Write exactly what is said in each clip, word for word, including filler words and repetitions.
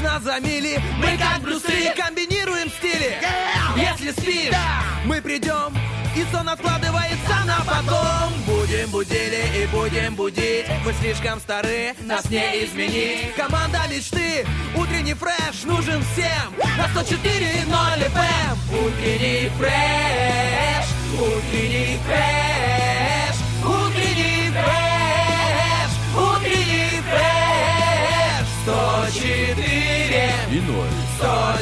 нас за мили. Мы как Брюс Ли комбинируем стили. Если спишь, мы придем, и сон откладывается на потом. Будем будили и будем будить. Мы слишком стары, нас не изменить. Команда мечты, утренний фреш нужен всем. На сто четыре ноль эф эм. Утренний фреш, утренний фреш, утренний фреш, утренний фреш. Сто четыре и ноль. Сто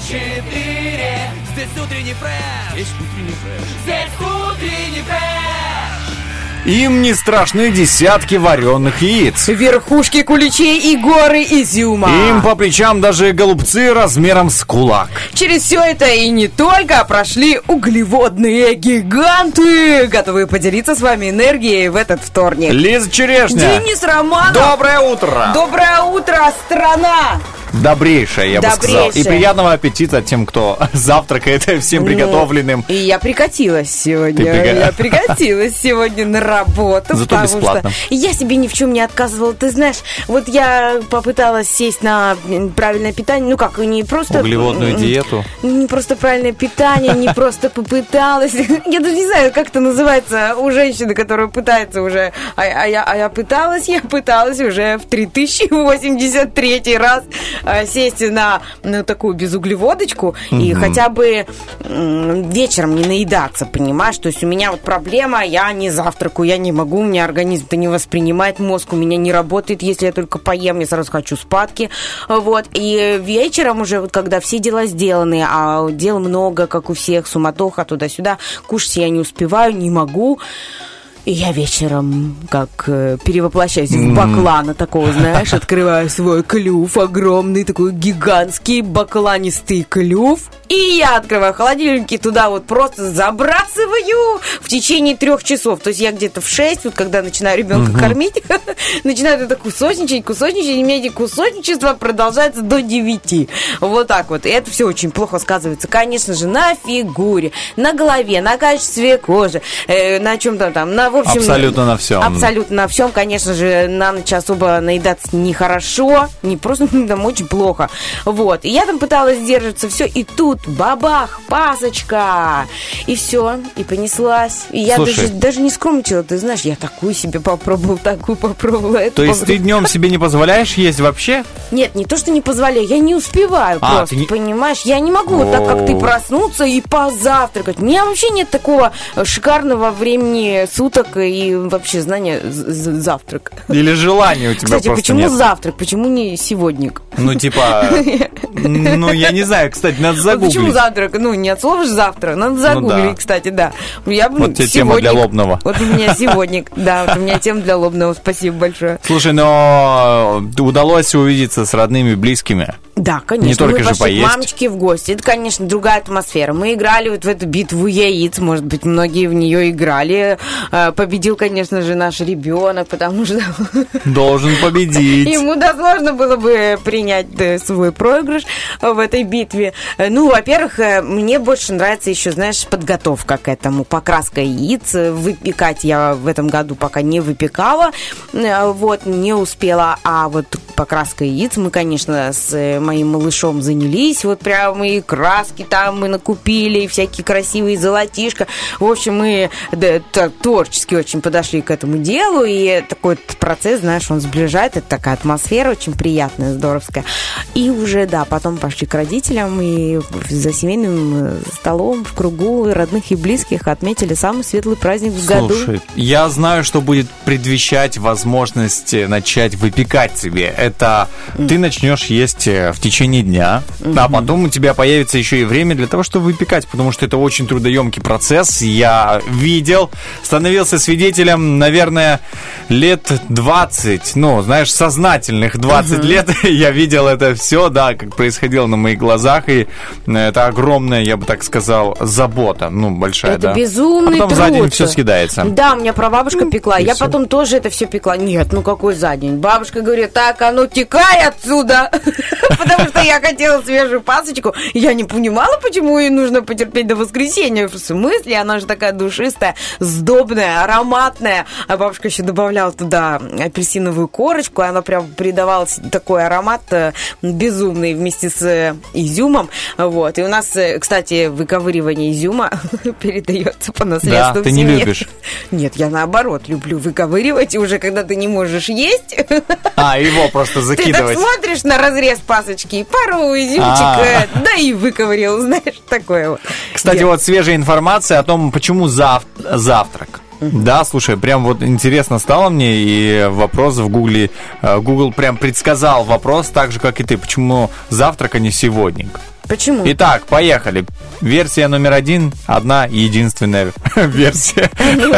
четыре. Здесь утренний фреш. Здесь утренний фреш. Здесь утренний фреш. Им не страшны десятки вареных яиц, верхушки куличей и горы изюма. Им по плечам даже голубцы размером с кулак. Через все это и не только прошли углеводные гиганты, готовые поделиться с вами энергией в этот вторник. Лиза Черешня. Денис Романов. Доброе утро. Доброе утро, страна. Добрейшая, я Добрейшая. бы сказал. И приятного аппетита тем, кто завтракает всем приготовленным. Ну, и я прикатилась сегодня. Ты Я прикатилась сегодня на работу. Зато потому бесплатно. Что я себе ни в чем не отказывала. Ты знаешь, вот я попыталась сесть на правильное питание. Ну как, не просто... Углеводную диету. Не просто правильное питание, не просто попыталась. Я даже не знаю, как это называется у женщины, которая пытается уже. А, а, я, а я пыталась, я пыталась уже в три тысячи восемьдесят третий раз сесть на, на такую безуглеводочку mm-hmm. и хотя бы м, вечером не наедаться, понимаешь? То есть у меня вот проблема, я не завтракаю, я не могу, у меня организм-то не воспринимает, мозг у меня не работает, если я только поем, я сразу хочу спадки, вот. И вечером уже, вот когда все дела сделаны, а дел много, как у всех, суматоха туда-сюда, кушать я не успеваю, не могу. И я вечером как э, перевоплощаюсь mm. в баклана такого, знаешь, открываю свой клюв, огромный такой гигантский бакланистый клюв. И я открываю холодильник и туда вот просто забрасываю в течение трех часов. То есть я где-то в шесть, вот когда начинаю ребенка mm-hmm. кормить, начинаю это кусочничать, кусочничать, и у меня эти кусочничества продолжаются до девяти. Вот так вот. И это все очень плохо сказывается, конечно же, на фигуре, на голове, на качестве кожи, э, на чем-то там, на, в общем... Абсолютно на всем. Абсолютно на всем, конечно же, на ночь особо наедаться нехорошо, не просто, там очень плохо. Вот. И я там пыталась сдерживаться, все, и тут бабах, пасочка, и все, и понеслась. И я даже, даже не скромничала, ты знаешь, я такую себе попробовала, такую попробовала. Эту То есть попробовала. ты днем себе не позволяешь есть вообще? Нет, не то, что не позволяю, я не успеваю а, просто, не... понимаешь? Я не могу вот так, как ты, проснуться и позавтракать. У меня вообще нет такого шикарного времени суток и вообще знания завтрак. Или желания у тебя кстати, просто почему нет? завтрак? Почему не сегодняшник? Ну, типа, ну, я не знаю, кстати, надо загуглить. Почему завтрак? Ну, не от слова же завтра, надо загуглить, ну, да. Кстати, да. Я, вот тебе тема для лобного. Вот у меня сегодняшник, да, вот у меня тема для лобного, спасибо большое. Слушай, но удалось увидеться с родными, близкими? Да, конечно. Не только мы же пошли поесть. к мамочке в гости. Это, конечно, другая атмосфера. Мы играли вот в эту битву яиц. Может быть, многие в нее играли. Победил, конечно же, наш ребенок, потому что... Должен победить. Ему да сложно было бы принять свой проигрыш в этой битве. Ну, во-первых, мне больше нравится еще, знаешь, подготовка к этому. Покраска яиц. Выпекать я в этом году пока не выпекала. Вот, не успела. А вот покраска яиц мы, конечно, с моим малышом занялись. Вот прям и краски там мы накупили, и всякие красивые золотишко. В общем, мы да, творчески очень подошли к этому делу. И такой процесс, знаешь, он сближает. Это такая атмосфера очень приятная, здоровская. И уже, да, потом пошли к родителям и за семейным столом в кругу родных и близких отметили самый светлый праздник в году. Слушай, я знаю, что будет предвещать возможность начать выпекать себе. Это mm. ты начнешь есть в течение дня, mm-hmm. а потом у тебя появится еще и время для того, чтобы выпекать, потому что это очень трудоемкий процесс. Я видел, становился свидетелем, наверное, лет двадцать, ну, знаешь, сознательных двадцать mm-hmm. лет. Я видел это все, да, как происходило на моих глазах, и это огромная, я бы так сказал, забота, ну, большая, это да. Это безумный а потом труд. За день все съедается. Да, у меня прабабушка ну, пекла, я все. Потом тоже это все пекла. Нет, ну какой за день? Бабушка говорит, так, а ну текай отсюда, потому что я хотела свежую пасочку. Я не понимала, почему ей нужно потерпеть до воскресенья. В смысле? Она же такая душистая, сдобная, ароматная. А бабушка еще добавляла туда апельсиновую корочку, и она прям придавала такой аромат безумный вместе с изюмом. Вот. И у нас, кстати, выковыривание изюма передается по наследству. Да, ты не любишь. Нет, я наоборот люблю выковыривать, и уже когда ты не можешь есть... А, его просто закидывать. Ты так смотришь на разрез пасочки, и пару изюмчик, да и выковырил, знаешь, такое вот. Кстати, вот свежая информация о том, почему зав... завтрак. Да, слушай, прям вот интересно стало мне, и вопрос в Гугле, Google прям предсказал вопрос так же, как и ты, почему завтрак, а не сегодня. Почему? Итак, поехали. Версия номер один, одна единственная версия.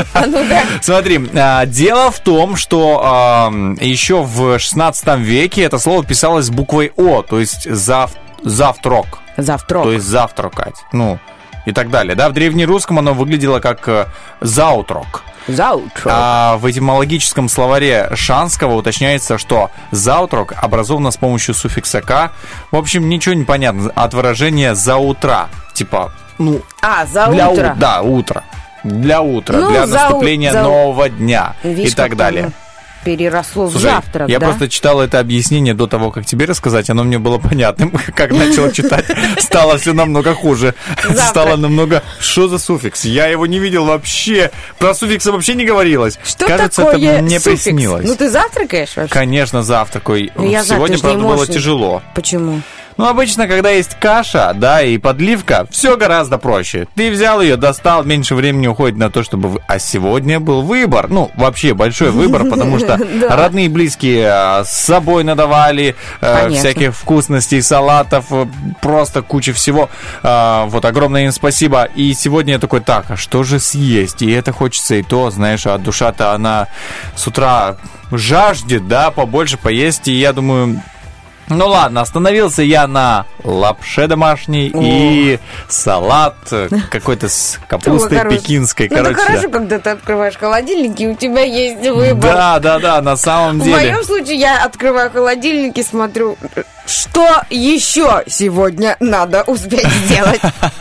Смотри, дело в том, что еще в шестнадцатом веке это слово писалось буквой О, то есть завтрак. Завтрак. То есть завтракать. Ну, и так далее. Да, в древнерусском оно выглядело как заутрок. Заутрок. А в этимологическом словаре Шанского уточняется, что заутрок образовано с помощью суффикса «к». В общем, ничего не понятно от выражения «за утра». Типа, ну... А, за для утро. У... Да, утро. Для утра, ну, для за наступления за... нового дня. Видишь, и так далее. Там переросло в Слушай, завтрак, я да? просто читал это объяснение до того, как тебе рассказать, оно мне было понятным. Как начал читать, стало все намного хуже. Завтрак. Стало намного... Что за суффикс? Я его не видел вообще. Про суффиксы вообще не говорилось. Что Кажется, такое это мне суффикс? приснилось. Ну, ты завтракаешь вообще? Конечно, завтракой. Ну, я Сегодня, знаю, правда, было тяжело. Почему? Ну, обычно, когда есть каша, да, и подливка, все гораздо проще. Ты взял ее, достал, меньше времени уходит на то, чтобы... А сегодня был выбор. Ну, вообще большой выбор, потому что родные и близкие с собой надавали всяких вкусностей, салатов, просто куча всего. Вот, огромное им спасибо. И сегодня я такой, так, а что же съесть? И это хочется, и то, знаешь, а душа-то она с утра жаждет, да, побольше поесть. И я думаю... Ну ладно, остановился я на лапше домашней. О. И салат какой-то с капустой пекинской. Ну, короче, это хорошо, да. Когда ты открываешь холодильник, и у тебя есть выбор. Да, да, да, на самом деле. В моем случае я открываю холодильник и смотрю, что еще сегодня надо успеть сделать.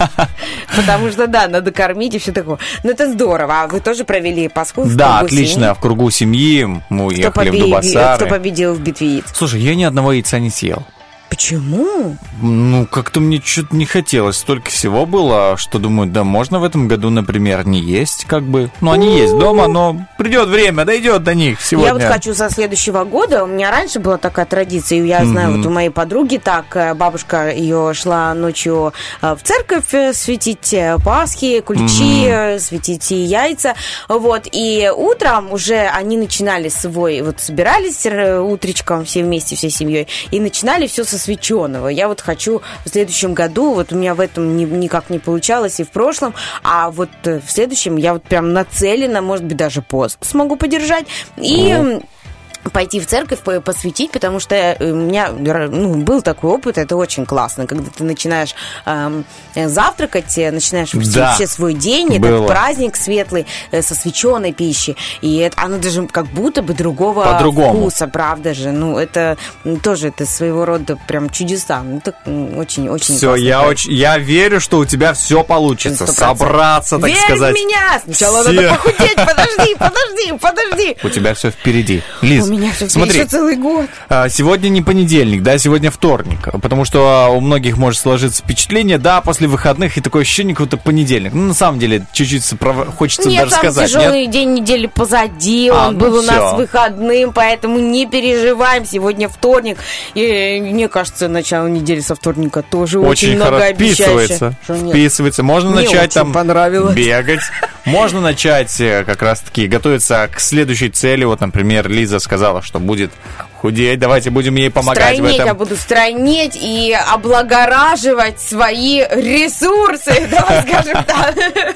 Потому что, да, надо кормить и все такое. Ну, это здорово. А вы тоже провели Пасху в Да, кругу отлично, семьи? в кругу семьи. Мы уехали побе... в Дубасары. Кто победил в битве яиц? Слушай, я ни одного яйца не съел. Почему? Ну, как-то мне что-то не хотелось. Столько всего было, что думаю, да можно в этом году, например, не есть, как бы. Ну, они есть дома, но придет время, дойдет до них сегодня. Я вот хочу со следующего года. У меня раньше была такая традиция, и я знаю, mm-hmm. вот у моей подруги так, бабушка ее шла ночью в церковь светить Пасхи, куличи, mm-hmm. светить яйца. Вот, и утром уже они начинали свой, вот собирались утречком все вместе, всей семьей, и начинали все со свеченого. Я вот хочу в следующем году, вот у меня в этом ни, никак не получалось и в прошлом, а вот в следующем я вот прям нацелена, может быть, даже пост смогу подержать. И... О. Пойти в церковь, посвятить, потому что у меня ну, был такой опыт, это очень классно, когда ты начинаешь эм, завтракать, начинаешь да. вообще свой день, было. этот праздник светлый, э, со свеченой пищей, и это, оно даже как будто бы другого По-другому. вкуса, правда же, ну, это тоже это своего рода прям чудеса, ну, это очень-очень Все, я, очень, я верю, что у тебя все получится, сто процентов. Собраться, так Верь сказать. Верь в меня! Сначала все. надо похудеть, подожди, подожди, подожди! У тебя все впереди. Лиз, у меня все смотри, еще целый год. Сегодня не понедельник, да, сегодня вторник, потому что у многих может сложиться впечатление, да, после выходных и такое ощущение, как будто понедельник. Ну, на самом деле, чуть-чуть сопров... хочется нет, даже сказать. Нет, тяжелый день недели позади, а, он ну был у нас выходным, поэтому не переживаем, сегодня вторник. И мне кажется, начало недели со вторника тоже очень, очень многообещающе. Вписывается, вписывается. Можно мне начать там понравилось. Бегать, можно начать как раз-таки готовиться к следующей цели. Вот, например, Лиза сказала, что будет худеть, давайте будем ей помогать стройнеть, в этом. Я буду стройнеть и облагораживать свои ресурсы, давай скажем так.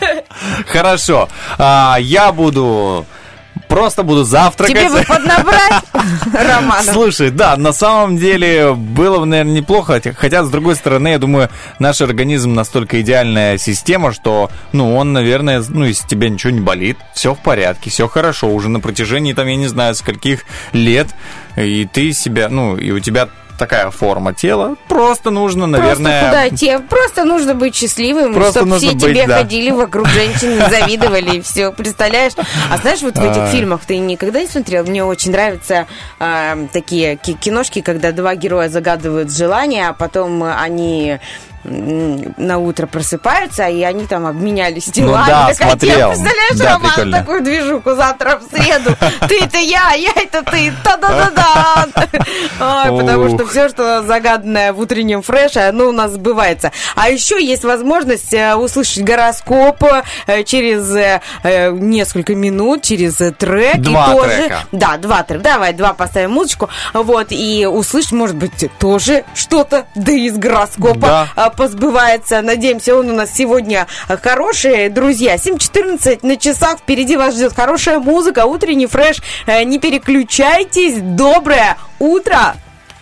Хорошо, а, я буду... Просто буду завтракать. Тебе бы поднабрать, Роман. Слушай, да, на самом деле было бы, наверное, неплохо. Хотя, с другой стороны, я думаю, наш организм настолько идеальная система, что, ну, он, наверное, ну, если тебе ничего не болит, все в порядке, все хорошо. Уже на протяжении, там, я не знаю, скольких лет, и ты себя, ну, и у тебя такая форма тела. Просто нужно, наверное... Просто куда идти? Просто нужно быть счастливым, Просто чтобы все быть, тебе да. ходили вокруг женщины, завидовали и все. Представляешь? А знаешь, вот в этих фильмах ты никогда не смотрел? Мне очень нравятся э, такие киношки, когда два героя загадывают желания, а потом они... на утро просыпаются, и они там обменялись телами. Ну да, так, смотрел. Представляешь, да, Роман, прикольно. такую движуху завтра в среду. Ты это я, я это ты. Та-да-да-да. Ой, потому что все, что загаданное в утреннем фреше, оно у нас сбывается. А еще есть возможность услышать гороскоп через несколько минут, через трек. Два и тоже, трека. Да, два трека. Давай, два поставим музычку. Вот, и услышать, может быть, тоже что-то, да из гороскопа. Да. Позбывается. Надеемся, он у нас сегодня хороший. Друзья, семь четырнадцать на часах. Впереди вас ждет хорошая музыка, утренний фреш. Не переключайтесь. Доброе утро!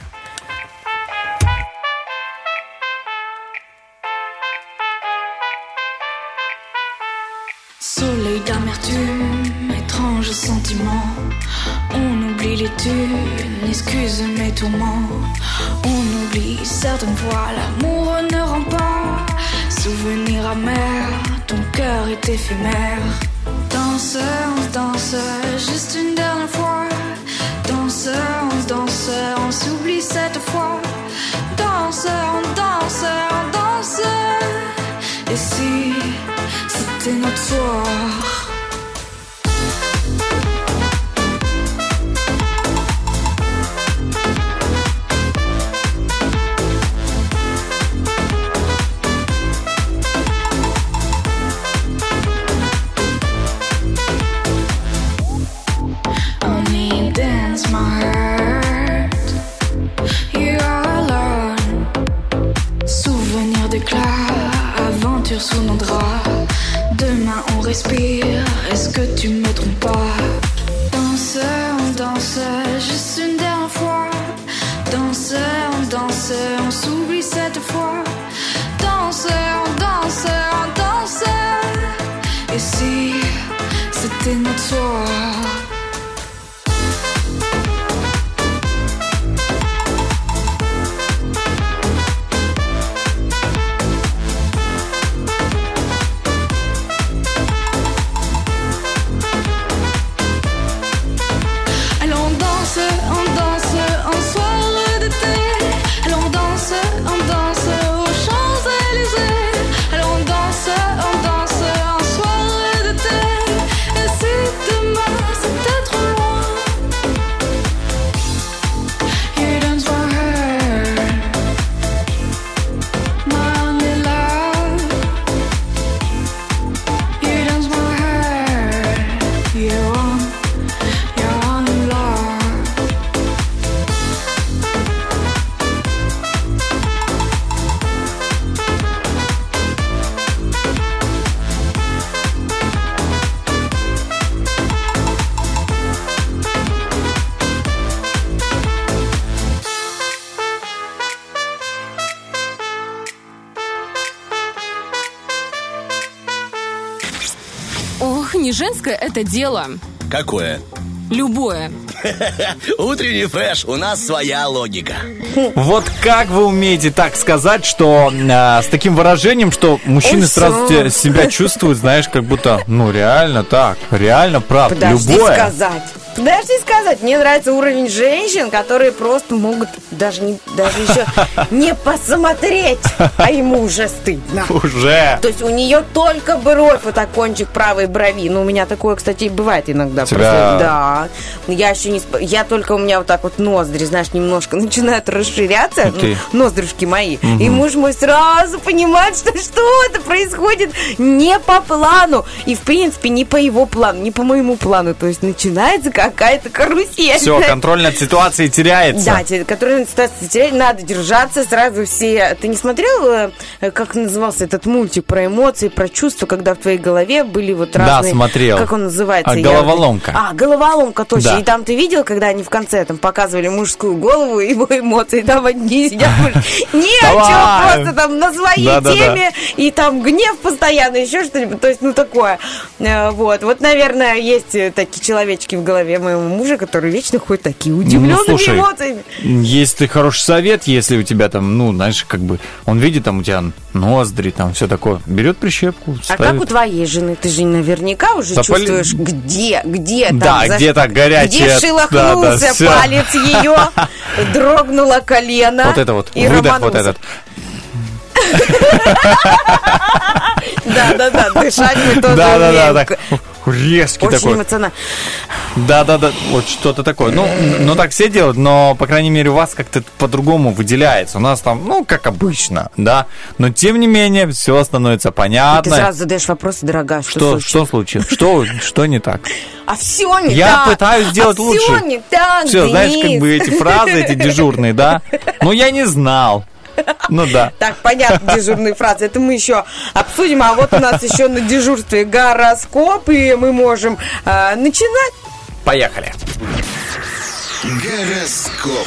Soleil d'amertume, étrange sentiment. On oublie les thunes, excuse mes tourments. On oublie certaines fois, l'amour ne rend pas. Souvenir amer, ton cœur est éphémère. Danse, on se danse, juste une dernière fois. Danse, on se danse, on s'oublie cette fois. Danse, on danse, on danse. Et si c'était notre soir? Sous nos draps, demain on respire. Est-ce que tu me trompes pas? Danse, on danse, juste une dernière fois. Danse, on danse, on s'oublie cette fois. Danse, on danse, on danse. Et si c'était notre soir? Не женское это дело. Какое? Любое. Утренний фреш, у нас своя логика. Вот как вы умеете так сказать, что э, с таким выражением, что мужчины Ой, сразу всё. те- себя чувствуют, знаешь, как будто, ну реально так, реально правда, Подожди любое. сказать. Подожди сказать. Мне нравится уровень женщин, которые просто могут даже, не, даже еще не посмотреть, а ему уже стыдно. Уже. То есть у нее только бровь, вот так кончик правой брови. Ну, у меня такое, кстати, бывает иногда. Тебя- Просто, да. Я еще не... сп- Я только у меня вот так вот ноздри, знаешь, немножко начинают расширяться. Ух ты. Ну, ноздрюшки мои. И муж мой сразу понимает, что что это происходит не по плану. И, в принципе, не по его плану, не по моему плану. То есть начинается какая-то карусель. Все, контроль над ситуацией теряется. Да, те- которые ситуации терять, надо держаться сразу все. Ты не смотрел, э, как назывался этот мультик про эмоции, про чувства, когда в твоей голове были вот Да, разные... смотрел. Как он называется? А, Я- головоломка. А, головоломка, точно. Да. И там ты видел, когда они в конце там показывали мужскую голову, его эмоции, там одни сидят, не о чем, просто там на своей Да, да, теме, и там гнев постоянно, еще что-нибудь, то есть, ну, такое. Э, Вот, вот, наверное, есть такие человечки в голове моего мужа, которые вечно ходят такие удивленными Ну, слушай, эмоциями. есть и хороший совет, если у тебя там, ну, знаешь, как бы, он видит там у тебя ноздри, там все такое, берет прищепку, А ставит. как у твоей жены? Ты же наверняка уже Да, чувствуешь, где, где там, Да, за- где-то горячее, где шелохнулся да, да, всё. палец ее, дрогнуло колено. Вот это вот, и выдох вот рванулся. этот. Да, да, да, дышать мы тоже Да, да, да, умеем. так. Резкий Очень такой. эмоционально. Да, да, да, вот что-то такое. Ну, ну, так все делают, но, по крайней мере, у вас как-то по-другому выделяется. У нас там, ну, как обычно, да. Но, тем не менее, все становится Ты понятно. сразу задаешь вопросы, дорогая, что, Что, случилось? что случилось? Что, что не так? А все не Я так. пытаюсь сделать а лучше. Все не так, Все, знаешь, как Денис. бы эти фразы, эти дежурные, да? Ну, я не знал. Ну, да. Так, понятно, дежурные фразы. Это мы еще обсудим. А вот у нас еще на дежурстве гороскоп, и мы можем э, начинать. Поехали. Гороскоп.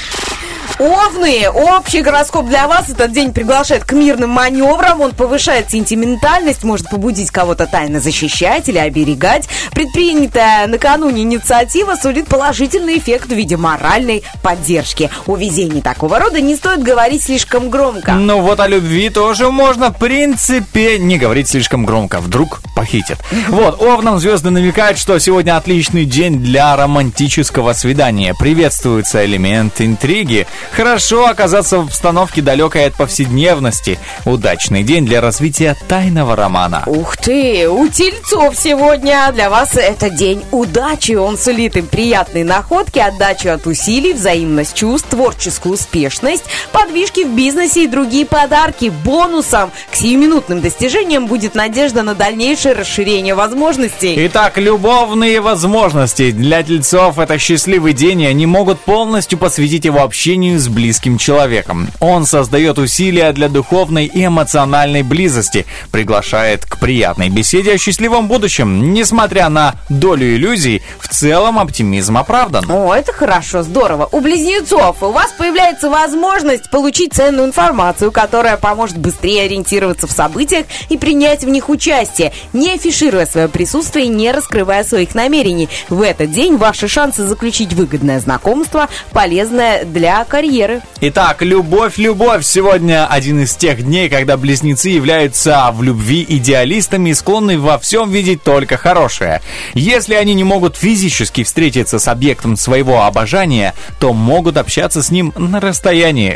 Овны, общий гороскоп для вас этот день приглашает к мирным маневрам. Он повышает сентиментальность, может побудить кого-то тайно защищать или оберегать. Предпринятая накануне инициатива сулит положительный эффект в виде моральной поддержки. О везении такого рода не стоит говорить слишком громко. Ну, вот о любви тоже можно, в принципе, не говорить слишком громко. Вдруг похитят. Вот, овнам звезды намекают, что сегодня отличный день для романтического свидания. Приветствуется элемент интриги. Хорошо оказаться в обстановке далекой от повседневности. Удачный день для развития тайного романа. Ух ты, у тельцов сегодня для вас это день удачи. Он сулит им приятные находки, отдачу от усилий, взаимность чувств, творческую успешность, подвижки в бизнесе и другие подарки. Бонусом к сиюминутным достижениям будет надежда на дальнейшее расширение возможностей. Итак, любовные возможности. Для тельцов это счастливый день, и они могут полностью посвятить его общению с близким человеком. Он создает усилия для духовной и эмоциональной близости, приглашает к приятной беседе о счастливом будущем. Несмотря на долю иллюзий, в целом оптимизм оправдан. О, это хорошо, здорово. У близнецов у вас появляется возможность получить ценную информацию, которая поможет быстрее ориентироваться в событиях и принять в них участие, не афишируя свое присутствие и не раскрывая своих намерений. В этот день ваши шансы заключить выгодное знакомство полезное для карьеры. Итак, любовь, любовь. Сегодня один из тех дней, когда близнецы являются в любви идеалистами и склонны во всем видеть только хорошее. Если они не могут физически встретиться с объектом своего обожания, то могут общаться с ним на расстоянии.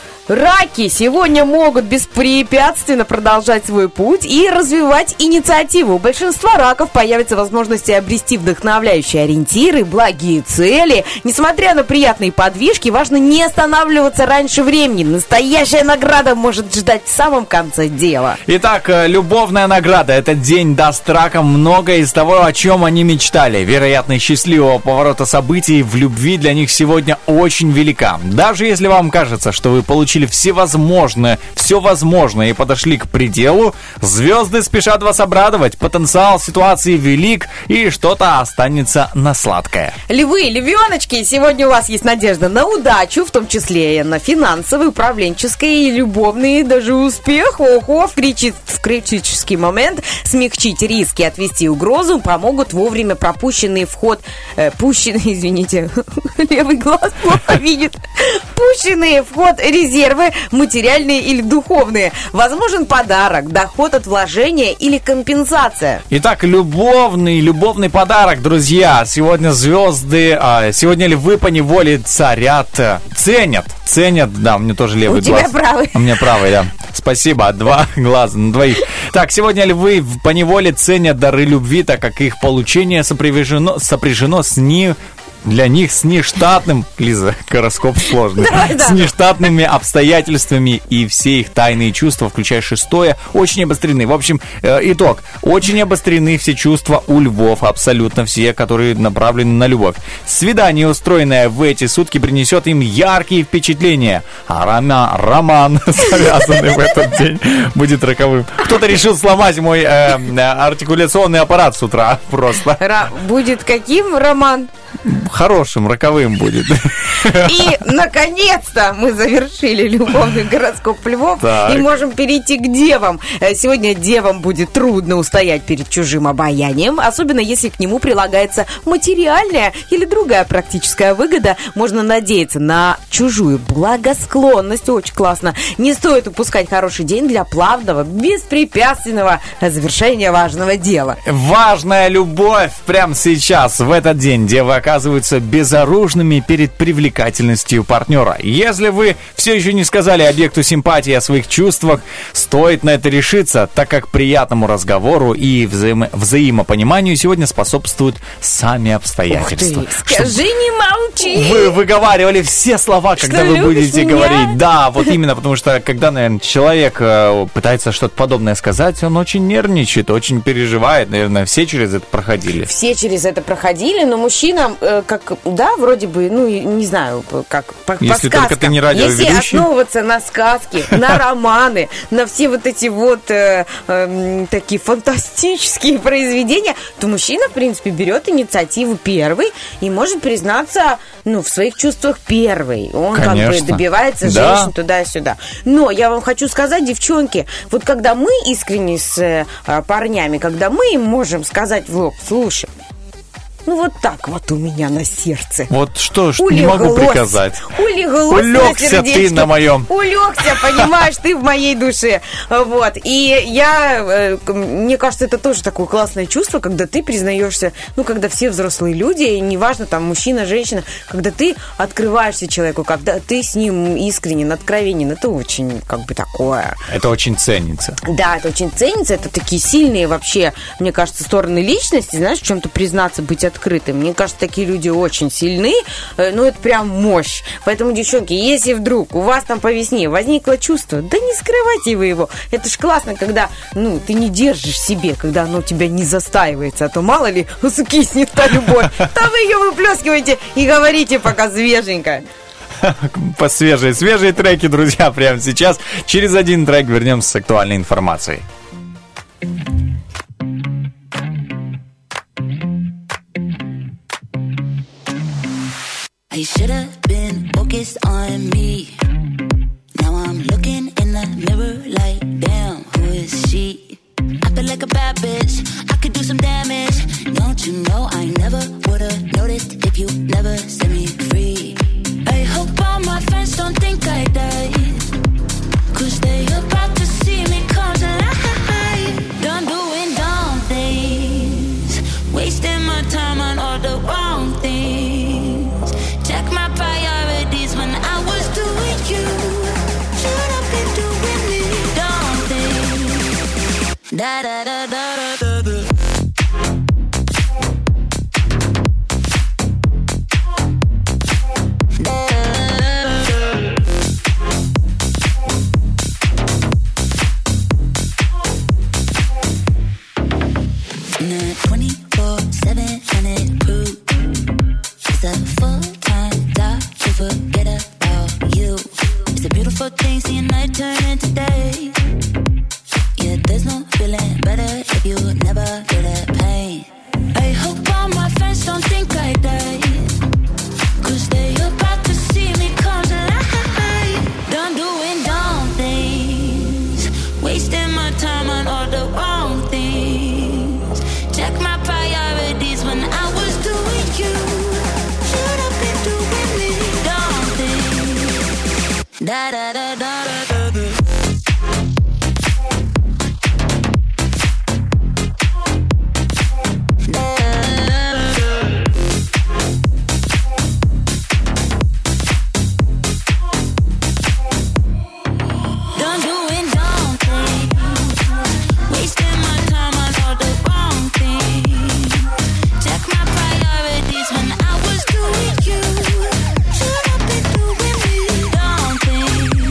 Раки сегодня могут беспрепятственно продолжать свой путь и развивать инициативу. У большинства раков появятся возможности обрести вдохновляющие ориентиры, благие цели. Несмотря на приятные подвижки, важно не останавливаться раньше времени. Настоящая награда может ждать в самом конце дела. Итак, любовная награда. Этот день даст ракам многое из того, о чем они мечтали. Вероятность счастливого поворота событий в любви для них сегодня очень велика. Даже если вам кажется, что вы получили всевозможное, все возможное и подошли к пределу, звезды спешат вас обрадовать. Потенциал ситуации велик, и что-то останется на сладкое. Львы, львеночки, сегодня у вас есть надежда на удачу, в том числе и на финансовый, управленческий и любовный даже успех. Ого, в, кричи... в критический момент смягчить риски, отвести угрозу помогут вовремя пропущенный вход, э, пущенный, извините, левый глаз плохо видит, пущенные в ход резервы, материальные или духовные. Возможен подарок, доход от вложения или компенсация. Итак, любовный, любовный подарок, друзья. Сегодня звезды, а, сегодня львы поневоле царят, ценят, ценят, да, у меня тоже левый У глаз. тебя правый. У меня правый, да. Спасибо, два глаза на двоих. Так, сегодня львы поневоле ценят дары любви, так как их получение сопряжено, сопряжено с ним. Для них с нештатным, Лиза, гороскоп сложный, Давай, да. с нештатными обстоятельствами, и все их тайные чувства, включая шестое, очень обострены. В общем, э, итог. Очень обострены все чувства у львов, абсолютно все, которые направлены на любовь. Свидание, устроенное в эти сутки, принесет им яркие впечатления. А рома, роман, связанный в этот день, будет роковым. Кто-то решил сломать мой э, артикуляционный аппарат с утра просто. Ра- будет каким, Роман? хорошим, роковым будет. И, наконец-то, мы завершили любовный гороскоп львов Так. и можем перейти к девам. Сегодня девам будет трудно устоять перед чужим обаянием, особенно если к нему прилагается материальная или другая практическая выгода. Можно надеяться на чужую благосклонность. Очень классно. Не стоит упускать хороший день для плавного, беспрепятственного завершения важного дела. Важная любовь прямо сейчас, в этот день, девы оказываются безоружными перед привлекательностью партнера. Если вы все еще не сказали объекту симпатии о своих чувствах, стоит на это решиться, так как приятному разговору и взаимо- взаимопониманию сегодня способствуют сами обстоятельства. Ух ты, скажи, не молчи! Вы выговаривали все слова, когда Что, вы будете любишь меня? говорить. Да, вот именно, потому что когда, наверное, человек э, пытается что-то подобное сказать, он очень нервничает, очень переживает. Наверное, все через это проходили. Все через это проходили, но мужчинам, э, как, да, вроде бы, ну, и не знаю, как по, по Если сказкам. только ты не радиоведущий. Если основываться на сказки, на романы, на все вот эти вот э, э, такие фантастические произведения, то мужчина, в принципе, берет инициативу первый и может признаться, ну, в своих чувствах первый. Он Конечно. как бы добивается Да. женщин туда-сюда. Но я вам хочу сказать, девчонки, вот когда мы искренне с э, парнями, когда мы им можем сказать в лоб: слушай, ну вот так вот у меня на сердце. Вот что ж, не Улеглось, могу приказать. Улеглось Улегся на сердечке. ты на моем. Улегся, понимаешь, ты в моей душе. Вот. И я, э, мне кажется, это тоже такое классное чувство, когда ты признаешься, ну, когда все взрослые люди, и неважно, там, мужчина, женщина, когда ты открываешься человеку, когда ты с ним искренен, откровенен, это очень, как бы, такое. Это очень ценится. Да, это очень ценится, это такие сильные вообще, мне кажется, стороны личности, знаешь, в чем-то признаться, быть открытым. Мне кажется, такие люди очень сильны, э, ну, это прям мощь. Поэтому, девчонки, если вдруг у вас там по весне возникло чувство, да не скрывайте вы его. Это ж классно, когда, ну, ты не держишь себе, когда оно у тебя не застаивается, а то мало ли закиснет та любовь. Там вы ее выплескиваете и говорите пока свеженько. По свежие, свежие треки, друзья, прямо сейчас. Через один трек вернемся с актуальной информацией. I should have been focused on me. Now I'm looking in the mirror like, damn, who is she? I feel like a bad bitch, I could do some damage. Don't you know I never would've noticed if you never set me free. I hope all my friends don't think I died, cause they about to see me come to life. Done doing dumb things, wasting my time on all the wrong things. Check my priorities when I was doing you. Should have been doing me. Dumb things. Da da da da da da da. twenty-four seven hundred proof. It's a full-time job to forget about you. It's a beautiful thing seeing night turn into day. Yeah, there's no feeling better if you never feel that pain. I hope all my friends don't think I died, cause they about to see me come to life. Done doing dumb things, wasting my time on all the wrong things. Check my priorities when I was doing you. Should have been doing me. Dumb things. Da da da da da da da. Done doing dumb things, wasting my time on all the wrong things. Check my priorities when I was doing you. Should have been doing me. Dumb things.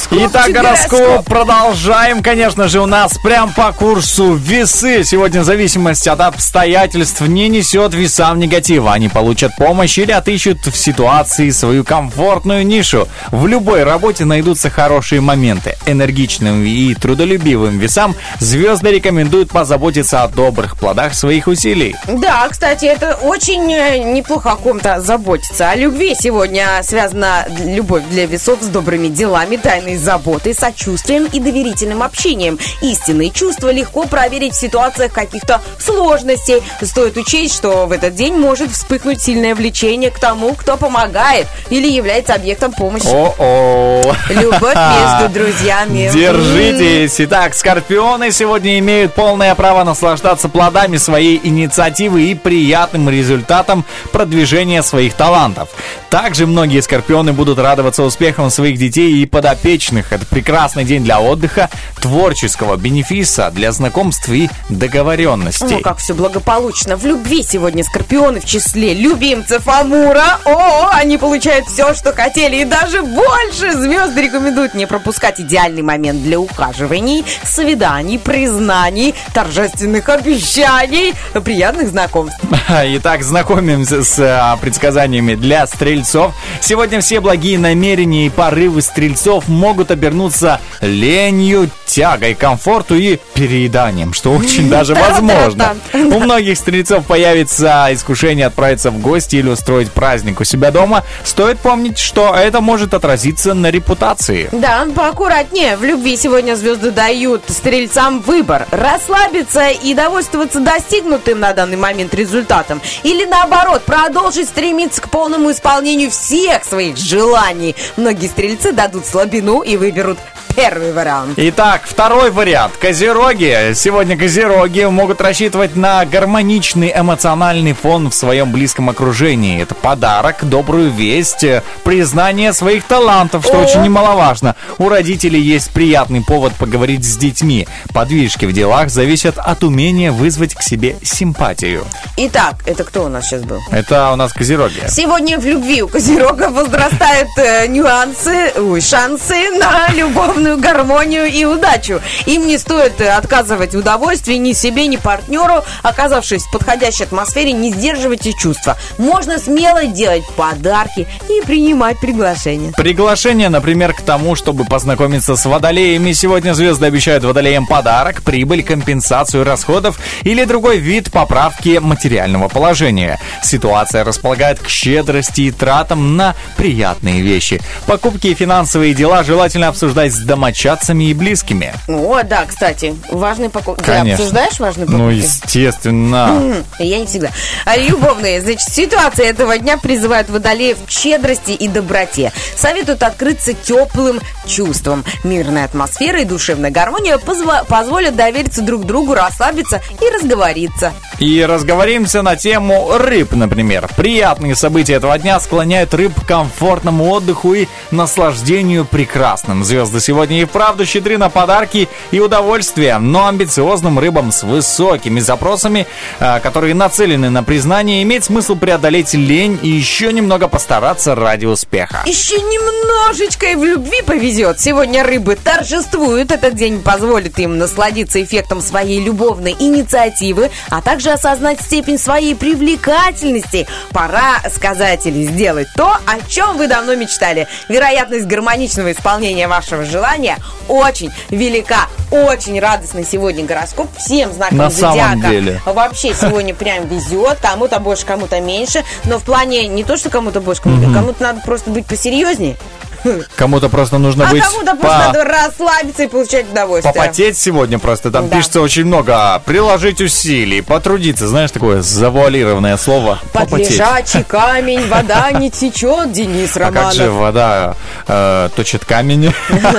Итак, гороскоп продолжаем. Конечно же, у нас прям по курсу весы. Сегодня зависимость от обстоятельств не несет весам негатива. Они получат помощь или отыщут в ситуации свою комфортную нишу. В любой работе найдутся хорошие моменты. Энергичным и трудолюбивым весам звезды рекомендуют позаботиться о добрых плодах своих усилий. Да, кстати, это очень неплохо о ком-то заботиться. О любви сегодня связана любовь для весов с добрыми делами, тайной заботой, сочувствием и доверительным общением. Истинные чувства легко проверить в ситуациях каких-то сложностей. Стоит учесть, что в этот день может вспыхнуть сильное влечение к тому, кто помогает или является объектом помощи. О-о. Любовь между друзьями. Держитесь. Итак, скорпионы сегодня имеют полное право наслаждаться плодами своей инициативы и приятным результатом продвижения своих талантов. Также многие скорпионы будут радоваться успехам своих детей и подопечных. Это прекрасный день для отдыха, творческого бенефиса, для знакомств и договоренностей. Ну, как все благополучно. В любви сегодня скорпионы в числе любимцев Амура. О, они получают все, что хотели, и даже больше. Звезды рекомендуют не пропускать идеальный момент для ухаживаний, свиданий, признаний, торжественных обещаний, приятных знакомств. Итак, знакомимся с а, предсказаниями для стрельцов. Сегодня все благие намерения и порывы стрельцов могут обернуться ленью, тягой к комфорту и перееданием, что очень даже возможно. У многих стрельцов появится искушение отправиться в гости или устроить праздник у себя дома. Стоит помнить, что это может отразиться на репутации. Да, поаккуратнее. В любви сегодня звезды дают стрельцам выбор: расслабиться и довольствоваться достигнутым на данный момент результатом, или наоборот, продолжить стремиться к полному исполнению всех своих желаний. Многие стрельцы дадут слабину и выберут первый вариант. Итак, второй вариант. Козероги. Сегодня козероги могут рассчитывать на гармоничный эмоциональный фон в своем близком окружении. Это подарок, добрую весть, признание своих талантов, что О! очень немаловажно. У родителей есть приятный повод поговорить с детьми. Подвижки в делах зависят от умения вызвать к себе симпатию. Итак, это кто у нас сейчас был? Это у нас козероги. Сегодня в любви у козерогов возрастают э, нюансы, ой, шансы на любовную гармонию и удачу. Им не стоит отказывать в удовольствии ни себе, ни партнеру. Оказавшись в подходящей атмосфере, не сдерживайте чувства. Можно смело делать подарки и принимать приглашения. Приглашение, например, к тому, чтобы познакомиться с водолеями. Сегодня звезды обещают водолеям подарок, прибыль, компенсацию расходов или другой вид поправки материального положения. Ситуация располагает к щедрости и тратам на приятные вещи. Покупки и финансовые дела желательно обсуждать с домочадцами и близкими. О, да, кстати, важные покупки. Ты Конечно. обсуждаешь важные покупки? Ну, естественно. М, Я не всегда. А любовные, значит, ситуация этого дня призывает водолеев к щедрости и доброте. Советуют открыться теплым чувствам. Мирная атмосфера и душевная гармония позво- позволят довериться друг другу, расслабиться и разговориться. И разговоримся на тему рыб, например. Приятные события этого дня склоняют рыб к комфортному отдыху и наслаждению прекрасным. Звезды сегодня и вправду щедры на подарки и удовольствия, но амбициозным рыбам с высокими запросами, э, которые нацелены на признание, имеет смысл преодолеть лень и еще немного постараться ради успеха. Еще немножечко и в любви повезет. Сегодня рыбы торжествуют. Этот день позволит им насладиться эффектом своей любовной инициативы, а также осознать степень своей привлекательности. Пора сказать или сделать то, о чем вы давно мечтали. Вероятность гармоничного исполнения вашего желания очень велика. Очень радостный сегодня гороскоп. Всем знакам На зодиака самом деле. вообще сегодня прям везет. Кому-то больше, кому-то меньше. Но в плане не то, что кому-то больше, кому-то, кому-то надо просто быть посерьезнее. Кому-то просто нужно А быть... кому-то просто по- надо расслабиться и получать удовольствие. Попотеть сегодня просто. Там Да. пишется очень много. Приложить усилий, потрудиться. Знаешь, такое завуалированное слово. Под Попотеть. лежачий камень вода не течет, Денис А как Романов. же вода э, точит камень?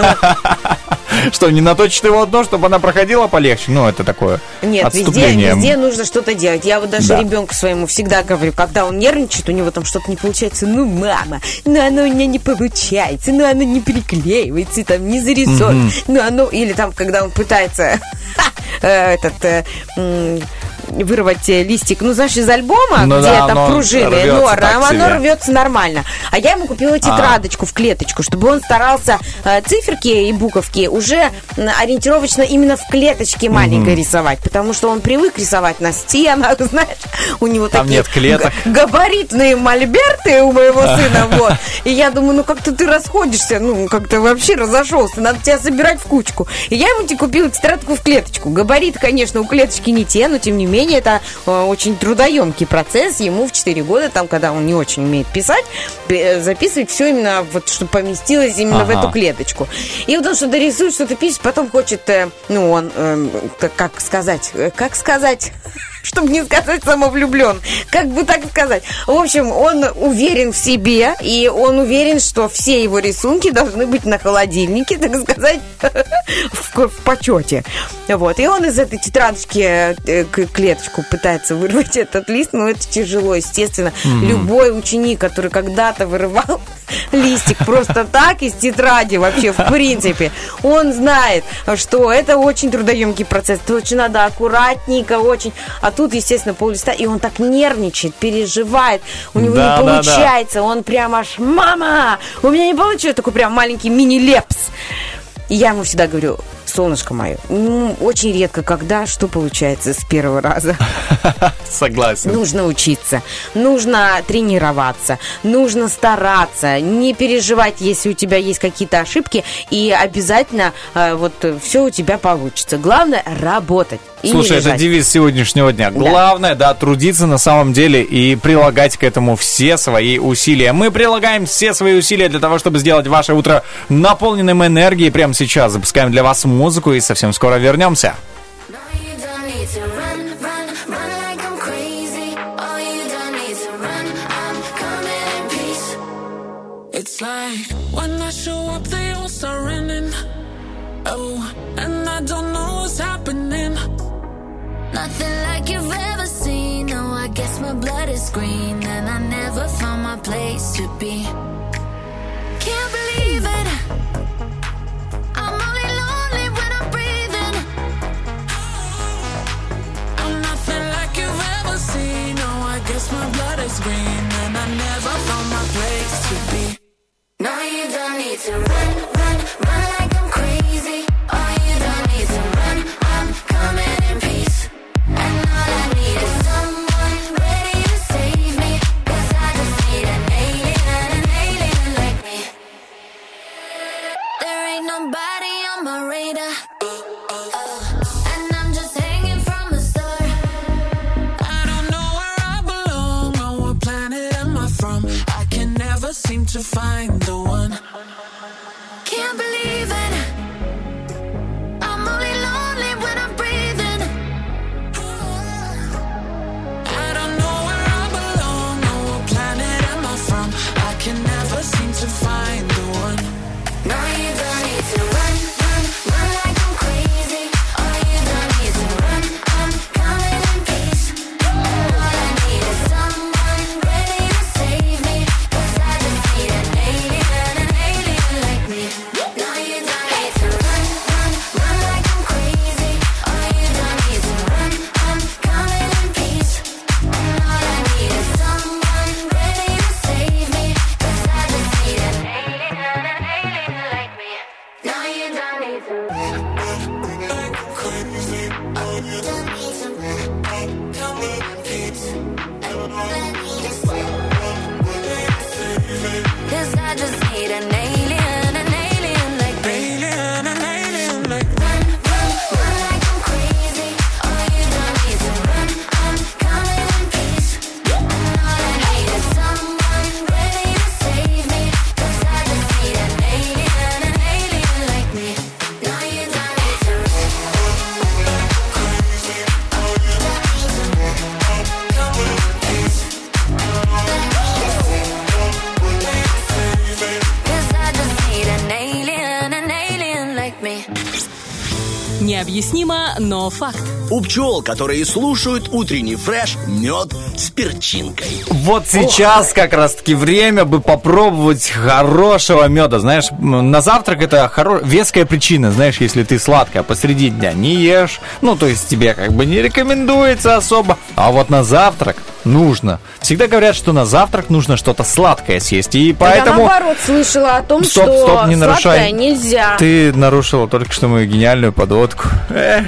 Что, не наточит его дно, чтобы она проходила полегче? Ну, это такое Нет, везде, отступление. везде нужно что-то делать. Я вот даже Да. ребенку своему всегда говорю, когда он нервничает, у него там что-то не получается. Ну, мама, ну оно у меня не получается, ну оно не приклеивается, там не зарисовано. Ну оно, или там, когда он пытается э, этот... э, м, вырвать листик, ну, знаешь, из альбома, ну, где да, там пружины, но оно рвется нормально. А я ему купила тетрадочку а. в клеточку, чтобы он старался э, циферки и буковки уже ориентировочно именно в клеточке маленькой mm-hmm. рисовать, потому что он привык рисовать на стенах, знаешь, у него там такие нет клеток. г- габаритные мольберты у моего сына, вот. И я думаю, ну как-то ты расходишься, ну как-то вообще разошелся, надо тебя собирать в кучку. И я ему купила тетрадку в клеточку. Габариты, конечно, у клеточки не те, но тем не менее это э, очень трудоемкий процесс. Ему в четыре года, там, когда он не очень умеет писать, записывать все именно, вот, чтобы поместилось именно ага. в эту клеточку. И вот он что-то рисует, что-то пишет, потом хочет, э, ну, он, э, как сказать, как сказать... чтобы не сказать самовлюблен. Как бы так сказать. В общем, он уверен в себе, и он уверен, что все его рисунки должны быть на холодильнике, так сказать, в, в почете. Вот. И он из этой тетрадочки клеточку пытается вырвать этот лист, но это тяжело, естественно. Mm-hmm. Любой ученик, который когда-то вырывал листик просто так из тетради вообще, в принципе, он знает, что это очень трудоемкий процесс. Это очень надо аккуратненько, очень... А тут, естественно, пол листа, и он так нервничает, переживает, у него да, не получается, да, да. Он прям аж, мама, у меня не получилось, такой прям маленький мини-лепс. И я ему всегда говорю, солнышко мое, ну, очень редко, когда что получается с первого раза. Согласен. Нужно учиться, нужно тренироваться, нужно стараться, не переживать, если у тебя есть какие-то ошибки, и обязательно э, вот все у тебя получится. Главное работать. И слушай, это девиз сегодняшнего дня. Да. Главное, да, трудиться на самом деле и прилагать к этому все свои усилия. Мы прилагаем все свои усилия для того, чтобы сделать ваше утро наполненным энергией. Прямо сейчас запускаем для вас музыку и совсем скоро вернемся. Nothing like you've ever seen. No, I guess my blood is green, and I never found my place to be. Can't believe it. I'm only lonely when I'm breathing. I'm nothing like you've ever seen. No, I guess my blood is green, and I never found my place to be. No, you don't need to run, run, run like I'm crazy. Oh, you don't need to run. I'm coming in peace. And all I need is someone ready to save me. 'Cause I just need an alien, an alien like me. There ain't nobody on my radar. Oh, and I'm just hanging from a star. I don't know where I belong or what planet am I from. I can never seem to find the one. Can't believe it. I'm only lonely when I'm breathing. I don't know where I belong or what planet am I from. I can never seem to find the one. No, you don't need to run, run, run like I'm crazy. Oh, you don't need to run. I'm coming in peace. All I need is someone ready to save me. 'Cause I just need an alien, an alien like me. No, you don't need to run, run, run like I'm crazy. Oh, you don't need to run. I'm coming in peace. All I need is someone ready to save me. 'Cause I just need an alien, an alien like me. No, you don't need to run like I'm crazy. Oh, you don't need to run. I'm coming in peace. All I need is someone ready to save me. 'Cause I just need an alien, an alien like me. Alien, an alien like me. Run, run, run like I'm crazy. Oh, you don't need to run. I'm coming in peace. All I need is someone ready to save me. 'Cause I just need an alien, an alien like me. No, you don't need to run. Необъяснимо, но факт. У пчел, которые слушают утренний фреш, мед с перчинкой. Вот сейчас как раз-таки время бы попробовать хорошего меда. Знаешь, на завтрак это хоро... веская причина. Знаешь, если ты сладкое посреди дня не ешь, ну, то есть тебе как бы не рекомендуется особо. А вот на завтрак нужно. Всегда говорят, что на завтрак нужно что-то сладкое съесть. И поэтому... Я наоборот слышала о том, стоп, что стоп, не нарушай. сладкое нельзя. Ты нарушила только что мою гениальную подводку. Эх.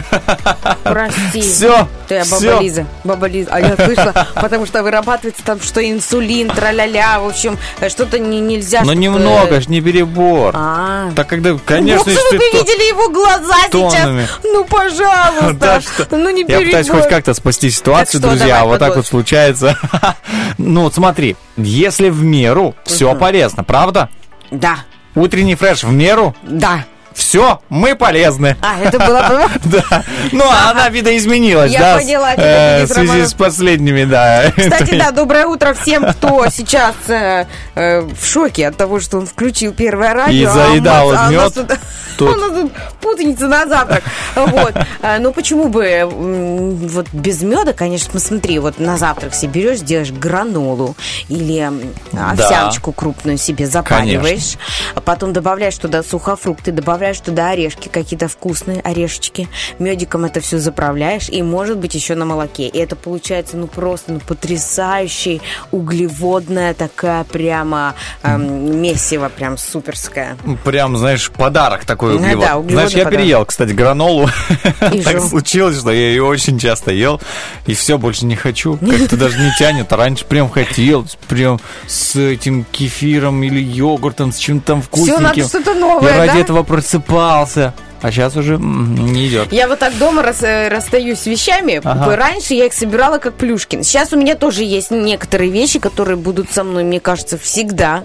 Прости. Все. Ты баба Всё. Лиза. Баба Лиза. А я слышала, потому что вырабатывается там, что инсулин, тра-ля-ля, в общем, что-то не, нельзя. Но что-то- немного, ж не перебор. А. Так когда, конечно, Вот если вы ты... то- видели его глаза тоннами. сейчас. Ну, пожалуйста. Да, что- Ну, не Я перебор. пытаюсь хоть как-то спасти ситуацию, Так что, друзья, давай, а вот так подводь. вот случается. Ну, вот смотри, если в меру, все полезно, правда? Да, Утренний фреш в меру, да. все, мы полезны. А, это было... Да. Ну, она видоизменилась, Я да, поняла с- тебя, э, Денис в связи Романов. с последними, да. Кстати, да, доброе утро всем, кто сейчас э, э, в шоке от того, что он включил первое радио. И а заедал у нас- а у нас мёд тут- тут. У нас тут путаница на завтрак. Вот. А, Ну, почему бы м, вот без меда, конечно, посмотри, вот на завтрак себе берешь, делаешь гранолу или м, овсяночку крупную себе запариваешь, а потом добавляешь туда сухофрукты, добавляешь туда орешки, какие-то вкусные орешечки, медиком это все заправляешь, и, может быть, еще на молоке. И это получается, ну, просто ну, потрясающий углеводная такая прямо эм, месиво, прям суперская. Прям, знаешь, подарок такой Ну углевод. да, углеводный Знаешь, я подарок. переел, кстати, гранолу. И Так шо? случилось, что я ее очень часто ел, и все, больше не хочу. Как-то даже не тянет. А раньше прям хотел, прям с этим кефиром или йогуртом, с чем-то там Все, надо вкусненьким. что-то новое, Я ради да? этого просыпался. А сейчас уже м, не идет. Я вот так дома рас- э, расстаюсь с вещами. Ага. Раньше я их собирала как Плюшкин. Сейчас у меня тоже есть некоторые вещи, которые будут со мной, мне кажется, всегда.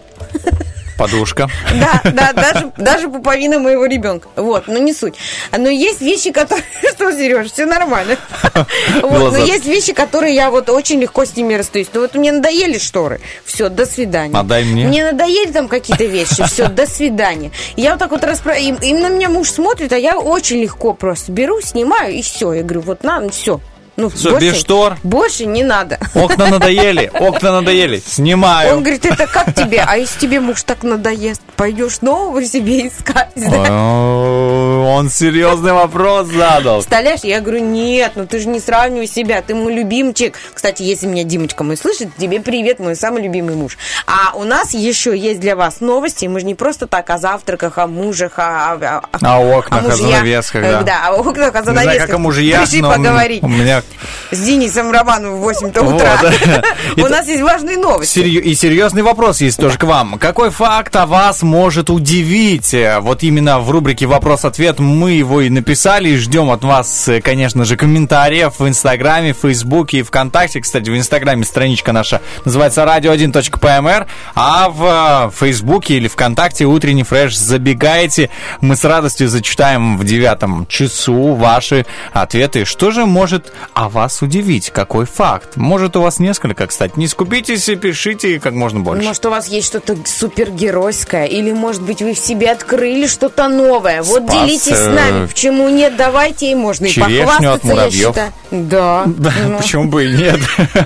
Подушка. Да, да, даже, даже пуповина моего ребенка. Вот, но не суть. Но есть вещи, которые... Что, Сереж, все нормально. Вот, но Глаза. есть вещи, которые я вот очень легко с ними расстаюсь. Ну вот мне надоели шторы. Все, до свидания. Отдай мне. Мне надоели там какие-то вещи. Все, до свидания. И я вот так вот расправляю. И на меня муж смотрит, а я очень легко просто беру, снимаю, и все. Я говорю, вот на, все. Ну, Всё, без штор. Больше не надо. Окна надоели, окна надоели. Снимаю. Он говорит, это как тебе? А если тебе муж так надоест, пойдешь нового себе искать? да? О, Он серьезный вопрос задал. Представляешь, я говорю, нет, ну ты же не сравнивай себя, ты мой любимчик. Кстати, если меня Димочка мой слышит, тебе привет, мой самый любимый муж. А у нас еще есть для вас новости, мы же не просто так о завтраках, о мужах, о, о, А о окнах, о мужьях. занавесках, да. Э, Да, о окнах, о Не знаю, занавесках. как о мужьях, Пришли но поговорить у меня... с Денисом Романовым в восемь-то Вот. утра. У Это- нас есть важные новости. Серьё- И серьезный вопрос есть тоже к вам. Какой факт о вас может удивить? Э, Вот именно в рубрике «Вопрос-ответ» мы его и написали. И ждем от вас, э, конечно же, комментариев в Инстаграме, в Фейсбуке и ВКонтакте. Кстати, в Инстаграме страничка наша называется радио один точка пэ эм эр, а в э, Фейсбуке или ВКонтакте «Утренний фреш». Забегайте. Мы с радостью зачитаем в девятом часу ваши ответы. Что же может о вас удивить? Какой факт? Может, у вас несколько, кстати. Не скупитесь и пишите как можно больше. Может, у вас есть что-то супергеройское, или, может быть, вы в себе открыли что-то новое. Вот Спас, делитесь с э, нами. Почему нет? Давайте, и можно и черешню похвастаться, от муравьев. я считаю. Да. Да, Ну. почему бы и нет?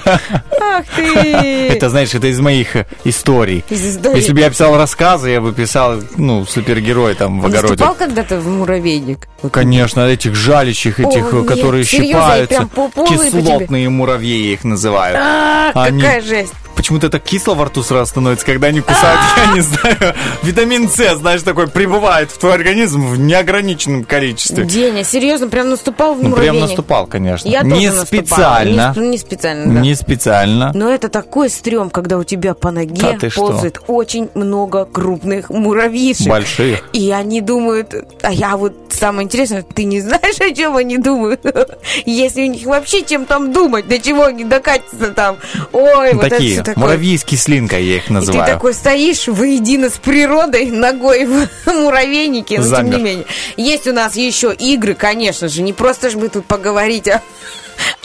Ах ты! Это, знаешь, это из моих э, историй. Из историй. Если бы я писал рассказы, я бы писал, ну, супергерой там в огороде. Наступал когда-то в муравейник? Вот. Конечно, этих жалящих, этих, О, э, которые нет, серьезно, щипаются. и прям по полу и по тебе. Кислотные муравьи их называют. А, Они- какая жесть. Почему-то это кисло во рту сразу становится, когда они кусают, я не знаю. Витамин С, знаешь, такой прибывает в твой организм в неограниченном количестве. Деня, серьезно, прям наступал в Ну, муравейник? прям наступал, конечно. Я не тоже наступала. специально. Не, не специально, да. Не специально. Но это такой стрём, когда у тебя по ноге Да ты что? ползает очень много крупных муравьишек. Больших. И они думают, а я вот самое интересное, ты не знаешь, о чем они думают. Если у них вообще чем там думать, до чего они докатятся там. Ой, вот это Такие, все такое. муравьи с кислинкой, я их И ты называю. такой стоишь воедино с природой, ногой в муравейнике, но Замер. тем не менее. Есть у нас еще игры, конечно же, не просто же мы тут поговорить о,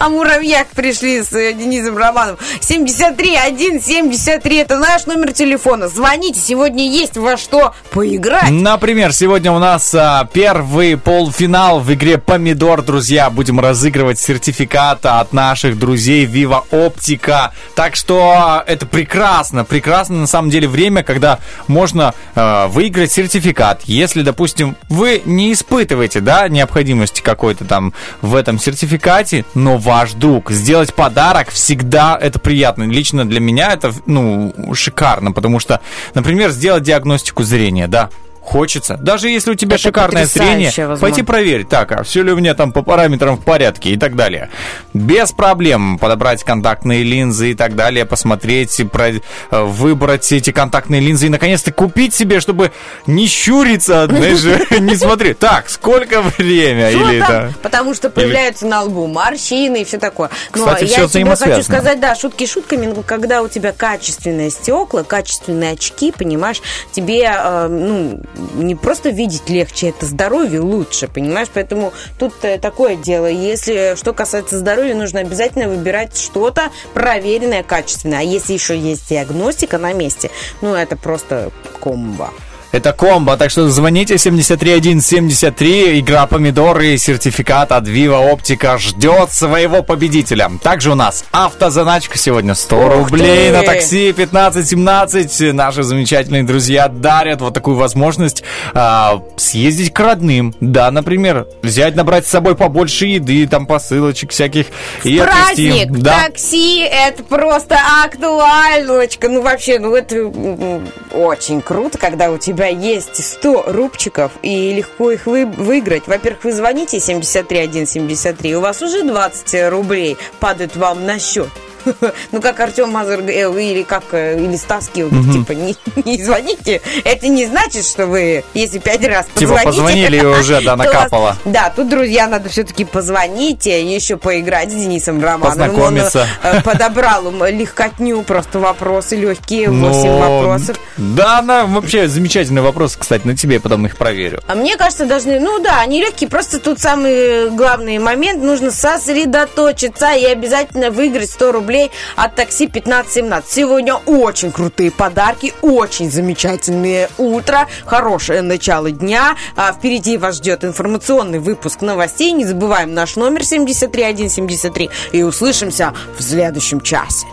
о муравьях пришли с э, Денисом Романовым. семьдесят три один семьдесят три, это наш номер телефона. Звоните, сегодня есть во что поиграть. Например, сегодня у нас а, первый полуфинал в игре «Помидор», друзья. Будем разыгрывать сертификат от наших друзей Viva Optica. Так что это прекрасно, прекрасно на самом деле время, когда можно э, выиграть сертификат. Если, допустим, вы не испытываете, да, необходимости какой-то там в этом сертификате, но ваш друг, сделать подарок всегда это приятно. Лично для меня это, ну, шикарно, потому что, например, сделать диагностику зрения, да, хочется. Даже если у тебя это шикарное зрение, возможно. Пойти проверить, так, а все ли у меня там по параметрам в порядке и так далее. Без проблем подобрать контактные линзы и так далее, посмотреть, про, выбрать эти контактные линзы и наконец-то купить себе, чтобы не щуриться, знаешь, не смотреть. Так, сколько время? Или это... Потому что появляются на лбу морщины и все такое. Кстати, все взаимосвязано. Я тебе хочу сказать, да, шутки шутками, когда у тебя качественные стекла, качественные очки, понимаешь, тебе, ну, не просто видеть легче, это здоровью лучше, понимаешь? Поэтому тут такое дело. Если что касается здоровья, нужно обязательно выбирать что-то проверенное, качественное. А если еще есть диагностика на месте, ну, это просто комбо. Это комбо, так что звоните семьдесят три один семьдесят три. Игра «Помидоры» и сертификат от Viva Optica ждет своего победителя. Также у нас автозаначка сегодня. сто рублей на такси пятнадцать семнадцать. Наши замечательные друзья дарят вот такую возможность а, съездить к родным. Да, например, взять, набрать с собой побольше еды, там посылочек всяких. И праздник, отвезти. Да. Такси, это просто актуальночка. Ну, вообще, ну, это очень круто, когда у тебя есть сто рубчиков и легко их вы, выиграть. Во-первых, вы звоните семьдесят три один семьдесят три, у вас уже двадцать рублей падают вам на счет. Ну, как Артем Мазур или как или Стас Килдов, mm-hmm. типа, не, не звоните. Это не значит, что вы, если пять раз позвоните... Типа, позвонили и уже, да, накапало. Вас, да, тут, друзья, надо все-таки позвонить, еще поиграть с Денисом Романовым. Познакомиться. Он подобрал легкотню, просто вопросы легкие, восемь Но... вопросов. Да, она вообще замечательный вопрос, кстати, на тебе я потом их проверю. А мне кажется, должны, ну да, они легкие, просто тут самый главный момент, нужно сосредоточиться и обязательно выиграть сто рублей от такси пятнадцать семнадцать. Сегодня очень крутые подарки, очень замечательное утро, хорошее начало дня. А впереди вас ждет информационный выпуск новостей. Не забываем наш номер семьдесят три один семьдесят три и услышимся в следующем часе.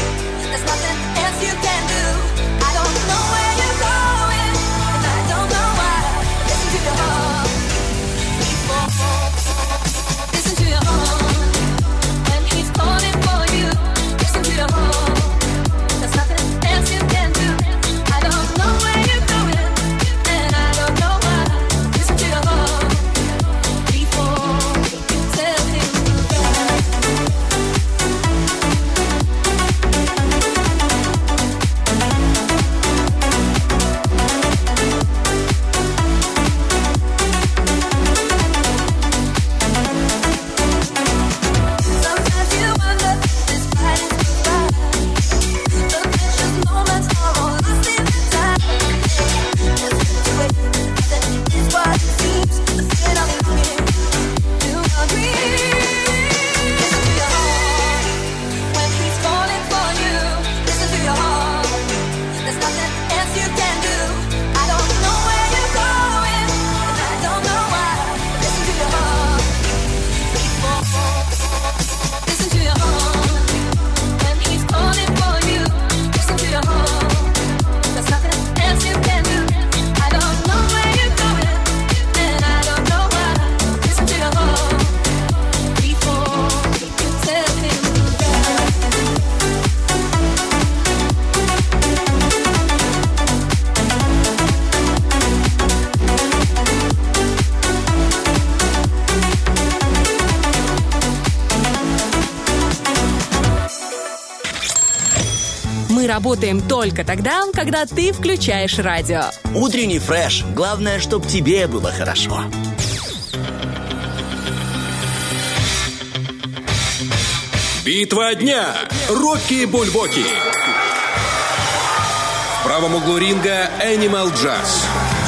Else you can do. I don't know where you're going, and I don't know Мы работаем только тогда, когда ты включаешь радио. Утренний фреш. Главное, чтобы тебе было хорошо. Битва дня. Рокки Бульбоки. В правом углу ринга Animal Jazz.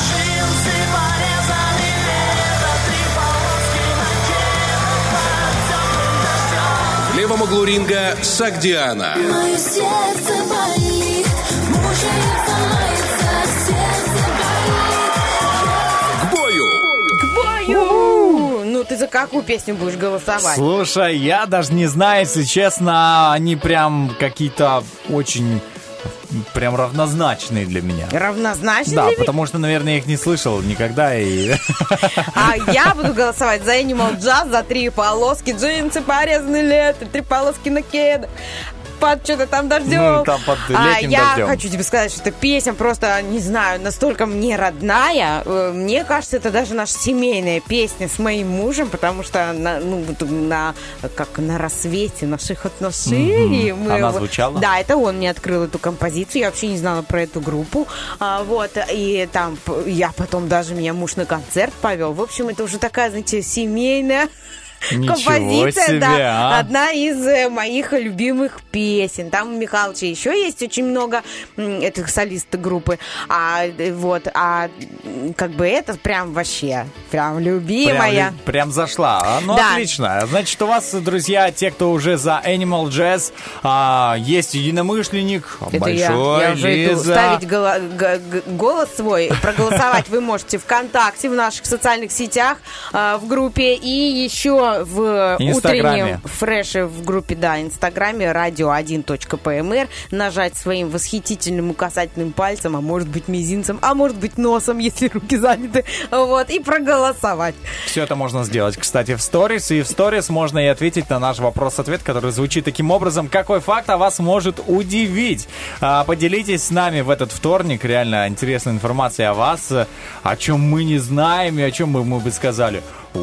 В левом углу ринга Согдиана. Мое сердце болит, мучается, мается, сердце болит. К бою! К бою! Ну, ты за какую песню будешь голосовать? Слушай, я даже не знаю, если честно, они прям какие-то очень... Прям равнозначные для меня. Равнозначные Да, для меня? потому что, наверное, я их не слышал никогда. И... А я буду голосовать за Animal Jazz, за три полоски, джинсы порезаны лето, три полоски на кедах. Под что-то там дождем. Ну, там под а летним я дождем. хочу тебе сказать, что эта песня просто, не знаю, настолько мне родная. Э, Мне кажется, это даже наша семейная песня с моим мужем, потому что на, ну, вот на, как на рассвете наших отношений. Мгм. мы Она вот- звучала? Да, это он мне открыл эту композицию. Я вообще не знала про эту группу. А, вот, и там п- я потом даже меня муж на концерт повел. В общем, это уже такая, знаете, семейная Ничего композиция, себе, да, а. одна из э, моих любимых песен. Там у Михалыча еще есть очень много м, этих солистов группы, а э, вот, а м, как бы это прям вообще прям любимая. Прям, прям зашла. А, ну, Да. отлично. Значит, у вас, друзья, те, кто уже за Animal Jazz, а, есть единомышленник, Это большой, я, я уже иду Лиза. ставить голо- г- г- голос свой. Проголосовать вы можете ВКонтакте, в наших социальных сетях, э, в группе и еще в Инстаграме. утреннем фреше в группе, да, Инстаграме радио один точка пэ эм эр. Нажать своим восхитительным указательным пальцем, а может быть мизинцем, а может быть носом, если руки заняты, вот, и проголосовать. Все это можно сделать, кстати, в сторис. И в сторис можно и ответить на наш вопрос-ответ, который звучит таким образом. Какой факт о вас может удивить? А, поделитесь с нами в этот вторник. Реально интересная информация о вас, о чем мы не знаем и о чем мы, мы бы сказали.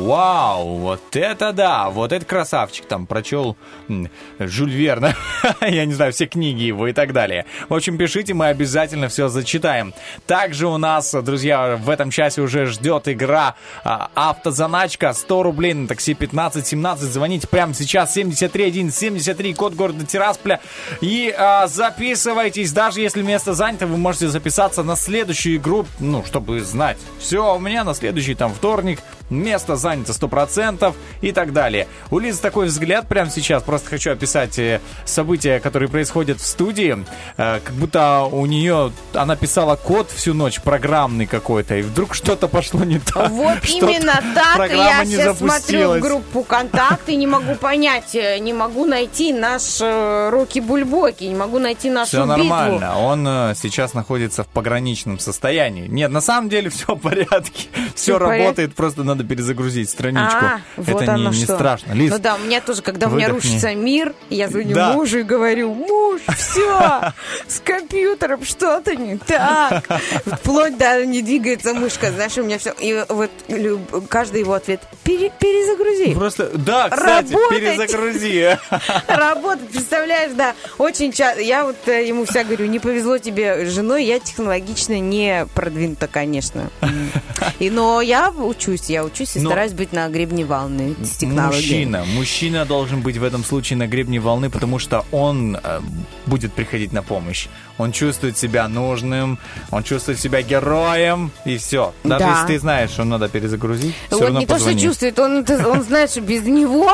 Вау, вот это да, вот это красавчик, там прочел м, Жюль Верна, я не знаю, все книги его и так далее. В общем, пишите, мы обязательно все зачитаем. Также у нас, друзья, в этом часе уже ждет игра а, автозаначка, сто рублей на такси пятнадцать семнадцать. Звоните прямо сейчас, семьдесят три одиннадцать семьдесят три, код города Тирасполя, и а, записывайтесь. Даже если место занято, вы можете записаться на следующую игру, ну, чтобы знать. Все, у меня на следующий там вторник место занято сто процентов и так далее. У Лизы такой взгляд прямо сейчас. Просто хочу описать э, события, которые происходят в студии. Э, как будто у нее, она писала код всю ночь, программный какой-то, и вдруг что-то пошло не так. Вот Что-то именно так. программа Я не сейчас смотрю в запустилась. группу «Контакт» и не могу понять, э, не могу найти наш э, Рокки Бульбоки, не могу найти нашу Все битву. нормально. Он э, сейчас находится в пограничном состоянии. Нет, на самом деле все в порядке. Все в порядке? работает, просто надо перезагрузить страничку. А, вот Это не, оно не что. страшно. Лиз, Ну да, у меня тоже, когда у меня выдохни. рушится мир, я звоню Да. мужу и говорю: муж, все, с компьютером что-то не так. Вплоть до не двигается мышка, знаешь, у меня все. И вот люб- каждый его ответ: «Пере- перезагрузи. Просто, да, кстати, Работать. перезагрузи. Работать, представляешь, да, очень часто. Я вот э, ему вся говорю: не повезло тебе с женой, я технологично не продвинута, конечно. М. И, но я учусь, я учусь и Но- стараюсь быть на гребне волны с технологией. Мужчина, мужчина должен быть в этом случае на гребне волны, потому что он э, будет приходить на помощь. Он чувствует себя нужным, он чувствует себя героем, и все. Даже Да. если ты знаешь, что надо перезагрузить, все Вот равно не то, позвони. что чувствует, он, это- он знает, что без него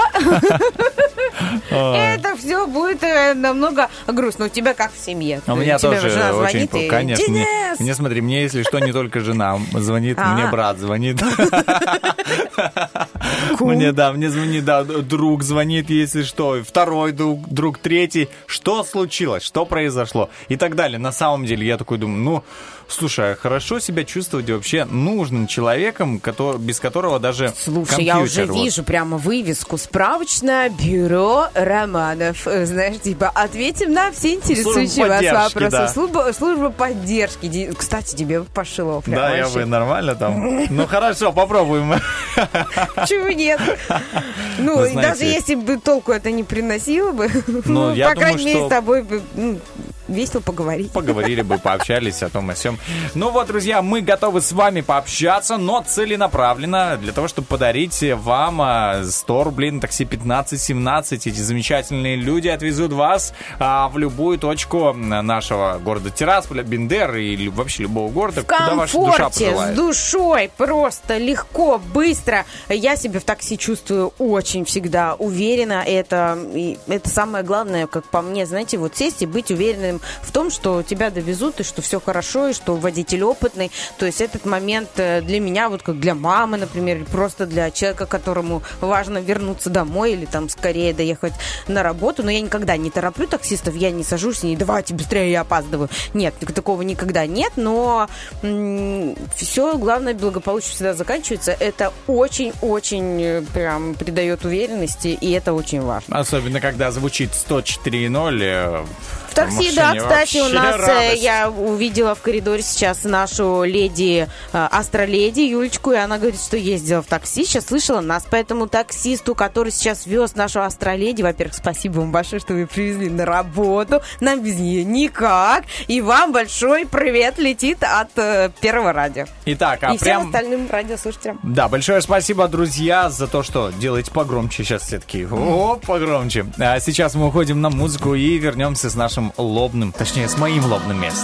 Ой. это все будет э, намного грустно. У тебя как в семье? У меня Тебе тоже жена очень, звонит и: конечно. Мне, «Денис!» мне, смотри, мне, если что, не только жена звонит, А. мне брат звонит. Мне, да, мне звонит, да, друг звонит, если что, второй друг, друг, третий. Что случилось? Что произошло? И так далее. На самом деле, я такой думаю, ну, слушай, хорошо себя чувствовать вообще нужным человеком, который, без которого даже Слушай, я уже компьютер, вот. вижу прямо вывеску: справочное бюро романов. Э, Знаешь, типа, ответим на все интересующие Служба вас поддержки, вопросы. да. Служба, служба поддержки. Ди- Кстати, тебе пошло прям Да, я вообще. бы нормально там. Ну, хорошо, попробуем. Чего нет? Ну, Вы и знаете- даже если бы толку это не приносило бы, Ну, ну, я по думаю, крайней мере, что- с тобой бы, ну, весело поговорить. Поговорили бы, пообщались о том, о сём. Ну вот, друзья, мы готовы с вами пообщаться, но целенаправленно для того, чтобы подарить вам сто рублей на такси пятнадцать семнадцать. Эти замечательные люди отвезут вас а, в любую точку нашего города Тирасполя, Бендеры или вообще любого города, в куда ваша душа пожелает. С душой, просто легко, быстро. Я себя в такси чувствую очень всегда уверенно. Это, это самое главное, как по мне, знаете, вот сесть и быть уверенным в том, что тебя довезут, и что все хорошо, и что водитель опытный. То есть этот момент для меня, вот как для мамы, например, или просто для человека, которому важно вернуться домой или там скорее доехать на работу. Но я никогда не тороплю таксистов, я не сажусь и не давайте быстрее, я опаздываю. Нет, такого никогда нет, но м- все, главное, благополучно всегда заканчивается. Это очень-очень прям придает уверенности, и это очень важно. Особенно, когда звучит сто четыре ноль. В такси, да, кстати, у нас радость. Я увидела в коридоре сейчас нашу леди, астроледи Юлечку, и она говорит, что ездила в такси, сейчас слышала нас, поэтому таксисту, который сейчас вез нашу астроледи, во-первых, спасибо вам большое, что вы привезли на работу, нам без нее никак, и вам большой привет летит от э, Первого радио. Итак, а и прям... всем остальным радиослушателям. Да, большое спасибо, друзья, за то, что делаете погромче сейчас все таки. О, погромче. А сейчас мы уходим на музыку и вернемся с нашим лобным, точнее, с моим лобным местом.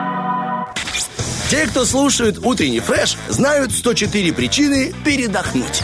Те, кто слушает утренний фреш, знают сто четыре причины передохнуть.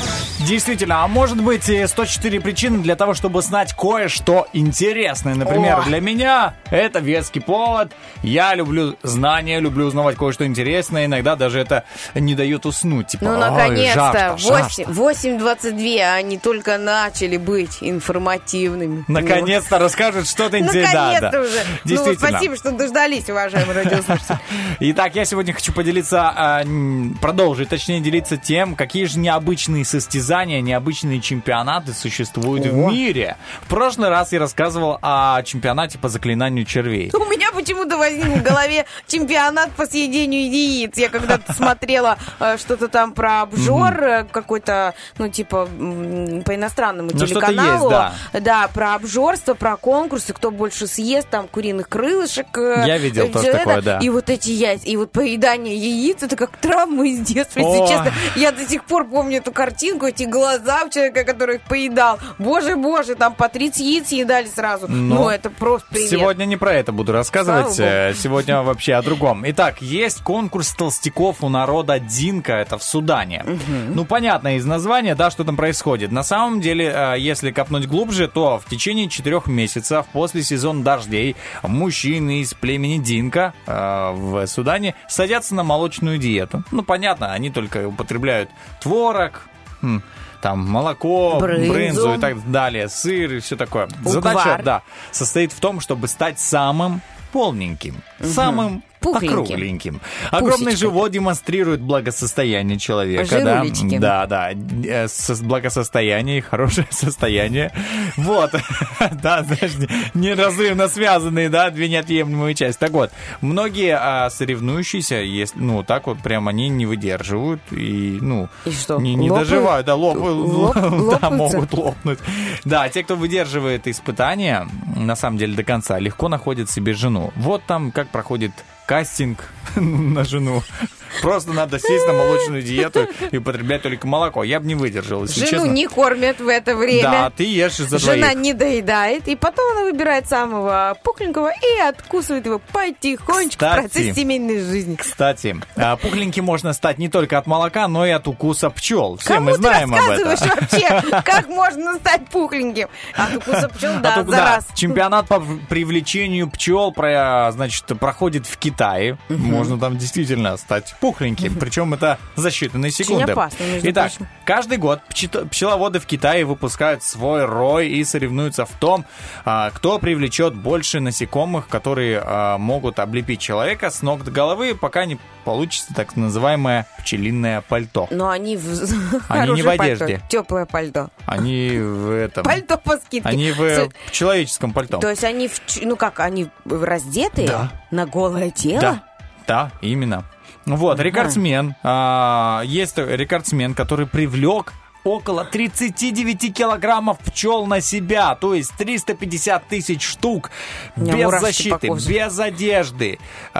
Действительно, а может быть и сто четыре причины для того, чтобы знать кое-что интересное. Например, О. для меня это веский повод. Я люблю знания, люблю узнавать кое-что интересное. Иногда даже это не дает уснуть. Типа, Ну, «Ой, наконец-то, жажда, восемь двадцать два, они только начали быть информативными. Наконец-то расскажут что-то интересное. Наконец-то уже. Ну, спасибо, что дождались, уважаемые радиослушатели. Итак, я сегодня хочу поделиться, а, н- продолжить, точнее, делиться тем, какие же необычные состязания, необычные чемпионаты существуют в О. мире. В прошлый раз я рассказывал о чемпионате по заклинанию червей. У меня почему-то возник в голове чемпионат по съедению яиц. Я когда-то смотрела э, что-то там про обжор, э, какой-то, ну, типа, м, по иностранному Ну, что-то телеканалу. есть, да. Да, про обжорство, про конкурсы, кто больше съест, там, куриных крылышек. э, Я видел э, тоже всё такое, это. да. И вот эти яйца, и вот поедание яиц, это как травма из детства, если Ой. честно. Я до сих пор помню эту картинку, эти глаза у человека, который их поедал. Боже, боже, там по тридцать яиц съедали сразу. Но Ну, это просто привет. Сегодня не про это буду рассказывать, Слава э, сегодня вообще о другом. Итак, есть конкурс толстяков у народа Динка, это в Судане. Ну, понятно из названия, да, что там происходит. На самом деле, э, если копнуть глубже, то в течение четырех месяцев после сезона дождей мужчины из племени Динка э, в Судане садятся на молочную диету. Ну, понятно, они только употребляют творог, м, там молоко, Брынзу. брынзу и так далее, сыр и все такое. Угвар. Задача, да, состоит в том, чтобы стать самым полненьким, самым Пухленьким. округленьким. Огромный Пусечкой. живот демонстрирует благосостояние человека. Да, Жирулечки. да, да. Э, с- Благосостояние, хорошее состояние. Вот. Да, знаешь, не- неразрывно связанные, да, две неотъемлемые части. Так вот, многие а, соревнующиеся, если, ну, так вот прям они не выдерживают и, ну, И что, не, не лопают? доживают, да, лоп- Лоп- да, лопаются? могут лопнуть. Да, те, кто выдерживает испытания, на самом деле до конца, легко находят себе жену. Вот там как проходит кастинг на жену. Просто надо сесть на молочную диету и употреблять только молоко. Я бы не выдержал, если Жену честно. не кормят в это время. Да, ты ешь за Жена двоих. не доедает, и потом она выбирает самого пухленького и откусывает его потихонечку Кстати. в процессе семейной жизни. Кстати, а, пухленьким можно стать не только от молока, но и от укуса пчел. Все Кому мы ты знаем об рассказываешь этом. вообще, как можно стать пухленьким? От укуса пчел, да, А тут, за да, раз. чемпионат по привлечению пчел про, значит, проходит в Китае. Можно там действительно стать пухленьким. Причем это за считанные секунды. опасно, между Итак, прочим. каждый год пчи- пчеловоды в Китае выпускают свой рой и соревнуются в том, а, кто привлечет больше насекомых, которые а, могут облепить человека с ног до головы, пока не получится так называемое пчелиное пальто. Но они в Они не в хорошее пальто, одежде. теплое пальто. Они в этом... Пальто по скидке. Они в С- э, человеческом пальто. То есть они, в ч- ну как, они раздетые Да. на голое тело? Да, да, именно. Вот, рекордсмен. а, есть рекордсмен, который привлек около тридцать девять килограммов пчел на себя, то есть триста пятьдесят тысяч штук У меня без мурашки защиты, по коже. без одежды.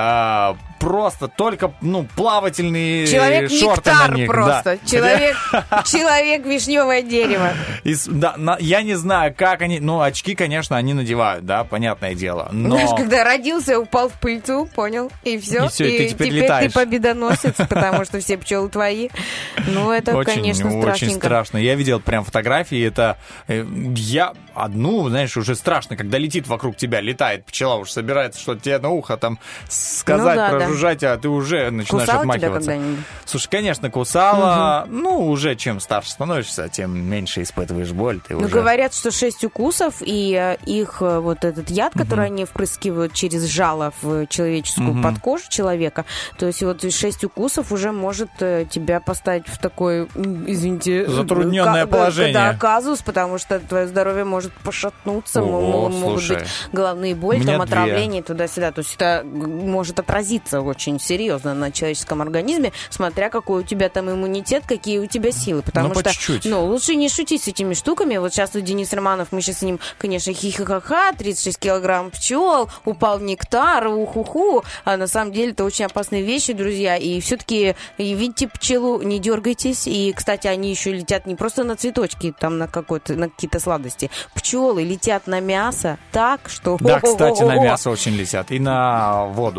А, просто только, ну, плавательные шорты Человек-нектар на них. просто. Да. Человек, человек вишневое дерево. И с- да, на- я не знаю, как они... Ну, очки, конечно, они надевают, да, понятное дело. Но... Знаешь, когда родился, упал в пыльцу, понял, и все. И всё, и ты теперь теперь летаешь. ты победоносец, потому что все пчелы твои. Ну, это, Очень, конечно, очень страшненько. страшно. Я видел прям фотографии, это... э, Я одну, знаешь, уже страшно, когда летит вокруг тебя, летает пчела, уж собирается что-то тебе на ухо там сказать, Ну да, прожужжать, а ты уже начинаешь Кусала тебя отмахиваться. когда-нибудь? Слушай, конечно, кусала. Ну, уже чем старше становишься, тем меньше испытываешь боль. Ты Ну, уже... говорят, что шесть укусов, и э, их э, вот этот яд, который они впрыскивают через жало в человеческую Мгм. подкожу человека, то есть вот шесть укусов уже может э, тебя поставить в такой, м, извините... Затрудненное ка- положение. Да, казус, потому что твое здоровье может пошатнуться, м- О, м- могут слушай. быть головные боли, У меня там, две. отравление туда-сюда. То есть это г- может отразиться очень серьезно на человеческом организме, смотря какой у тебя там иммунитет, какие у тебя силы. Потому Ну, по что, чуть-чуть. ну, лучше не шутить с этими штуками. Вот сейчас вот Денис Романов, мы сейчас с ним, конечно, хихихаха, тридцать шесть килограмм пчел, упал нектар, уху-ху. А на самом деле это очень опасные вещи, друзья. И все-таки видите пчелу, не дергайтесь. И, кстати, они еще летят не просто на цветочки, там на, какой-то, на какие-то сладости. Пчелы летят на мясо так, что... Да, кстати, на О-о-о-о. мясо очень летят. И на воду.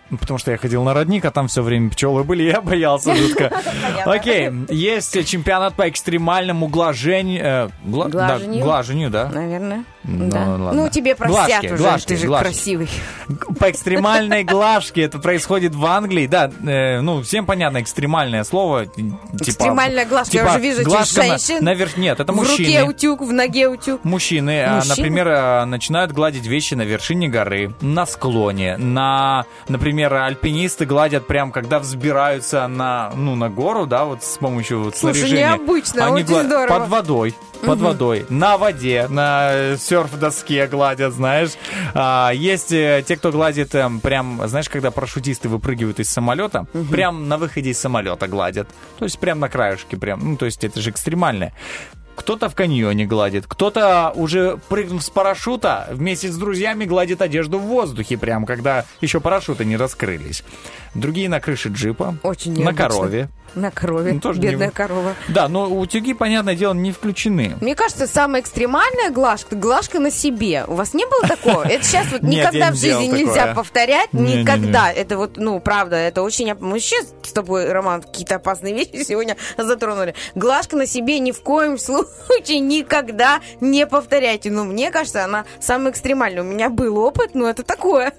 Потому что я ходил на родник, а там все время пчелы были, я боялся жутко. Окей, есть чемпионат по экстремальному глажению. Глажению? Глажению, да? Наверное. Ну, Да. ладно. Ну, тебе простят уже, глажки, ты же глажки. красивый. По экстремальной глажке. Это происходит в Англии. Да, э, ну, всем понятно, экстремальное слово. Типа, Экстремальная глажка. типа Я уже вижу этих глажка на- женщин. наверх- Нет, это в мужчины. руке утюг, в ноге утюг. Мужчины, а, Мужчины? например, а, начинают гладить вещи на вершине горы, на склоне, на, например, альпинисты гладят прям, когда взбираются на, ну, на гору, да, вот с помощью вот Слушай, снаряжения. необычно, Они очень гла- здорово. Под водой. Под водой, на воде, на серф-доске гладят, знаешь. А, есть э, те, кто гладит э, прям, знаешь, когда парашютисты выпрыгивают из самолета, прям на выходе из самолета гладят. То есть прям на краешке, прям, ну, то есть это же экстремальное. Кто-то в каньоне гладит, кто-то, уже прыгнув с парашюта, вместе с друзьями гладит одежду в воздухе, прям когда еще парашюты не раскрылись. Другие на крыше джипа, Очень на необычно. корове. На корове. Ну, тоже Бедная не- корова. Да, но утюги, понятное дело, не включены. Мне кажется, самая экстремальная глажка, глажка на себе. У вас не было такого? Это сейчас вот Нет, никогда я в не делал жизни нельзя такое. повторять. Не-не-не. Никогда. Это вот, ну, правда, это очень... оп- Мы сейчас с тобой, Роман, какие-то опасные вещи сегодня затронули. Глажка на себе ни в коем случае никогда не повторяйте. Ну, мне кажется, она самая экстремальная. У меня был опыт, но это такое.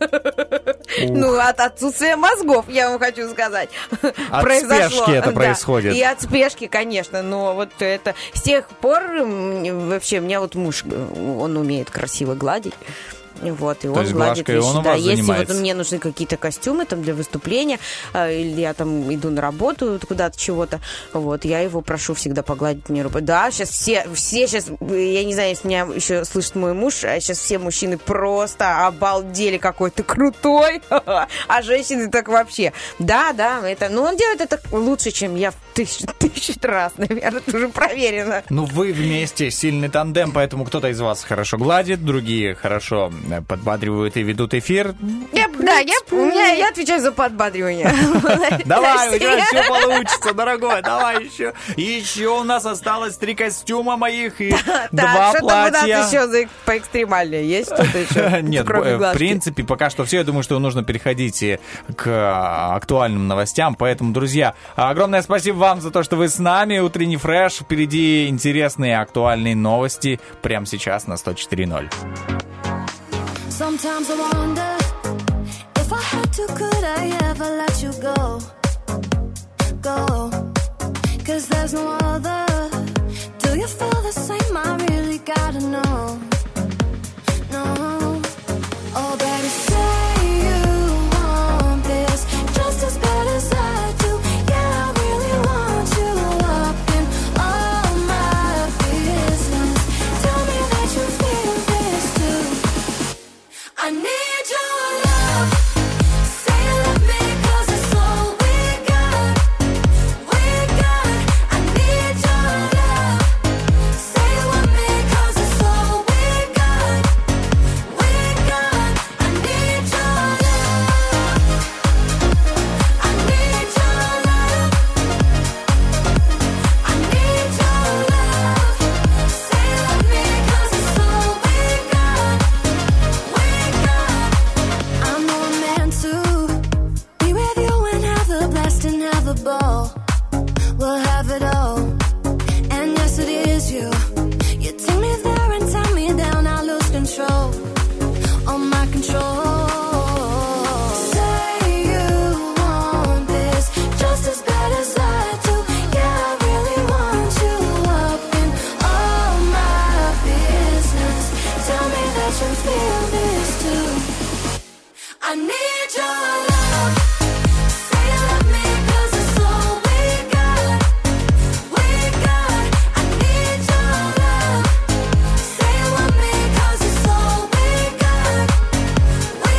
Ну, от отсутствия мозгов, я вам хочу сказать. От Произошло. спешки это Да. происходит. И от спешки, конечно, но вот это... С тех пор м, вообще, у меня вот муж, он умеет красиво гладить. Вот, и он есть гладит глажкой вещи. он у Да, вас если занимается? вот мне нужны какие-то костюмы там для выступления, э, или я там иду на работу куда-то чего-то, вот, я его прошу всегда погладить мне руку. Да, сейчас все, все сейчас, я не знаю, если меня еще слышит мой муж, а сейчас все мужчины просто обалдели, какой ты крутой, а женщины так вообще. Да, да, это, ну он делает это лучше, чем я в тысячу, тысячу раз, наверное, это уже проверено. Ну, вы вместе сильный тандем, поэтому кто-то из вас хорошо гладит, другие хорошо э, подбадривают и ведут эфир. Я, да, я, у меня, я отвечаю за подбадривание. Давай, у тебя все получится, дорогой, давай еще. Еще у нас осталось три костюма моих и два Так, что-то у нас платья. еще за, по экстремальнее. Есть что-то еще? Нет, кроме э, в глажки? принципе, пока что все. Я думаю, что нужно переходить и к а, актуальным новостям. Поэтому, друзья, огромное спасибо вам за то, что вы с нами. Утренний фреш. Впереди интересные актуальные новости прямо сейчас на сто четыре ноль. Sometimes I wonder if I had to, could I ever let you go? Go. Cause there's no other. Do you feel the same? I really gotta know. No. Oh, baby, say you want this just as bad as I do. Yeah, I really want you up in all my business. Tell me that you feel this too. I need your love. Say you love me 'cause it's all we got. We got. I need your love. Say you want me 'cause it's all we got. We got. I need your love. I need your love. I need your love. Say you love me 'cause it's all we got. We got. I know I'm meant to be with you and have the blast and have a ball. We'll have it all. And yes, it is you. You take me there and tie me down. I lose control. All my control. Say you want this just as bad as I do. Yeah, I really want you up in all my business. Tell me that you feel this too. I need your love. Say you love me 'cause it's all we got. We got. I need your love. Say you want me 'cause it's all we got. We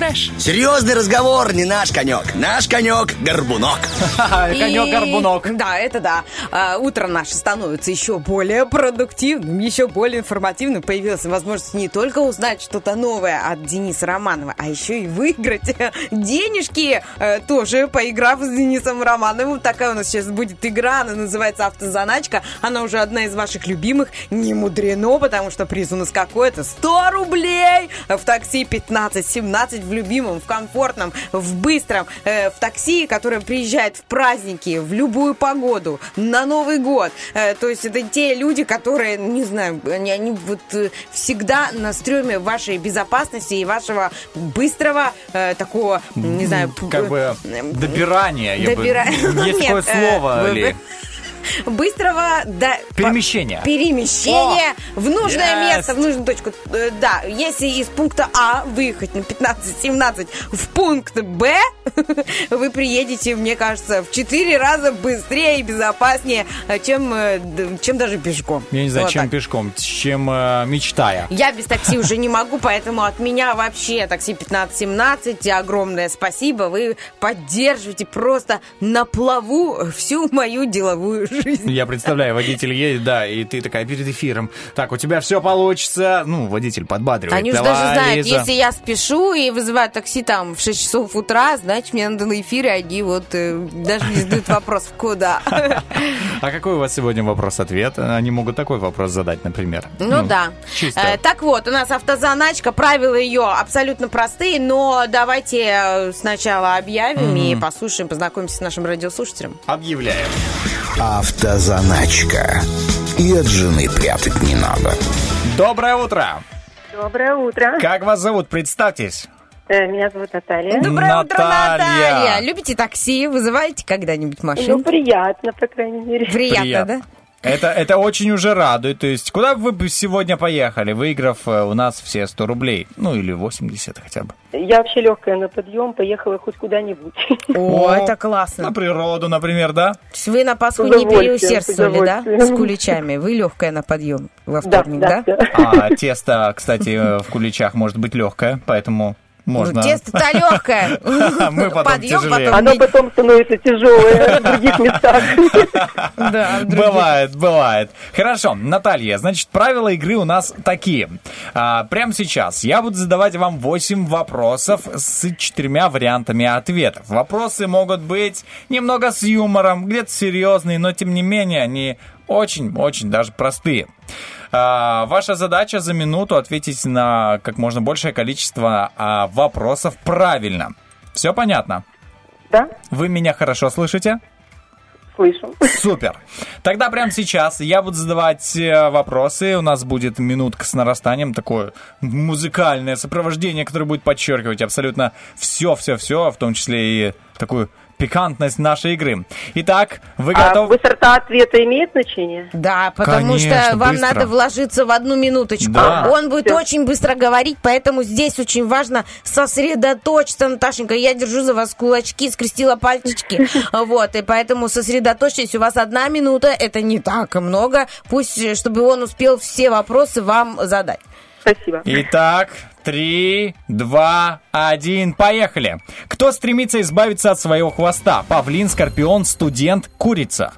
фреш. Серьезный разговор не наш конек. Наш конек — горбунок. Конек-горбунок. Да, это да. А, утро наше становится еще более продуктивным, еще более информативным. Появилась возможность не только узнать что-то новое от Дениса Романова, а еще и выиграть денежки, э, тоже поиграв с Денисом Романовым. Такая у нас сейчас будет игра, она называется «Автозаначка». Она уже одна из ваших любимых. Не мудрено, потому что приз у нас какой-то. сто рублей в такси пятнадцать семнадцать, в любимом, в комфортном, в быстром, э, в такси, которое приезжает в праздники, в любую погоду, на Новый год. Э, то есть это те люди, которые, не знаю, они, они вот э, всегда на стреме вашей безопасности и вашего быстрого э, такого, не знаю... Как бы добирания. я бы- Добира- Есть такое Нет, э, слово вы- ли? Быстрого да, Перемещения. по- перемещения в нужное Есть. место, в нужную точку. Э, Да, если из пункта А выехать на пятнадцать семнадцать в пункт Б, вы приедете, мне кажется, в четыре раза быстрее и безопаснее, э, чем, э, д- чем даже пешком. Я не знаю, Вот чем так. пешком, чем э, мечтая. Я без такси уже не могу, поэтому от меня вообще такси пятнадцать семнадцать огромное спасибо. Вы поддерживаете просто на плаву всю мою деловую жизнь. Я представляю, водитель едет, да, и ты такая перед эфиром. Так, у тебя все получится. Ну, водитель подбадривает. Они уже Давай, даже знают, Лиза. если я спешу и вызываю такси там в шесть часов утра, значит, мне надо на эфире, они вот э, даже не задают вопрос, куда. А какой у вас сегодня вопрос-ответ? Они могут такой вопрос задать, например. Ну да. Чисто. Э, Так вот, у нас автозаначка, правила ее абсолютно простые, но давайте э, сначала объявим и послушаем, познакомимся с нашим радиослушателем. Объявляем. Автозаначка. И от жены прятать не надо. Доброе утро. Доброе утро. Как вас зовут? Представьтесь. Э, Меня зовут Наталья. Доброе утро, Наталья. Наталья! Любите такси? Вызываете когда-нибудь Ну, машину? приятно, по крайней мере. Приятно, Приятно. да? Это, это очень уже радует. То есть, куда бы вы сегодня поехали, выиграв э, у нас все сто рублей? Ну, или восемьдесят хотя бы. Я вообще легкая на подъем, поехала хоть куда-нибудь. О, это классно. На природу, например, да? То есть вы на Пасху С не удовольствием, переусердствовали, с да? удовольствием. С куличами. Вы легкая на подъем во Да, вторник, да? да, да. А тесто, кстати, э, в куличах может быть легкое, поэтому можно... Ну, тесто-то легкое. Мы потом Подъем тяжелее. потом Оно не- потом становится тяжелое в других местах. Да, в других. Бывает, бывает. Хорошо, Наталья, значит, правила игры у нас такие. А, прямо сейчас я буду задавать вам восемь вопросов с четырьмя вариантами ответов. Вопросы могут быть немного с юмором, где-то серьезные, но тем не менее они очень-очень даже простые. А, ваша задача за минуту ответить на как можно большее количество а, вопросов правильно. Все понятно? Да, Вы меня хорошо слышите? слышу. Супер. Тогда прямо сейчас я буду задавать э, вопросы. У нас будет минутка с нарастанием, такое музыкальное сопровождение, которое будет подчеркивать абсолютно все-все-все, в том числе и такую пикантность нашей игры. Итак, вы А готовы? высота ответа имеет значение? Да, потому Конечно, что вам быстро. надо вложиться в одну минуточку. Да. Он будет Всё. очень быстро говорить, поэтому здесь очень важно сосредоточиться, Наташенька. Я держу за вас кулачки, скрестила пальчики. Вот, и поэтому сосредоточьтесь. У вас одна минута, это не так много. Пусть, чтобы он успел все вопросы вам задать. Спасибо. Итак, три, два, один, поехали. Кто стремится избавиться от своего хвоста? Павлин, скорпион, студент, курица.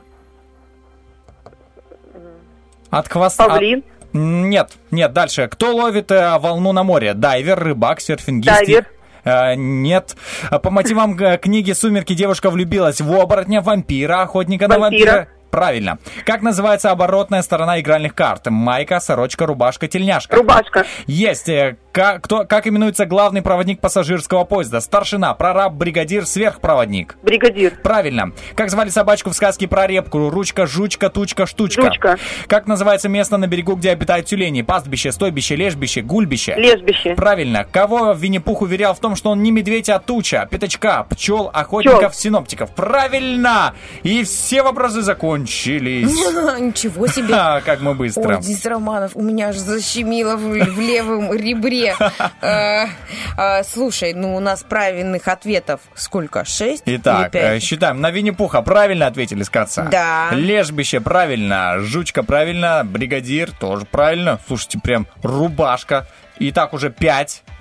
От хвоста... Павлин. Нет, нет, дальше. Кто ловит э, волну на море? Дайвер, рыбак, серфингист. Дайвер. Э, нет. По мотивам э, книги «Сумерки» девушка влюбилась в оборотня, вампира, охотника на Вампира. вампира. Правильно. Как называется оборотная сторона игральных карт? Майка, сорочка, рубашка, тельняшка. Рубашка. Есть. э, Как, кто, как именуется главный проводник пассажирского поезда? Старшина, прораб, бригадир, сверхпроводник. Бригадир. Правильно. Как звали собачку в сказке про репку? Ручка, жучка, тучка, штучка. Жучка. Как называется место на берегу, где обитают тюлени? Пастбище, стойбище, лежбище, гульбище. Лежбище. Правильно. Кого Винни-Пух уверял в том, что он не медведь, а туча? Пятачка, пчел, охотников, синоптиков. Правильно. И все вопросы закончились. Ничего себе. Ха, как мы быстро. Ой, Денис Романов, у меня аж защемило в, в левом ребре. Э, э, Слушай, ну у нас правильных ответов сколько? Шесть? Итак, или э, пять? считаем. На Винни-Пуха правильно ответили с конца. Да. Лежбище правильно. Жучка правильно. Бригадир тоже правильно. Слушайте, прям рубашка. Итак, уже пять.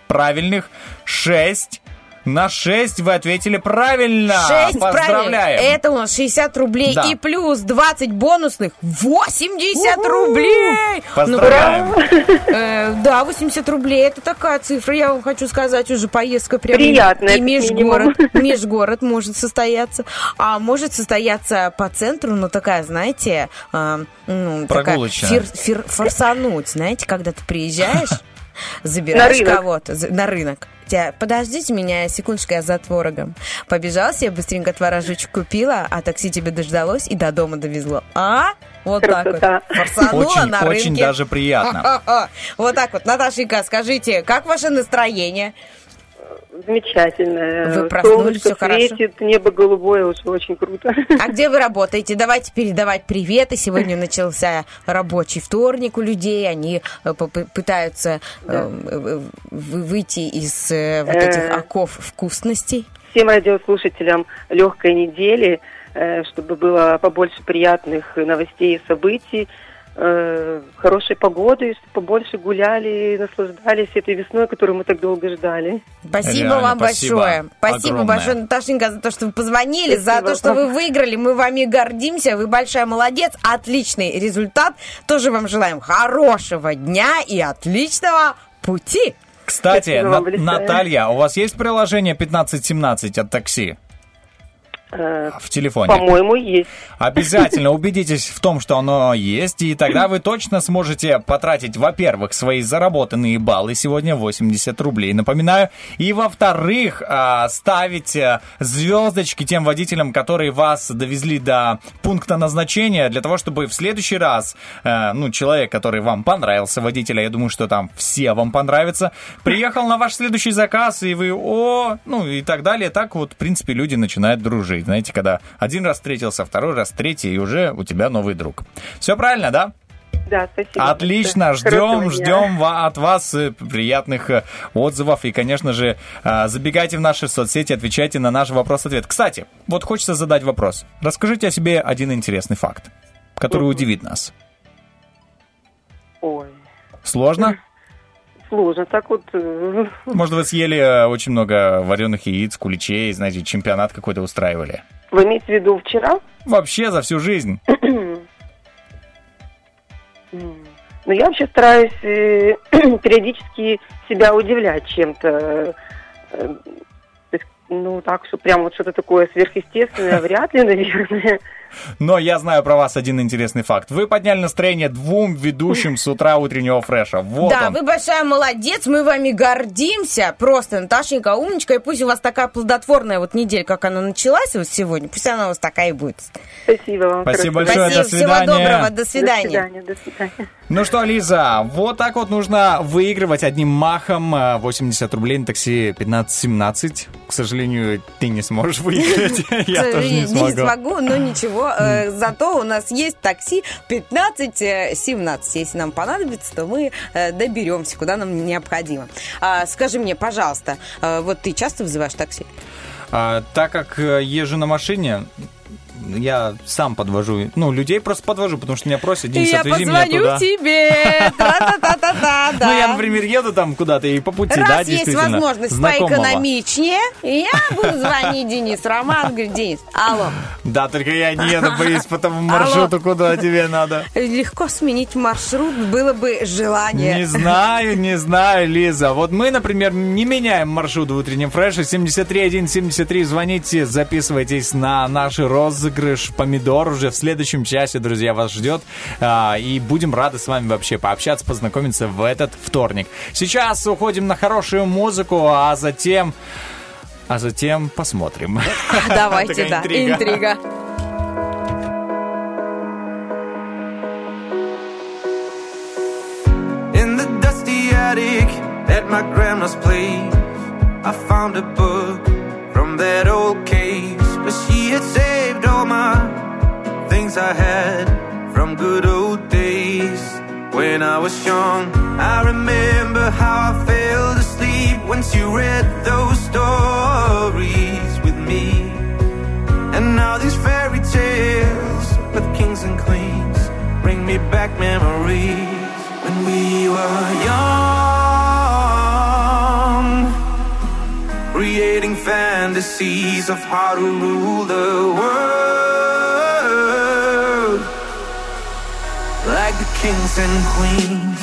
правильных. Шесть. На шесть вы ответили правильно. шесть Поздравляем. правильно. Это у нас шестьдесят рублей. Да. И плюс двадцать бонусных. восемьдесят рублей. Поздравляем. Ну, э, да, восемьдесят рублей. Это такая цифра. Я вам хочу сказать, уже поездка прям Приятная, и межгород. Межгород может состояться. А может состояться по центру, но такая, знаете, э, ну, прогулочная. Такая фир, фир, форсануть. Знаете, когда ты приезжаешь, забираешь На рынок. кого-то за- на рынок. Тебя, подождите меня, секундочку, я за творогом. Побежал себе, быстренько творожочек купила, а такси тебе дождалось и до дома довезло. А? Вот Красота. так вот. Форсанула Очень, на рынке. очень даже приятно. Ха-ха-ха. Вот так вот. Наташенька, скажите, как ваше настроение? Замечательно. Вы проснулись, Солнышко всё хорошо? светит, небо голубое, уже очень круто. А где вы работаете? Давайте передавать приветы. Сегодня начался рабочий вторник у людей. Они э, поп- пытаются э, э, вы- выйти из э, вот этих Э. оков вкусностей. Всем радиослушателям легкой недели, э, чтобы было побольше приятных новостей и событий, э, хорошей погоды, чтобы побольше гуляли, наслаждались этой весной, которую мы так долго ждали. Спасибо Реально, вам спасибо. большое. Спасибо Огромное. большое, Наташенька, за то, что вы позвонили, за Спасибо то, что вы вам. выиграли. Мы вами гордимся. Вы большая молодец. Отличный результат. Тоже вам желаем хорошего дня и отличного пути. Кстати, Спасибо На- вам большое. Наталья, у вас есть приложение пятнадцать семнадцать от такси Э, в телефоне? По-моему, есть. Обязательно убедитесь в том, что оно есть, и тогда вы точно сможете потратить, во-первых, свои заработанные баллы, сегодня восемьдесят рублей, напоминаю, и, во-вторых, а, ставить а, звездочки тем водителям, которые вас довезли до пункта назначения, для того, чтобы в следующий раз, а, ну, человек, который вам понравился, водителя, я думаю, что там все вам понравятся, приехал на ваш следующий заказ, и вы, о, ну, и так далее, так вот, в принципе, люди начинают дружить. Знаете, когда один раз встретился, второй раз, третий, и уже у тебя новый друг. Все правильно, да? Да, спасибо. Отлично, большое. ждем, Хорошего дня. ждем ва- от вас э, приятных э, отзывов. И, конечно же, э, забегайте в наши соцсети, отвечайте на наш вопрос-ответ. Кстати, вот хочется задать вопрос. Расскажите о себе один интересный факт, который Мгм. удивит нас. Ой, Сложно? сложно. Так вот, э, Может, вы съели э, очень много вареных яиц, куличей, знаете, чемпионат какой-то устраивали? вы имеете в виду вчера? Вообще за всю жизнь. Ну, я вообще стараюсь э, периодически себя удивлять чем-то. Э, то есть, ну, так, что прям вот что-то такое сверхъестественное, вряд ли, наверное. Но я знаю про вас один интересный факт. Вы подняли настроение двум ведущим с утра утреннего фреша. Вот Да, он. вы большая молодец, мы вами гордимся. Просто, Наташенька, умничка, и пусть у вас такая плодотворная вот неделя, как она началась вот сегодня, пусть она у вас такая и будет. Спасибо вам. Спасибо хорошего большое, дня. до Спасибо, всего свидания. доброго, до До свидания. свидания, до свидания. Ну что, Лиза, вот так вот нужно выигрывать одним махом э, восемьдесят рублей на такси пятнадцать семнадцать. К сожалению, ты не сможешь выиграть. Я тоже не Не смогу. смогу, но ничего. э, Зато у нас есть такси пятнадцать семнадцать. Если нам понадобится, то мы э, доберемся, куда нам необходимо. А, Скажи мне, пожалуйста, э, вот ты часто вызываешь такси? А, так как э, езжу на машине, я сам подвожу, ну, людей просто подвожу, потому что меня просят, Денис, Я отвези меня позвоню туда. тебе. Тра-та-та-та-та, да. Ну, я, например, еду там куда-то и по пути, да, Раз есть действительно, возможность знакомого. поэкономичнее, я буду звонить Денису Роман, говорю, Денис, алло, Да, только я не еду боюсь по тому маршруту, куда тебе надо. легко сменить маршрут было бы желание. Не знаю, не знаю, Лиза. Вот мы, например, не меняем маршрут в утреннем фреше. семьдесят три один семьдесят три. Звоните, записывайтесь на наш розыгрыш помидор. Уже в следующем часе, друзья, вас ждет. А, и будем рады с вами вообще пообщаться, познакомиться в этот вторник. Сейчас уходим на хорошую музыку, а затем... А затем посмотрим. Давайте, Такая да, интрига. интрига. In the dusty attic at my grandma's place, I found a book from that old case where she had saved all my things I had from good old days. When I was young, I remember how I fell asleep when she read those stories with me. And now these fairy tales with kings and queens bring me back memories. When we were young, creating fantasies of how to rule the world like the kings and queens.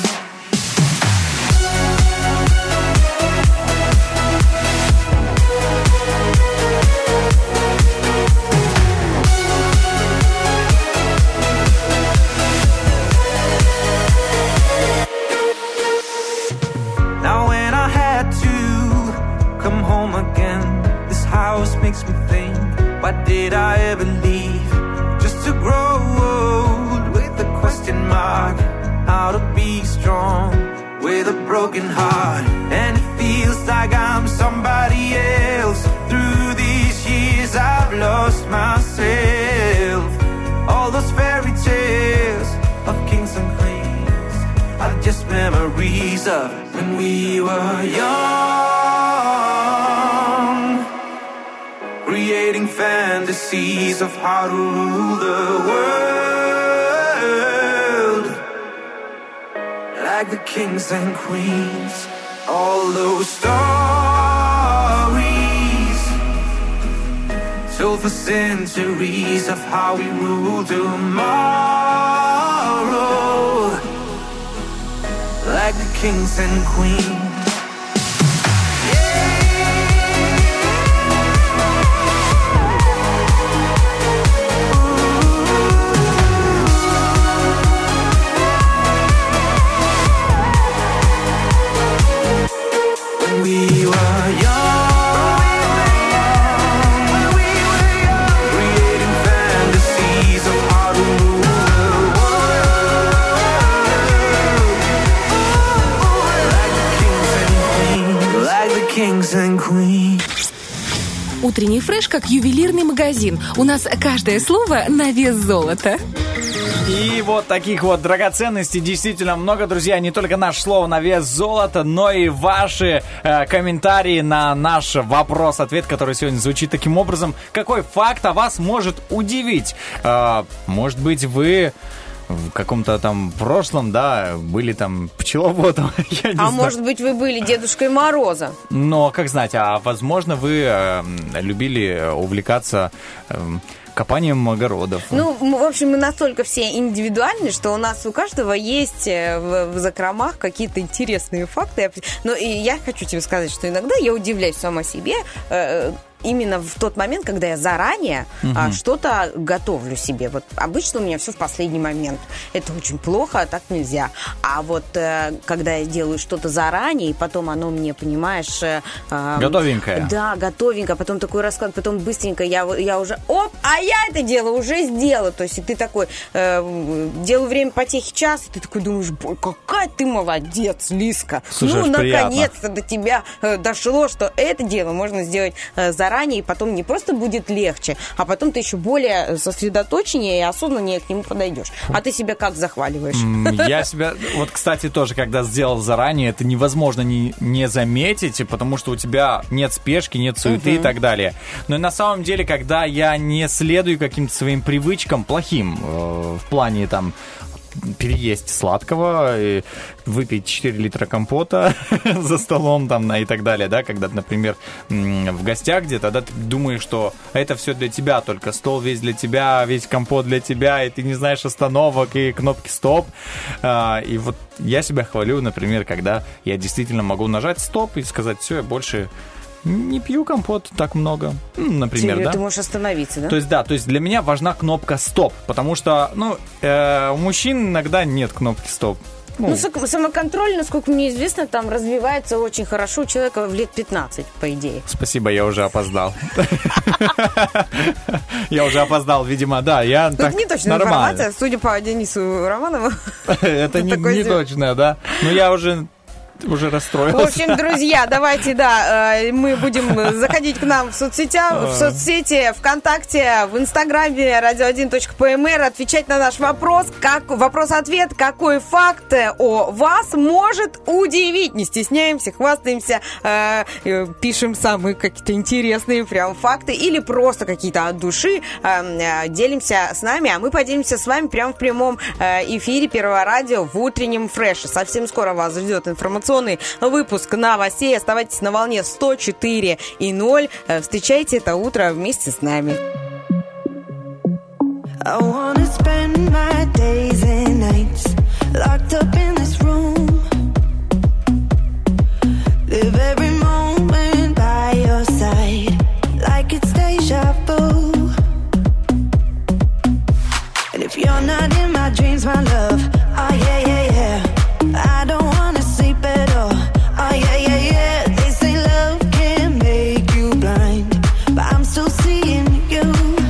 Now when I had to come home again, this house makes me think, why did I ever leave? Just to grow old with a question mark, how to be strong with a broken heart. And it feels like I'm somebody else. Through these years I've lost myself. All those fairy tales of kings and queens are just memories of when we were young, creating fantasies of how to rule the world like the kings and queens. All those stories told for centuries of how we rule tomorrow like the kings and queens. We were young, creating fantasies of how to rule the world like the kings and queens. Утренний фреш как ювелирный магазин. У нас каждое слово на вес золота. И вот таких вот драгоценностей действительно много, друзья. Не только наше слово на вес золота, но и ваши э, комментарии на наш вопрос-ответ, который сегодня звучит таким образом. Какой факт о вас может удивить? Э, может быть, вы в каком-то там прошлом, да, были там пчеловодом. Я не а знаю. Может быть, вы были Дедушкой Мороза? Но, как знать, а возможно, вы э, любили увлекаться... Э, копанием огородов. Ну, в общем, мы настолько все индивидуальны, что у нас у каждого есть в, в закромах какие-то интересные факты. Но и я хочу тебе сказать, что иногда я удивляюсь сама себе, э, именно в тот момент, когда я заранее угу. а, что-то готовлю себе. Вот обычно у меня все в последний момент. Это очень плохо, а так нельзя. А вот э, когда я делаю что-то заранее, и потом оно мне, понимаешь... Э, готовенькое. Да, готовенькое. Потом такой расклад, потом быстренько я, я уже... Оп, а я это дело уже сделала. То есть и ты такой... Э, делаю время потехи час, и ты такой думаешь, бой, какая ты молодец, Лизка. Слушай, ну, наконец-то приятно. до тебя э, дошло, что это дело можно сделать э, заранее. И потом не просто будет легче, а потом ты еще более сосредоточеннее и осознаннее к нему подойдешь. А ты себя как захваливаешь? Я себя... Вот, кстати, тоже, когда сделал заранее, это невозможно не, не заметить, потому что у тебя нет спешки, нет суеты uh-huh. и так далее. Но на самом деле, когда я не следую каким-то своим привычкам плохим, э, в плане там переесть сладкого, и выпить четыре литра компота за столом там, и так далее, да, когда, например, в гостях где-то, да, ты думаешь, что это все для тебя, только стол весь для тебя, весь компот для тебя, и ты не знаешь остановок и кнопки стоп. И вот я себя хвалю, например, когда я действительно могу нажать стоп и сказать, все, я больше не пью компот так много, например, Тебе, да? Ты можешь остановиться, да? То есть, да, то есть для меня важна кнопка стоп, потому что, ну, э, у мужчин иногда нет кнопки стоп. Ну, ну самоконтроль, насколько мне известно, там развивается очень хорошо у человека в лет пятнадцать, по идее. Спасибо, я уже опоздал. Я уже опоздал, видимо, да. Я Тут не точная информация, судя по Денису Романову. Это не точная, да. Но я уже... уже расстроился. В общем, друзья, давайте, да, мы будем заходить к нам в соцсетях, в соцсети, ВКонтакте, в Инстаграме радио один точка пэ эм эр, отвечать на наш вопрос, как вопрос-ответ, какой факт о вас может удивить. Не стесняемся, хвастаемся, э, пишем самые какие-то интересные прям факты или просто какие-то от души э, делимся с нами, а мы поделимся с вами прямо в прямом эфире Первого радио в утреннем фреше. Совсем скоро вас ждет информационный информационный выпуск новостей. Оставайтесь на волне сто четыре и ноль. Встречайте это утро вместе с нами. I wanna spend my days and nights locked up in this room. Live every moment by your side like it's deja vu. And if you're not in my dreams, my love, oh yeah, yeah, yeah, I don't wanna sleep at all. Oh yeah, yeah, yeah, they say love can make you blind, but I'm still seeing you.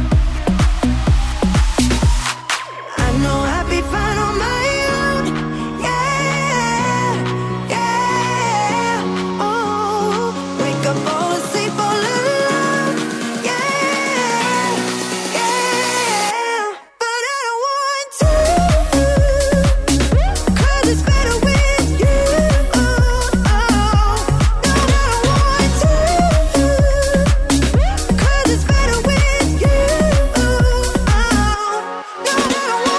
I know I'd be fine on my own. Yeah, yeah. Oh, wake up, fall asleep all alone. Yeah, yeah. But I don't want to, 'cause it's better with you. Oh, no, I don't want to, 'cause it's better with you. Oh, no, I don't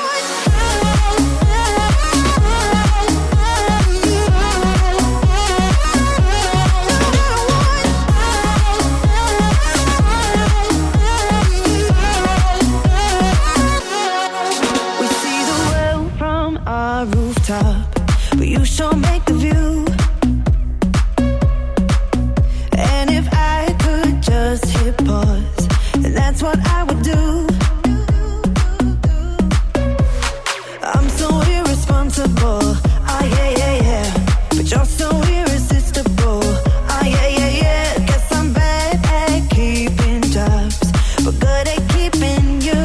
We see the world from our rooftop, but you sure make the view. And if I could just hit pause, then that's what I would do. I'm so irresponsible, oh yeah, yeah, yeah, but you're so irresistible, oh yeah, yeah, yeah. Guess I'm bad at keeping tabs, but good at keeping you.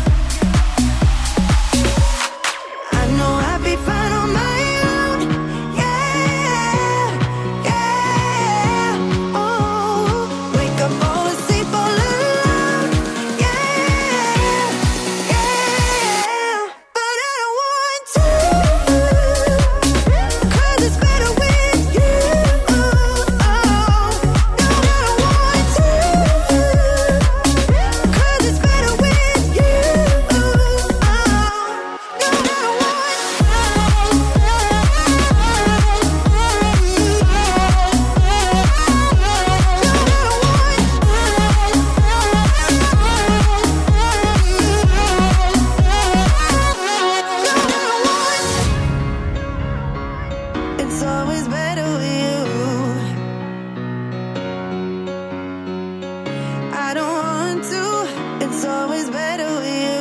I know I'd be fine on my own. Yeah, yeah. Oh, wake up, fall asleep all alone. Yeah, yeah. But I don't want to, 'cause it's better with you. Oh, no, I don't want to, 'cause it's better with you. Oh, no, I don't want It's always better with you. I don't want to. It's always better with you.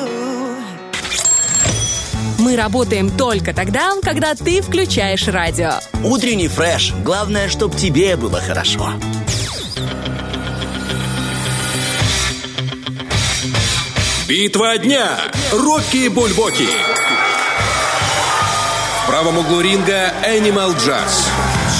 Мы работаем только тогда, когда ты включаешь радио. Утренний фреш. Главное, чтоб тебе было хорошо. Битва дня. Рокки Бульбоки. В правом углу ринга Animal Jazz.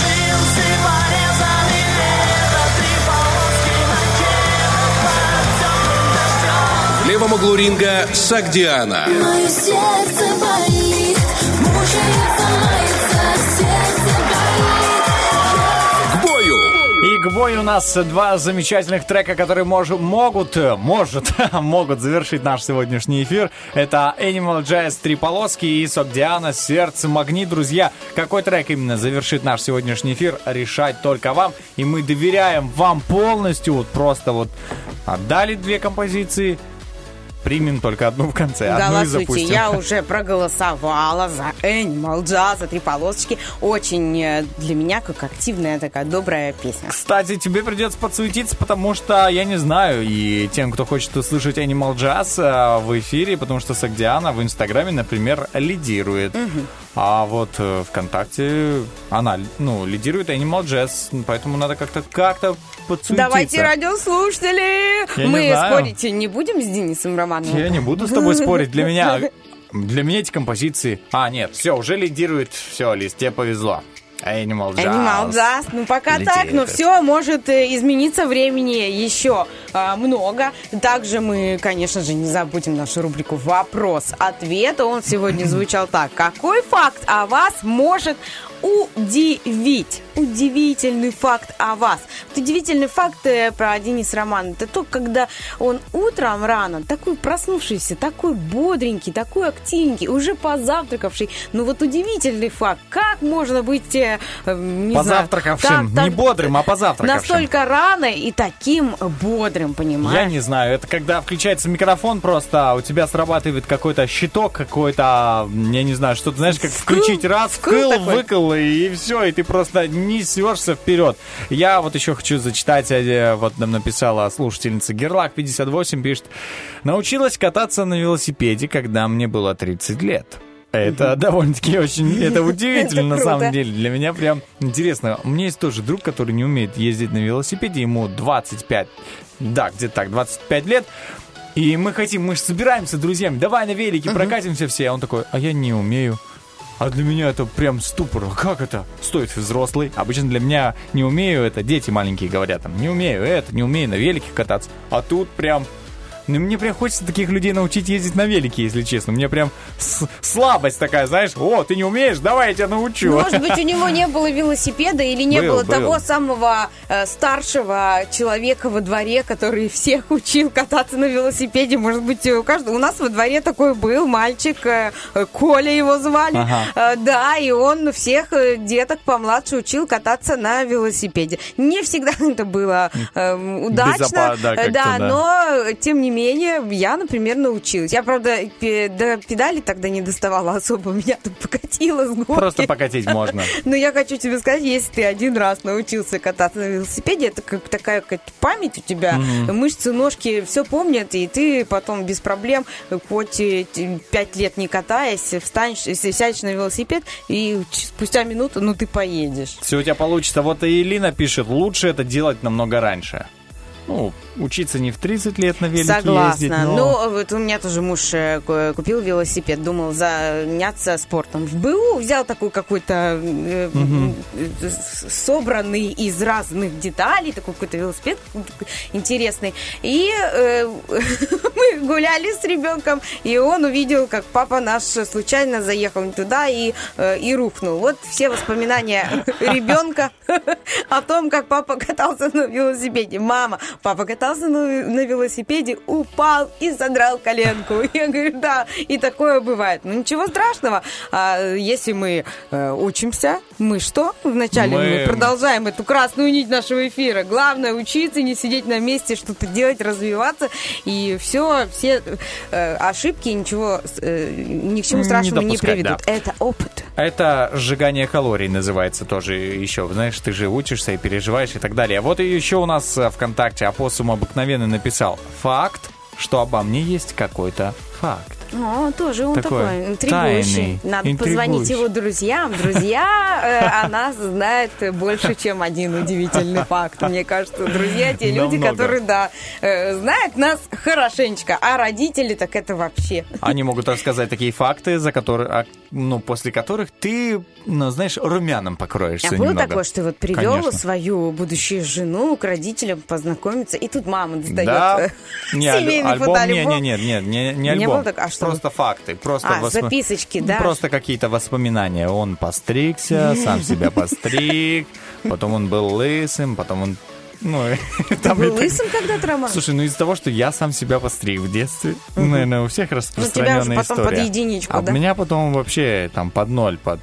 В левом углу ринга Согдиана. Мое сердце болит, мучается, мается, сердце болит. К бою. И к бою у нас два замечательных трека, которые мож, могут, может, могут завершить наш сегодняшний эфир. Это Animal Jazz «Три полоски» и Согдиана «Сердце Магнит». Друзья, какой трек именно завершит наш сегодняшний эфир, решать только вам. И мы доверяем вам полностью. Вот просто вот отдали две композиции, примем только одну в конце. Одну и Голосуйте, запустим. я уже проголосовала за Animal Jazz, за «Три полосочки». Очень э, для меня как активная такая добрая песня. Кстати, тебе придется подсуетиться, потому что, я не знаю, и тем, кто хочет услышать Animal Jazz э, в эфире, потому что Согдиана в Инстаграме, например, лидирует. Угу. А вот э, ВКонтакте она, ну, лидирует Animal Jazz, поэтому надо как-то как-то подсуетиться. Давайте, радиослушатели! Я Мы не знаю. спорить не будем с Денисом Романовым? Я не буду с тобой спорить. Для меня, для меня эти композиции... А, нет, все, уже лидирует. Все, Лиз, тебе повезло. Animal Jazz. Animal Jazz. Ну, пока Лидирует. так, но все может э, измениться. Времени еще э, много. Также мы, конечно же, не забудем нашу рубрику «Вопрос-ответ». Он сегодня звучал так. Какой факт о вас может удивить. Удивительный факт о вас. Вот удивительный факт э, про Дениса Романа. Это то, когда он утром рано, такой проснувшийся, такой бодренький, такой активненький, уже позавтракавший. Ну вот удивительный факт. Как можно быть, э, не позавтракавшим, знаю, так, не так, бодрым, а позавтракавшим. Настолько рано и таким бодрым, понимаешь? Я не знаю, это когда включается микрофон просто, у тебя срабатывает какой-то щиток, какой-то, я не знаю, что-то, знаешь, как Вкл, включить раз, вкл вкл, выкл, и все, и ты просто несешься вперед. Я вот еще хочу зачитать, вот нам написала слушательница Герлак пятьдесят восемь, пишет: научилась кататься на велосипеде, когда мне было тридцать лет. Это угу. довольно-таки очень, это удивительно на самом деле. Для меня прям интересно. У меня есть тоже друг, который не умеет ездить на велосипеде, ему двадцать пять, да, где-то так, двадцать пять лет. И мы хотим, мы же собираемся с друзьями, давай на велике прокатимся все. А он такой: а я не умею. А для меня это прям ступор. Как это? Стоит взрослый. Обычно для меня не умею, это дети маленькие говорят там: не умею это, не умею на велике кататься. А тут прям... Ну, мне прям хочется таких людей научить ездить на велике, если честно. Мне прям с- слабость такая, знаешь: о, ты не умеешь, давай я тебя научу. Ну, может быть, у него не было велосипеда или не был, было был. того самого э, старшего человека во дворе, который всех учил кататься на велосипеде. Может быть, у каждого... У нас во дворе такой был мальчик, э, Коля его звали. Ага. Э, да, и он всех деток помладше учил кататься на велосипеде. Не всегда это было э, удачно, Безопа- да, да, да, но тем не менее я, например, научилась. Я, правда, до педали тогда не доставала особо, меня там покатило с горки. Просто покатить можно. Но я хочу тебе сказать, если ты один раз научился кататься на велосипеде, это как такая какая-то память у тебя, mm-hmm. мышцы, ножки все помнят, и ты потом без проблем, хоть пять лет не катаясь, встанешь, сядешь на велосипед, и спустя минуту, ну, ты поедешь. Все у тебя получится. Вот и Элина пишет: лучше это делать намного раньше. Ну, учиться не в тридцать лет на велике Согласна. ездить, но... Ну, вот у меня тоже муж купил велосипед, думал заняться спортом. В БУ взял такой какой-то э, угу. собранный из разных деталей, такой какой-то велосипед интересный. И э, мы гуляли с ребенком, и он увидел, как папа наш случайно заехал туда и, э, и рухнул. Вот все воспоминания ребенка о том, как папа катался на велосипеде. Мама, папа катался на, на велосипеде, упал и задрал коленку. Я говорю: да, и такое бывает. Ну, ничего страшного. А если мы э, учимся, мы что? Вначале мы... мы продолжаем эту красную нить нашего эфира. Главное — учиться, не сидеть на месте, что-то делать, развиваться. И все, все э, ошибки ничего, э, ни к чему страшному не, не приведут. Да. Это опыт. Это сжигание калорий называется тоже еще. Знаешь, ты же учишься и переживаешь и так далее. Вот и еще у нас ВКонтакте опоссум обыкновенный написал: факт, что обо мне есть какой-то факт. О, тоже он такой, такой интригующий. Тайный, Надо интригующий. Позвонить его друзьям. Друзья э, о нас знают больше, чем один удивительный факт. Мне кажется, друзья те люди, Намного. которые, да, э, знают нас хорошенечко, а родители так это вообще. Они могут рассказать такие факты, за которые, ну, после которых ты, ну, знаешь, румяным покроешься а было немного. такое, что ты вот привел Конечно. свою будущую жену к родителям познакомиться, и тут мама достает да. не, семейный альбом, фотоальбом? Не, не, не, не, не альбом. Не было так? А что? Просто факты. Просто а, восп... записочки, да? Просто какие-то воспоминания. Он постригся, сам себя постриг, потом он был лысым, потом он... Ну, ты был лысым когда-то, Роман? Слушай, ну из-за того, что я сам себя постриг в детстве, угу. наверное, у всех распространенная история. Ну, тебя уже потом история. под единичку, а да? у меня потом вообще там под ноль, под...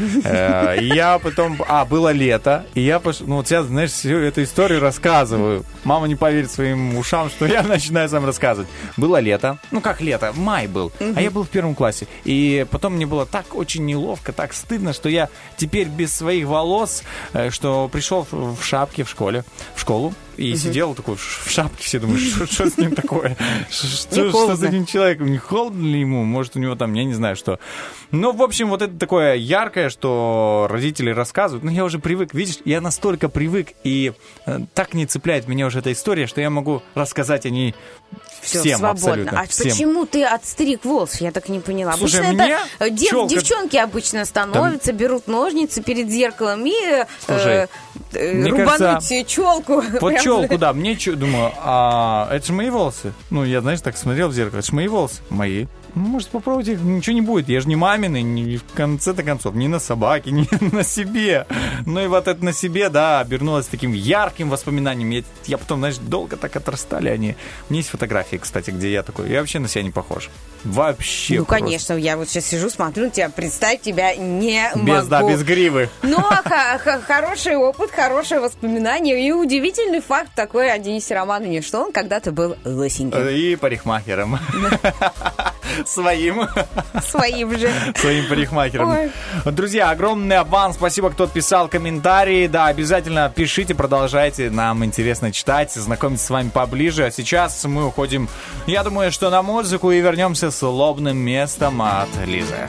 И я потом... А, было лето, и я пошел... Ну, вот я, знаешь, всю эту историю рассказываю. Мама не поверит своим ушам, что я начинаю сам рассказывать. Было лето. Ну, как лето? Май был. А я был в первом классе. И потом мне было так очень неловко, так стыдно, что я теперь без своих волос, что пришел в шапке в школе, в школу. И uh-huh. сидел такой в шапке, все думают, что, что с ним такое? Что, что с этим человеком? Не холодно ли ему? Может, у него там, я не знаю, что. Ну, в общем, вот это такое яркое, что родители рассказывают. Ну, я уже привык, видишь, я настолько привык, и э, так не цепляет меня уже эта история, что я могу рассказать о ней Все, всем свободно. абсолютно. А всем. Почему ты отстриг волос? Я так не поняла. Слушай, обычно мне это дев, челка... девчонки обычно становятся, Там... берут ножницы перед зеркалом и Слушай, э, рубануть кажется, челку. Вот челку, да, мне думаю, а это же мои волосы. Ну, я, знаешь, так смотрел в зеркало, это же мои волосы. Мои. Может, попробуйте, ничего не будет. Я же не мамин, ни в конце-то концов, ни на собаке, ни на себе. Ну и вот это на себе, да, обернулось таким ярким воспоминанием. Я, я потом, знаешь, долго так отрастали они. У меня есть фотографии, кстати, где я такой. Я вообще на себя не похож. Вообще Ну, просто. конечно, я вот сейчас сижу, смотрю на тебя, представь тебя не Без, могу. да, без гривы. Но х- х- хороший опыт, хорошее воспоминание и удивительный факт такой о Денисе Романовне, что он когда-то был лысеньким. И парикмахером. Своим. Своим же. Своим парикмахером. Ой. Друзья, огромное вам спасибо, кто писал комментарии. Да, обязательно пишите, продолжайте. Нам интересно читать, знакомиться с вами поближе. А сейчас мы уходим, я думаю, что на музыку и вернемся с лобным местом от Лизы.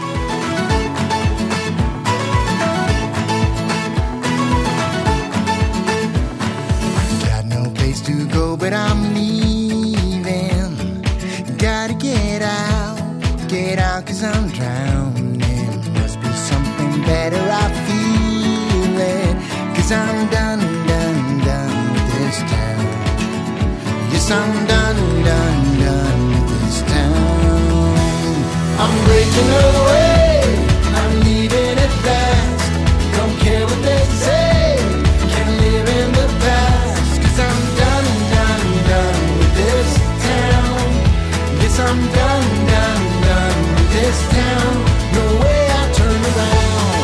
Got no place to go, but I'm leaving. Gotta get out, get out, cause I'm drowning. Must be something better, I feel it. Cause I'm done, done, done with this town. Yes, I'm done, done, done with this town. I'm breaking away, I'm leaving at last. Don't care what they say, can't live in the past. Cause I'm done, done, done with this town. Yes, I'm done, done, done with this town. No way I turn around.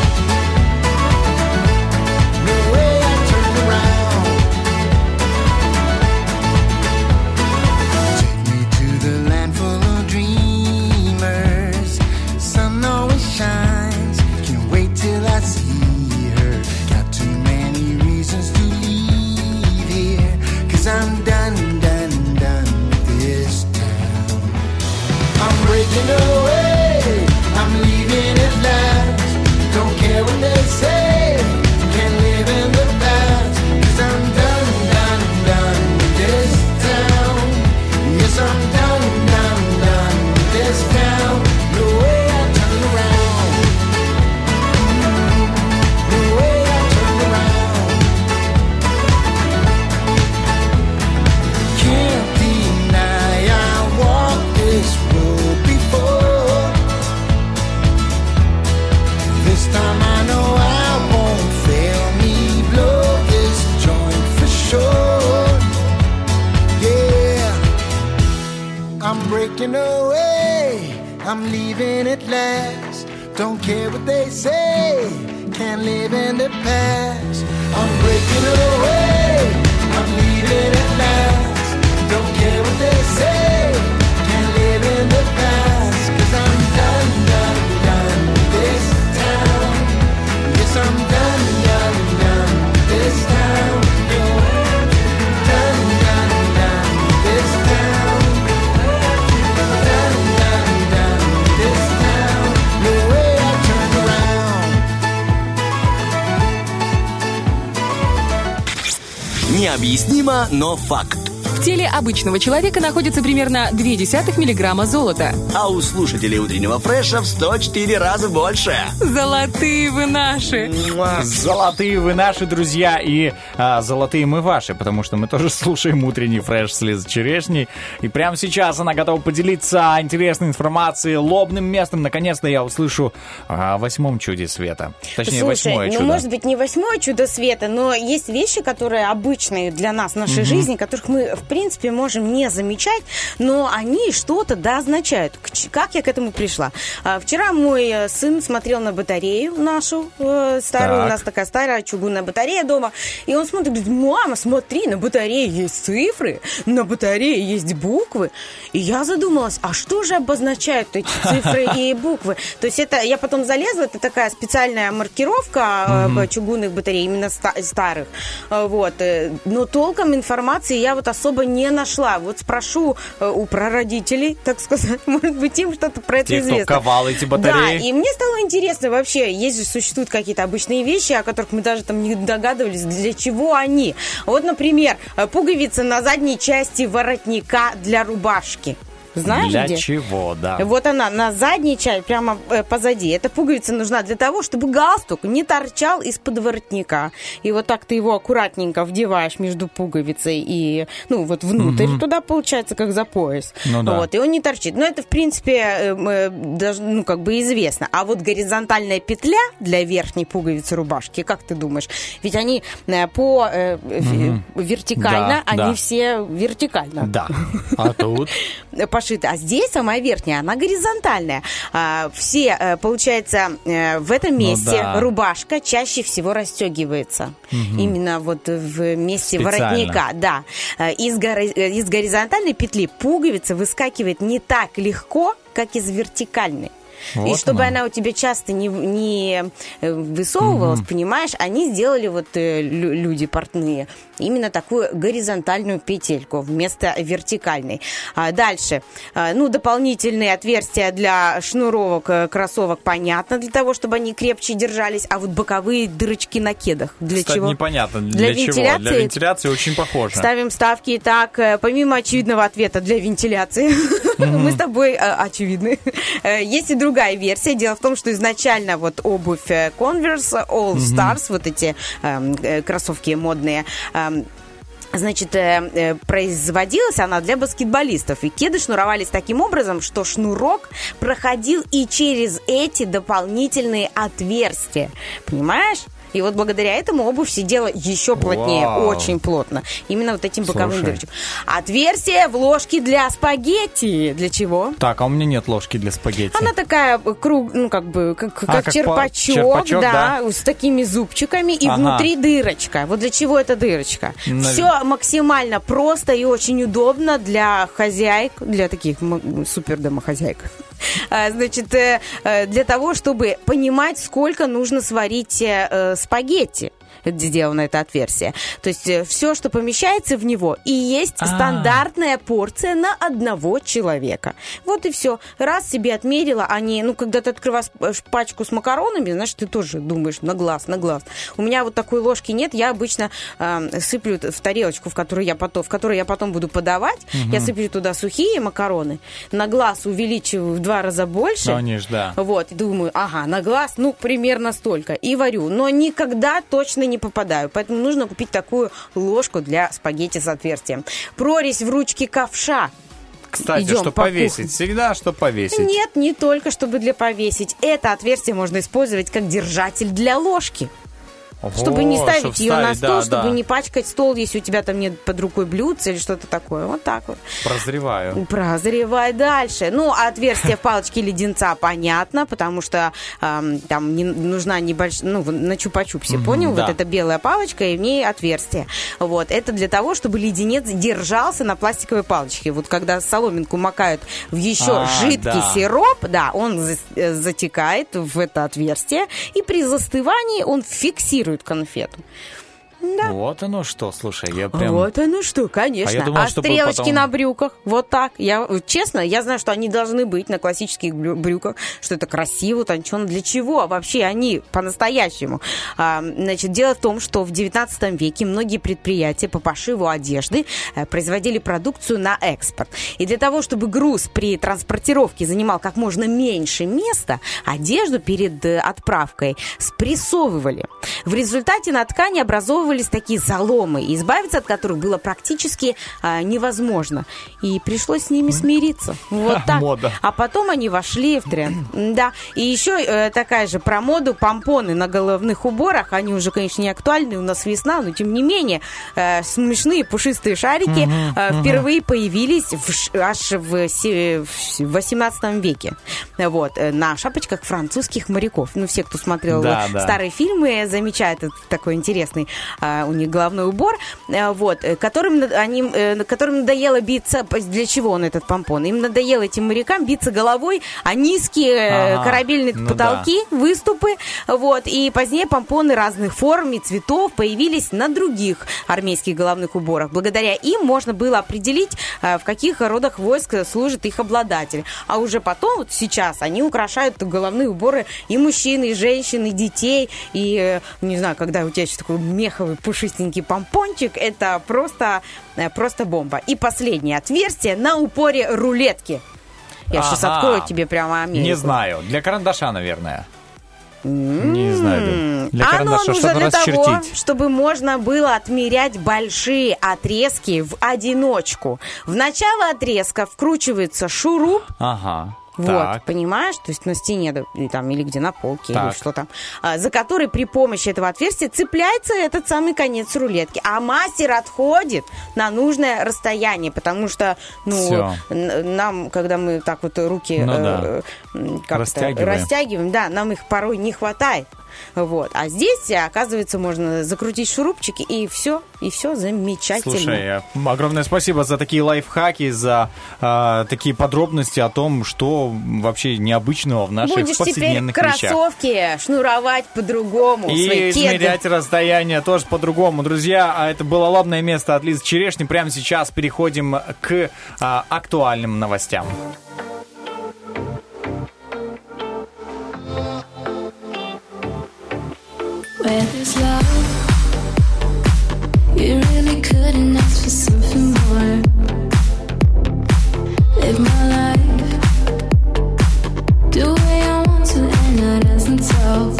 No way I turn around. Take me to the land full of dreamers. Sun always shines. Can't wait till I see her. Got too many reasons to leave here. Cause I'm done, done, done with this town. I'm breaking away, I'm leaving at last. Don't care what they say, can't live in the past. Cause I'm done, done, done with this town. Yes, I'm done, done, done with this town. No way I turn around. No way I turn around. Can't deny I walked this road before. This time I know I won't fail me. Blow this joint for sure. Yeah, I'm breaking away, I'm leaving at last. Don't care what they say, can't live in the past. I'm breaking away, I'm leaving at last. Don't care what they say, can't live in the past. Cause I'm done, done, done with this town. Yes, I'm done, done, done with this town. Done, done, done with this town. Done, done, done with this town. No way I turn around. Необъяснимо, но факт. В теле обычного человека находится примерно ноль целых две десятых миллиграмма золота. А у слушателей утреннего фреша в сто четыре раза больше. Золотые вы наши. Золотые вы наши, друзья, и а, золотые мы ваши, потому что мы тоже слушаем утренний фреш с Лизой Черешней. И прямо сейчас она готова поделиться интересной информацией, лобным местом. Наконец-то я услышу о восьмом чуде света. Точнее, Слушай, восьмое ну, чудо. может быть, не восьмое чудо света, но есть вещи, которые обычные для нас в нашей Мгм. жизни, которых мы, в принципе, можем не замечать, но они что-то да означают. К ч- Как я к этому пришла? А, Вчера мой э, сын смотрел на батарею нашу э, старую. Так. У нас такая старая чугунная батарея дома. И он смотрит, говорит: мама, смотри, на батарее есть цифры, на батарее есть буквы. И я задумалась, а что же обозначают эти цифры и буквы? То есть это, я потом залезла, это такая специальная маркировка Мгм. э, чугунных батарей, именно ста- старых. Э, Вот. э, Но толком информации я вот особо не нашла. Вот спрошу э, у прародителей, так сказать, может быть, им что-то про это Те, кто известно. ковал эти Да, батареи. и мне стало интересно вообще, есть же, существуют какие-то обычные вещи, о которых мы даже там не догадывались, для чего они. Вот, например, э, пуговица на задней части воротника для рубашки. Знаешь, для где? чего, да. Вот она на задней части, прямо э, позади. Эта пуговица нужна для того, чтобы галстук не торчал из-под воротника. И вот так ты его аккуратненько вдеваешь между пуговицей и, ну, вот внутрь Мгм. туда, получается, как за пояс. Ну да. Вот, и он не торчит. Но это, в принципе, э, э, даже, ну, как бы известно. А вот горизонтальная петля для верхней пуговицы рубашки, как ты думаешь? Ведь они э, по э, Мгм. в- вертикально, Да, они да. все вертикально. Да. А тут? Пошиты. А здесь самая верхняя, она горизонтальная. А, все, э, получается, э, в этом Ну месте да. рубашка чаще всего расстегивается. Мгм. Именно вот в месте Специально. воротника. Да. Э, Из, гори- э, из горизонтальной петли пуговица выскакивает не так легко, как из вертикальной. И Вот чтобы оно. она у тебя часто не, не э, высовывалась, Мгм. понимаешь, они сделали вот э, лю- люди портные именно такую горизонтальную петельку вместо вертикальной. А дальше, а, ну, дополнительные отверстия для шнуровок э, кроссовок, понятно, для того, чтобы они крепче держались, а вот боковые дырочки на кедах. Для Кстати, чего? непонятно, для, Для чего. вентиляции? Для вентиляции очень похоже. Ставим ставки. Так, э, помимо очевидного ответа для вентиляции, мы с тобой э, очевидны. Э, Есть и другая версия. Дело в том, что изначально вот обувь э, Converse, All Мгм. Stars, вот эти эм, э, кроссовки модные, эм, значит, э, э, производилась она для баскетболистов. И кеды шнуровались таким образом, что шнурок проходил и через эти дополнительные отверстия. Понимаешь? И вот благодаря этому обувь сидела еще плотнее, Вау. очень плотно. Именно вот этим боковым Слушай. дырочкам. Отверстие в ложке для спагетти. Для чего? Так, а у меня нет ложки для спагетти. Она такая круг, ну как бы как, как как по- черпачок, черпачок, да, с такими зубчиками и Ага. внутри дырочка. Вот для чего эта дырочка? Навер- Все максимально просто и очень удобно для хозяек, для таких м- супер домохозяек. А, Значит, э, э, для того, чтобы понимать, сколько нужно сварить э, спагетти. Сделано это отверстие. То есть все, что помещается в него, и есть А. стандартная порция на одного человека. Вот и все. Раз себе отмерила, а не, ну, когда ты открываешь пачку с макаронами, знаешь, ты тоже думаешь на глаз, на глаз. У меня вот такой ложки нет, я обычно э, сыплю в тарелочку, в которую я потом, в которую я потом буду подавать, Мгм. я сыплю туда сухие макароны, на глаз увеличиваю в два раза больше. Конечно, да. Вот, и думаю, ага, на глаз, ну, примерно столько. И варю. Но никогда точно не попадаю. Поэтому нужно купить такую ложку для спагетти с отверстием. Прорезь в ручке ковша. Кстати, Идем что по повесить? кухне. Всегда что повесить. Нет, не только чтобы для повесить. Это отверстие можно использовать как держатель для ложки. Чтобы не О, ставить чтоб ее на ставить, стол, да, чтобы да. не пачкать стол, если у тебя там нет под рукой блюдца или что-то такое. Вот так вот. Прозреваю. Прозревай дальше. Ну, а отверстие в палочке леденца понятно, потому что эм, там не, нужна небольшая, ну, на чупа-чупсе, Мгм, понял? да. Вот эта белая палочка, и в ней отверстие. Вот. Это для того, чтобы леденец держался на пластиковой палочке. Вот когда соломинку макают в еще А, жидкий да. сироп, да, он за- э, затекает в это отверстие, и при застывании он фиксирует конфету. Да. Вот оно что, слушай, я прям... Вот оно что, конечно. А я думал, а чтобы стрелочки потом- на брюках, вот так. Я, честно, я знаю, что они должны быть на классических брю- брюках, что это красиво, утонченно. Для чего вообще они по-настоящему? А, значит, дело в том, что в девятнадцатом веке многие предприятия по пошиву одежды э, производили продукцию на экспорт. И для того, чтобы груз при транспортировке занимал как можно меньше места, одежду перед э, отправкой спрессовывали. В результате на ткани образовывались такие заломы, избавиться от которых было практически а, невозможно. И пришлось с ними смириться. Вот Ха, так. мода. А потом они вошли в тренд. Да. И еще э, такая же про моду, помпоны на головных уборах. Они уже, конечно, не актуальны, у нас весна, но тем не менее э, смешные пушистые шарики Мгм, э, мгм. впервые появились в ш- аж в, се- в восемнадцатом веке. Вот. э, На шапочках французских моряков. Ну, все, кто смотрел Да, э, да. старые фильмы, замечают этот такой интересный а, у них головной убор, э, вот, э, которым, на- они, э, которым надоело биться. Для чего он, этот помпон? Им надоело этим морякам биться головой о низкие э, Ага, корабельные ну потолки, выступы, вот, и позднее помпоны разных форм и цветов появились на других армейских головных уборах. Благодаря им можно было определить, э, в каких родах войск служит их обладатель. А уже потом, вот сейчас, они украшают головные уборы и мужчин, и женщин, и детей, и, э, не знаю, когда у тебя еще такой меховый такой пушистенький помпончик. Это просто, э, просто бомба. И последнее отверстие на упоре рулетки. Я сейчас Ага. открою тебе прямо Америку. Не знаю. Для карандаша, наверное. Не знаю. Для Оно карандаша, нужно чтобы для того, расчертить. чтобы можно было отмерять большие отрезки в одиночку. В начало отрезка вкручивается шуруп. Ага. Вот, Так. понимаешь? То есть на стене да, или, там, или где на полке, Так. или что там. а, За который при помощи этого отверстия цепляется этот самый конец рулетки. А мастер отходит на нужное расстояние, потому что, ну, Всё. н- нам, когда мы так вот руки Ну э, да. э, м, как-то Растягиваем. растягиваем, да, нам их порой не хватает. Вот. А здесь, оказывается, можно закрутить шурупчики, и все, и все замечательно. Слушай, э, огромное спасибо за такие лайфхаки, за э, такие подробности о том, что вообще необычного в наших Будешь теперь повседневных вещах. кроссовки шнуровать по-другому. И свои кеды. измерять расстояние тоже по-другому. Друзья, а это было лобное место от Лизы Черешни. Прямо сейчас переходим к а, актуальным новостям. Where there's love, you really couldn't ask for something more. Live my life, do what I want to, and that doesn't talk.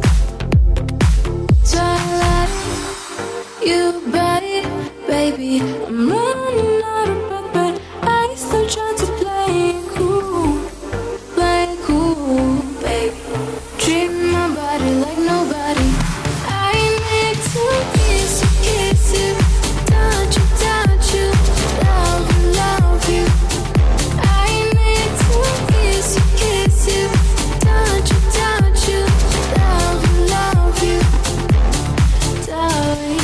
Twilight, you bite, baby. I'm running out of breath, but I still try to play it cool, play it cool, baby. Treat my body like nobody. I need to kiss you, kiss you, touch you, touch you, love you, love you. I need to kiss you, kiss you, touch you, touch you, love you, love you, darling.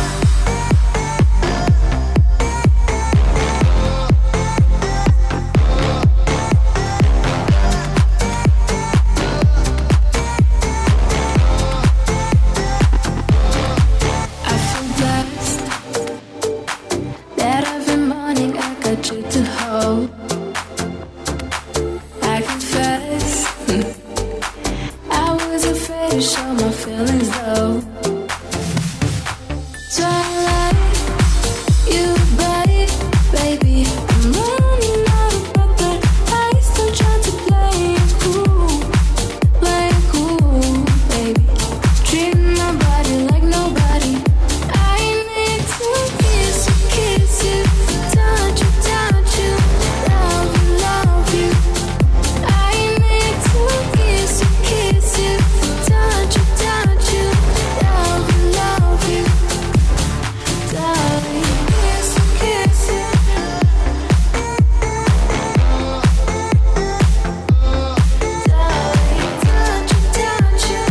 I feel blessed that every morning I got you to hold. I confess, I was afraid to show my feelings though. Twilight, you bite, baby. I'm running out of breath, but I still try to play it cool, play it cool, baby. Treat my body like nobody. I need to kiss you, kiss you, touch you, touch you, love you, love you. I need to kiss you, kiss you, touch you, touch you, love you, love you, darling. Kiss you, kiss you. Darling, touch you, touch you.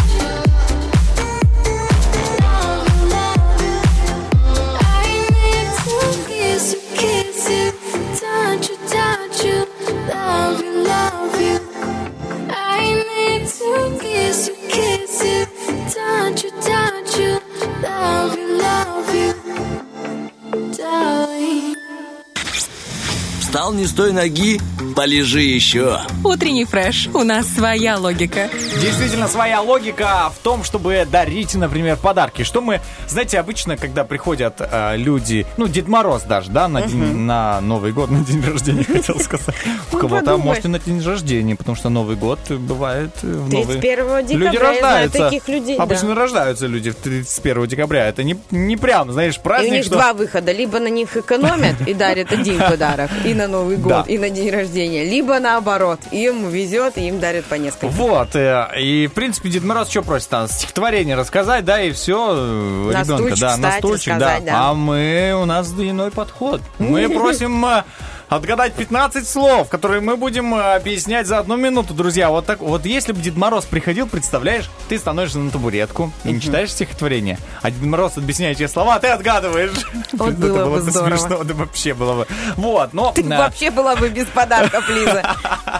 Love you, love you. I need to kiss you, kiss you, touch you, touch you, love you, love you. I need to kiss you, kiss you, touch you, touch you, love you, love you, darling. Встал не с той ноги, полежи еще. Утренний фреш. У нас своя логика. Действительно, своя логика в том, чтобы дарить, например, подарки. Что мы, знаете, обычно, когда приходят э, люди, ну, Дед Мороз даже, да, на, день- на Новый год, на день рождения, хотел сказать. У Ну, кого-то, подумай. может, и на день рождения, потому что Новый год бывает в Новый... тридцать первого Люди декабря, я знаю рождаются. таких людей, да. Обычно рождаются люди в тридцать первого декабря. Это не, не прям, знаешь, И у праздник, них что... два выхода. Либо на них экономят и дарят один подарок, и на Новый год, Да. и на день рождения. Либо наоборот. Им везет, и им дарят по несколько. Вот, э, и, в принципе, Дед Мороз что просит? Там стихотворение рассказать, да, и все, На ребенка, стульчик да, на встать, стульчик, рассказать, да. да. А мы, у нас иной подход. Мы просим э, отгадать пятнадцать слов, которые мы будем э, объяснять за одну минуту, друзья. Вот так, вот если бы Дед Мороз приходил, представляешь, ты становишься на табуретку и не читаешь стихотворение, а Дед Мороз объясняет тебе слова, а ты отгадываешь. Вот Это было бы здорово. смешно, да вообще было бы. Вот, но... Ты э, вообще была бы без подарков, Лиза.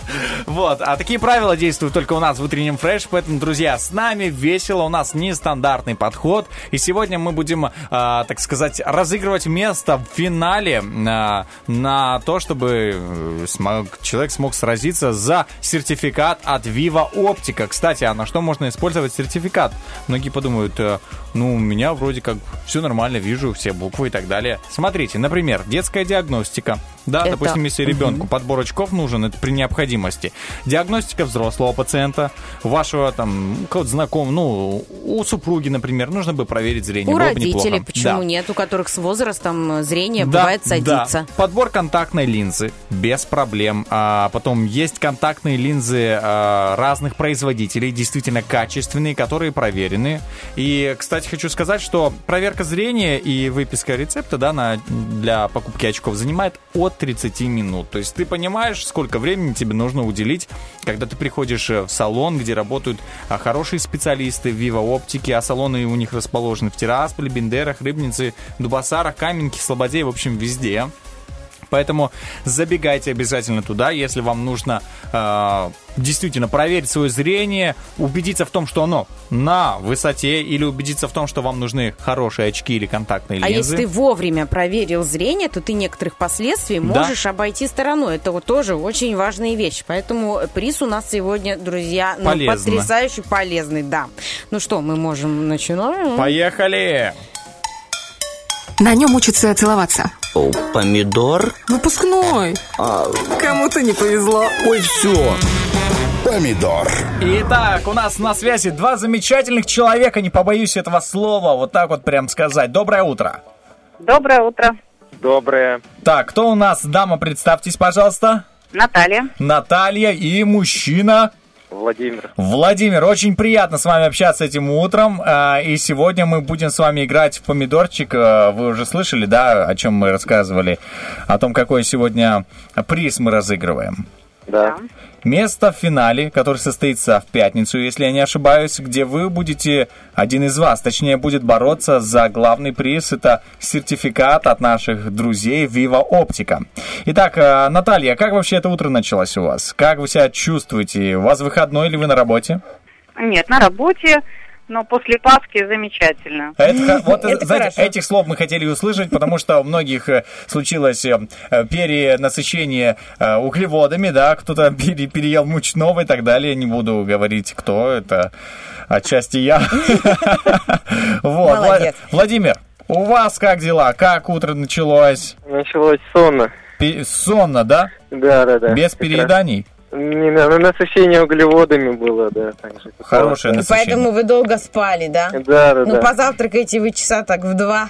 Вот, а такие правила действуют только у нас в утреннем фреш, поэтому, друзья, с нами весело, у нас нестандартный подход, и сегодня мы будем, э, так сказать, разыгрывать место в финале э, на то, чтобы смог, человек смог сразиться за сертификат от Viva Optica. Кстати, а на что можно использовать сертификат? Многие подумают, э, ну, у меня вроде как все нормально, вижу все буквы и так далее. Смотрите, например, детская диагностика. Да, Это... допустим, если ребенку Угу. подбор очков нужен, это при необходимости. Диагностика взрослого пациента, вашего там кого-то знакомого, ну, у супруги, например, нужно бы проверить зрение. У Было бы родителей, неплохо. почему Да. нет, у которых с возрастом зрение Да, бывает садится. да. Подбор контактной линзы без проблем. А потом есть контактные линзы а, разных производителей, действительно качественные, которые проверены. И, кстати, хочу сказать, что проверка зрения и выписка рецепта, да, на, для покупки очков занимает от тридцати минут. То есть ты понимаешь, сколько времени тебе нужно уделить, когда ты приходишь в салон, где работают а, хорошие специалисты в Viva Optica, а салоны у них расположены в Тирасполе, Бендерах, Рыбнице, Дубасарах, Каменке, Слободе, в общем, везде. Поэтому забегайте обязательно туда, если вам нужно э, действительно проверить свое зрение, убедиться в том, что оно на высоте, или убедиться в том, что вам нужны хорошие очки или контактные линзы. А если ты вовремя проверил зрение, то ты некоторых последствий Да. можешь обойти стороной. Это вот тоже очень важная вещь. Поэтому приз у нас сегодня, друзья, ну, Полезно. потрясающе полезный, да. Ну что, мы можем начинать? Поехали! На нем учатся целоваться. О, помидор? Выпускной. А, Кому-то не повезло. ой, все. Помидор. Итак, у нас на связи два замечательных человека, не побоюсь этого слова, вот так вот прям сказать. Доброе утро. Доброе утро. Доброе. Так, кто у нас? Дама, представьтесь, пожалуйста. Наталья. Наталья и мужчина... Владимир. Владимир, очень приятно с вами общаться этим утром, а, и сегодня мы будем с вами играть в помидорчик. А, вы уже слышали, да, о чем мы рассказывали, о том, какой сегодня приз мы разыгрываем? Да. Место в финале, который состоится в пятницу, если я не ошибаюсь, где вы будете, один из вас, точнее, будет бороться за главный приз. Это сертификат от наших друзей Viva Optica. Итак, Наталья, как вообще это утро началось у вас? Как вы себя чувствуете? У вас выходной или вы на работе? Нет, на работе, но после Пасхи замечательно. Это, вот, Это знаете, хорошо. этих слов мы хотели услышать, потому что у многих э, случилось э, перенасыщение э, углеводами, да, кто-то пере- переел мучного и так далее. Не буду говорить, кто это, отчасти я. Вот, Молодец. Владимир, у вас как дела? Как утро началось? Началось сонно. Пе- Сонно, да? Да, да, да. Без перееданий? Не, на- на- насыщение углеводами было, да. так же. Хорошее И насыщение. поэтому вы долго спали, да? Да, да, Ну, да. позавтракаете вы часа так в два.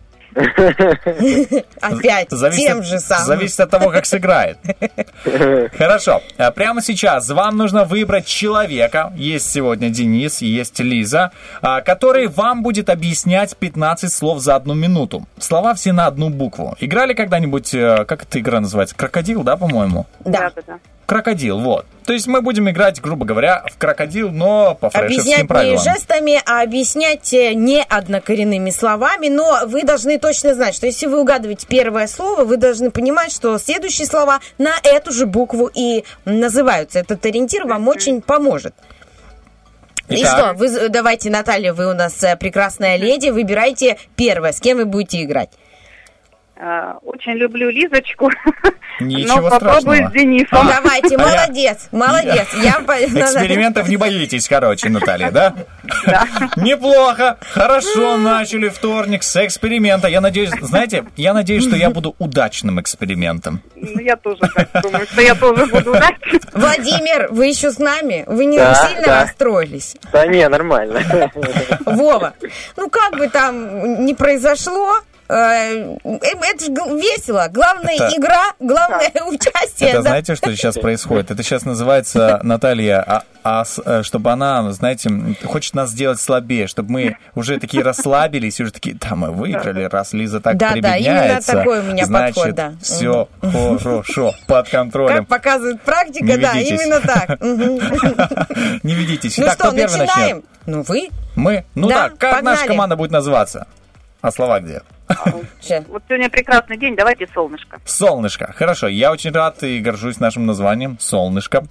Опять, Зависит тем от- же самым. Зависит от того, как сыграет. Хорошо. А Прямо сейчас вам нужно выбрать человека. Есть сегодня Денис, есть Лиза, а, который вам будет объяснять пятнадцать слов за одну минуту. Слова все на одну букву. Играли когда-нибудь, э, как эта игра называется? Крокодил, да, по-моему? Да. Да, да. Крокодил, вот. То есть мы будем играть, грубо говоря, в крокодил, но по фрешевским Объяснять не правилам. жестами, а объяснять э, не однокоренными словами, но вы должны точно знать, что если вы угадываете первое слово, вы должны понимать, что следующие слова на эту же букву и называются. Этот ориентир вам очень поможет. И Итак. что, вы, давайте, Наталья, вы у нас э, прекрасная леди, выбирайте первое, с кем вы будете играть. А, Очень люблю Лизочку, Ничего но попробую страшного. с Денисом. Давайте, молодец, молодец. Я по- Экспериментов не боитесь, короче, Наталья, да? Да. Неплохо, хорошо начали вторник с эксперимента. Я надеюсь, знаете, я надеюсь, что я буду удачным экспериментом. Ну, я тоже так думаю, что я тоже буду знать. Владимир, вы еще с нами? Вы не Да, сильно да. расстроились? Да не, нормально. Вова, ну как бы там ни произошло, э, это же г- весело. Главная Это- игра, главное участие. Это да. знаете, что сейчас происходит? Это сейчас называется, Наталья, а, а с- э, чтобы она, знаете, м, хочет нас сделать слабее, чтобы мы уже такие расслабились, и уже такие, да, мы выиграли, раз Лиза так Да, да, прибедняется. именно такой у меня значит, подход, да. все хорошо, под контролем. Как показывает практика, Не да, ведитесь. именно так. Мгм. Не ведитесь. Ну Итак, что, кто первый начинаем? начнет? Ну вы. Мы? Ну Да, да, как погнали. наша команда будет называться? А слова где? Вот сегодня прекрасный день, давайте солнышко. Солнышко. Хорошо, я очень рад и горжусь нашим названием. Солнышко.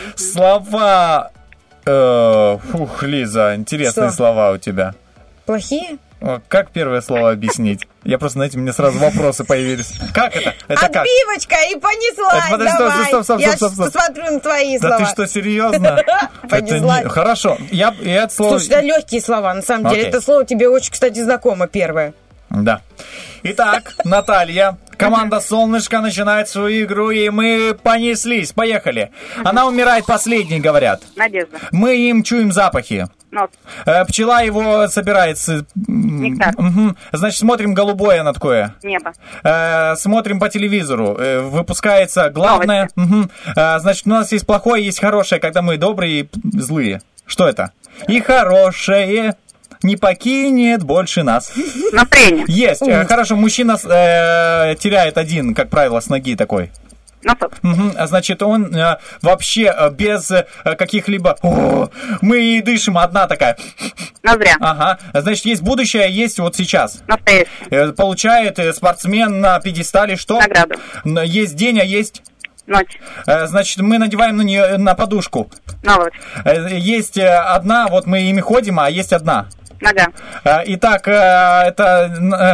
Слова... э, Фух, Лиза, интересные Что? слова у тебя. Плохие? О, как первое слово объяснить? Я просто, знаете, у меня сразу вопросы появились. Как это? Это как? Отбивочка и понеслась, Это, подожди, давай. стоп, стоп, стоп, Я стоп, стоп. щас посмотрю на твои Да слова. ты что, серьезно? Это Понеслась. не- Хорошо, я, я это слово... Слушай, это легкие слова, на самом деле. Окей. Это слово тебе очень, кстати, знакомо первое. Да. Итак, Наталья, команда «Солнышко» начинает свою игру, и мы понеслись. Поехали. Она умирает последней, говорят. Надежда. Мы им чуем запахи. Нос. Э, Пчела его собирается. Нектар. Мгм. Значит, смотрим голубое над такое. Небо. Э, Смотрим по телевизору. Э, Выпускается главное. Мгм. Э, Значит, у нас есть плохое, есть хорошее, когда мы добрые и злые. Что это? И хорошее не покинет больше нас. Настроение. Есть. Э, Хорошо, мужчина э, теряет один, как правило, с ноги такой. Носок. Мгм. А Значит, он э, вообще э, без э, каких-либо... О, мы и дышим, одна такая. Ноздря. Ага. Значит, есть будущее, а есть вот сейчас. Настоящее. Э, Получает э, спортсмен на пьедестале что? Награду. Н- Есть день, а есть... Ночь. Э, Значит, мы надеваем на нее на подушку. Наволочка. Э, Есть э, одна, вот мы ими ходим, а есть одна. Нога. Э, Итак, э, это...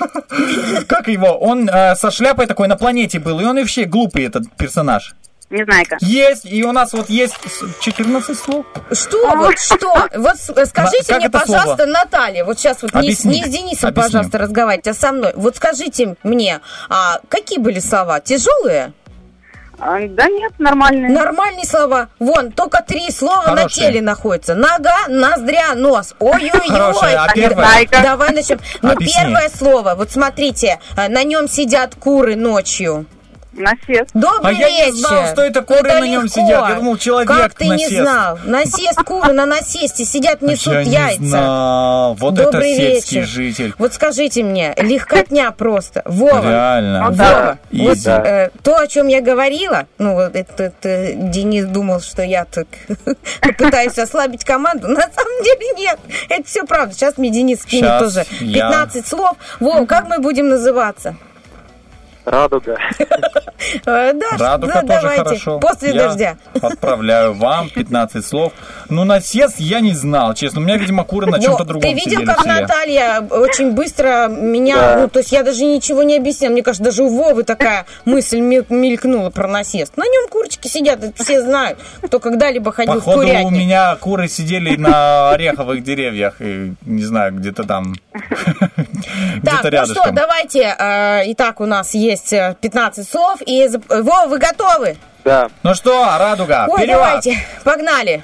э, Как его? Он э, со шляпой такой на планете был, и он вообще глупый, этот персонаж. Незнайка. Есть, и у нас вот есть четырнадцать слов. Что вот, что? Вот с- скажите Как мне, это пожалуйста, слово? Наталья, вот сейчас вот не, с- Объясни. не с Денисом, Объясню. пожалуйста, разговаривайте, а со мной. Вот скажите мне, а какие были слова? Тяжелые? А, да нет, нормальные. Нормальные слова. Вон, только три слова на Хорошие. теле находятся. Нога, ноздря, нос. Ой-ой-ой. Хорошие, а первое? Да- Давай начнем. Ну, Объясни. первое слово. Вот смотрите, э, на нем сидят куры ночью. Насест. Добрый А я вечер. не знал, что это куры на нем легко. сидят. Я думал, человек Как ты насест. не знал? Насест, куры на насесте сидят, несут Я яйца. не знал. Вот Добрый это сельский вечер. житель. Вот скажите мне, легкотня просто. Вова. Реально. Вова, И вот да. э, то, о чем я говорила, ну вот это, это Денис думал, что я так пытаюсь ослабить команду. На самом деле нет. Это все правда. Сейчас мне Денис скинет Щас тоже я- пятнадцать слов. Вова, как мы будем называться? Радуга. Э, Да, Радуга да, тоже давайте. хорошо. После Я дождя. отправляю вам пятнадцать слов. Ну, насест я не знал, честно. У меня, видимо, куры на чем-то Ну, другом ты видел, сидели как в селе. Наталья очень быстро меня... Да. Ну, то есть я даже ничего не объясняла. Мне кажется, даже у Вовы такая мысль мель- мелькнула про насест. На нем курочки сидят, это все знают, кто когда-либо ходил в Походу, у курятник. меня куры сидели на ореховых деревьях. И, не знаю, где-то там. Так, Где-то ну рядышком. что, давайте. э, Итак, у нас есть э, пятнадцать слов. И зап- э, Вова, вы готовы? Да. Ну что, Радуга, Ой, вперед! давайте, погнали.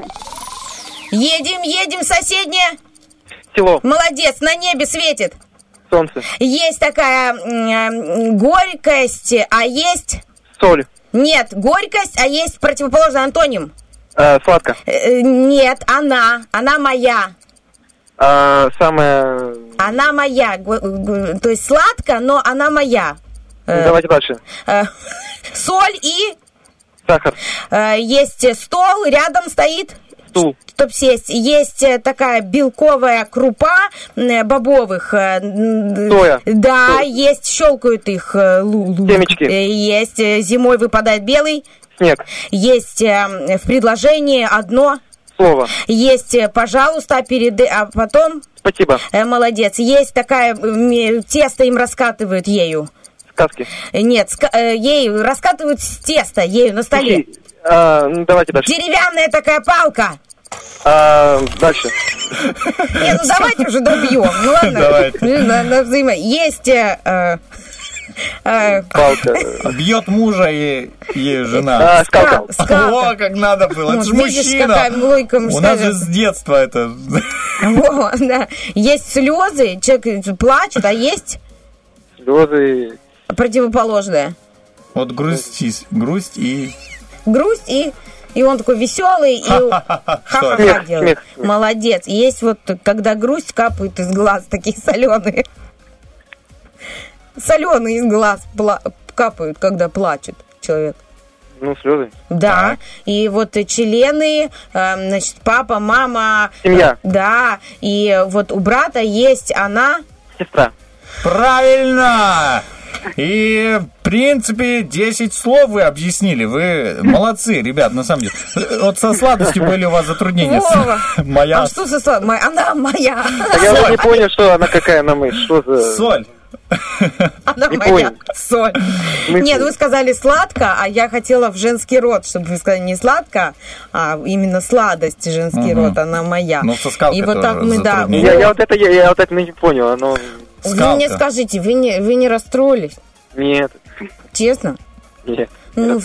Едем, едем, соседнее. Село. Молодец, на небе светит. Солнце. Есть такая м, горькость, а есть... Соль. Нет, горькость, а есть противоположный антоним. Э, сладко. Э, Нет, она, она моя. А, самое... Она моя. Г- г- То есть сладко, но она моя. Ну, Э, давайте дальше. э, Соль и Сахар. э, есть стол, рядом стоит. Стул. Чтоб сесть. Есть э, такая белковая крупа э, бобовых. э, н- Соя. Да, Соя. есть, щелкают их э, лу- лук. Семечки. Э, Есть, э, зимой выпадает белый. Снег. Есть э, в предложении одно. Слово. Есть, э, пожалуйста, перед... А потом... Спасибо. э, Молодец. Есть такая... э, м, Тесто им раскатывают ею. Сказки. Э, Нет, ска- э, ею раскатывают с теста, ею на столе. Стихи. А, ну, давайте дальше. Деревянная такая палка. А, дальше. Не, ну давайте уже добьем. Ну ладно. Давайте. Ну, на- на взаимо- Есть... э, э, э, Палка. Бьет мужа и ей жена. А, скалка. скалка. О, как надо было. Это Вот же видишь, мужчина. какая логика У нас мужская. же с детства это... Во, да. Есть слезы, человек плачет, а есть Слезы. противоположное. Вот грустись. Грусть и... Грусть и... И он такой веселый, и ха-ха-ха Смех, делает. смех, смех. Молодец. И есть вот, когда грусть капает из глаз, такие соленые. Соленые из глаз пла- капают, когда плачет человек. Ну, слезы. Да, и вот э, члены, э, значит, папа, мама. Семья. э, Да, и вот у брата есть она, Сестра. Правильно! И, в принципе, десять слов вы объяснили. Вы молодцы, ребят, на самом деле. Вот со сладостью были у вас затруднения. Вова, Моя... а что со сладостью? Моя- Она моя. Так я уже не понял, что она какая на мы. Что за... Соль. Она Не моя. понял. Соль. Мы- Нет, вы сказали сладко, а я хотела в женский род, чтобы вы сказали не сладко, а именно сладость женский Мгм. род, она моя. Ну, со скалкой И вот так тоже мы, да. затруднение. Я, я вот это, я, я вот это не понял. Оно... Вы мне скажите, вы не, вы не расстроились? Нет. Честно? Нет. Ну,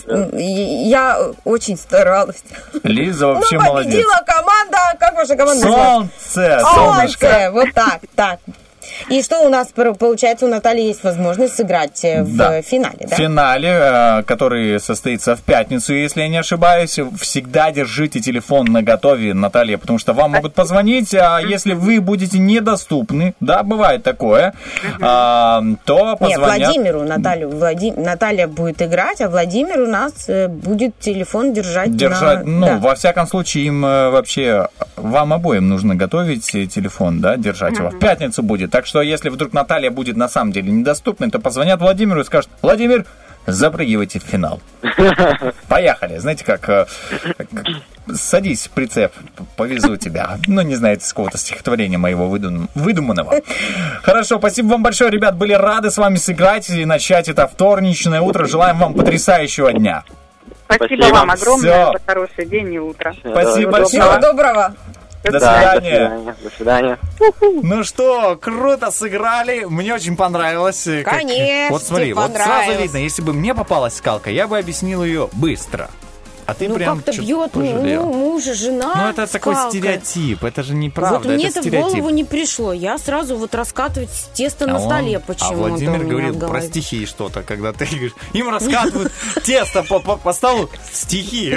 я очень старалась. Лиза вообще Ну, молодец. победила команда. Как ваша команда называется? Солнце, Солнце. солнышко. Вот так, так. И что у нас пр- получается, у Натальи есть возможность сыграть э, в Да. э, финале, В да? финале, э, который состоится в пятницу, если я не ошибаюсь, всегда держите телефон наготове, Наталья, потому что вам могут позвонить, а если вы будете недоступны, да, бывает такое, а, то Нет, позвонят... Владимиру, Наталью, Влади- Наталья будет играть, а Владимир у нас э, будет телефон держать, Держать, на... ну, да. во всяком случае, им э, вообще, вам обоим нужно готовить э, телефон, да, держать его. В пятницу будет. Так что, если вдруг Наталья будет на самом деле недоступной, то позвонят Владимиру и скажут: Владимир, запрыгивайте в финал. Поехали. Знаете, как, э, как садись в прицеп, повезу тебя. Ну, не знаю, это с какого-то стихотворения моего выдум- выдуманного. Хорошо, спасибо вам большое, ребят. Были рады с вами сыграть и начать это вторничное утро. Желаем вам потрясающего дня. Спасибо, Спасибо. вам огромное Всё. за хороший день и утро. Спасибо большое. Всего доброго. До Да, свидания. До свидания. Ну что, круто сыграли. Мне очень понравилось. Как- Конечно, Вот смотри, вот сразу понравилось. видно, если бы мне попалась скалка, я бы объяснил ее быстро. А ты Ну прям как-то чё- бьет ну, пожалел. мужа, жена. Ну это такой скалка. стереотип, это же неправда, Вот мне это это в стереотип. голову не пришло. Я сразу вот раскатывать тесто на А он- столе а почему-то. Владимир у меня говорил в про голове. стихи что-то, когда ты говоришь, им раскатывают тесто по, по, по столу, стихи.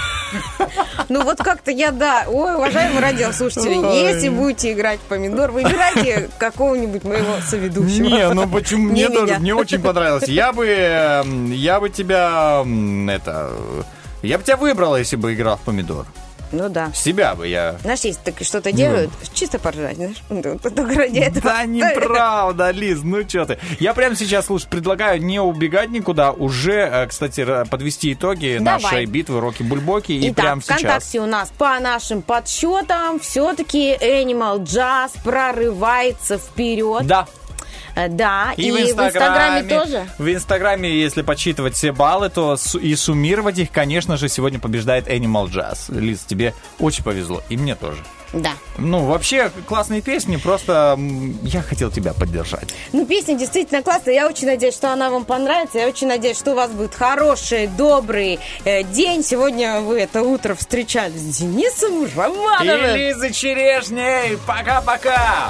Ну вот как-то я, да. Ой, уважаемые радиослушатели, Ой. если будете играть в помидор, выбирайте какого-нибудь моего соведущего. Не, ну почему? Не Мне тоже, меня. мне очень понравилось. Я бы, эм, я бы тебя, м, это, я бы тебя выбрала, если бы играл в помидор. Ну да. Себя бы я... Знаешь, если так что-то делают, чисто поржать, знаешь, ну, только ради этого. Да неправда, Лиз, ну что ты. Я прямо сейчас, слушай, предлагаю не убегать никуда, уже, э, кстати, р- подвести итоги Давай. нашей битвы Роки-Бульбоки, и Итак, прямо сейчас. ВКонтакте у нас по нашим подсчетам все-таки Animal Jazz прорывается вперед. Да. Э, Да, И, и, в, в Инстаграме, Инстаграме тоже. В Инстаграме, если подсчитывать все баллы, то су- и суммировать их, конечно же, сегодня побеждает Animal Jazz. Лиз, тебе очень повезло, и мне тоже. Да. Ну, вообще, классные песни, просто м, я хотел тебя поддержать. Ну, песня действительно классная. Я очень надеюсь, что она вам понравится. Я очень надеюсь, что у вас будет хороший, добрый э, день. Сегодня вы это утро встречали с Денисом Романовым. И Лизой Черешней. Пока-пока.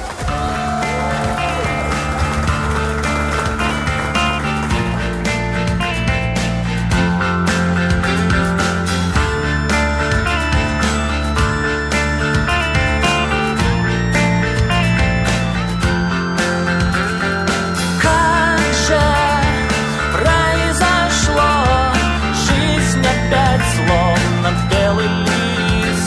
Как же произошло, жизнь опять словно белый лист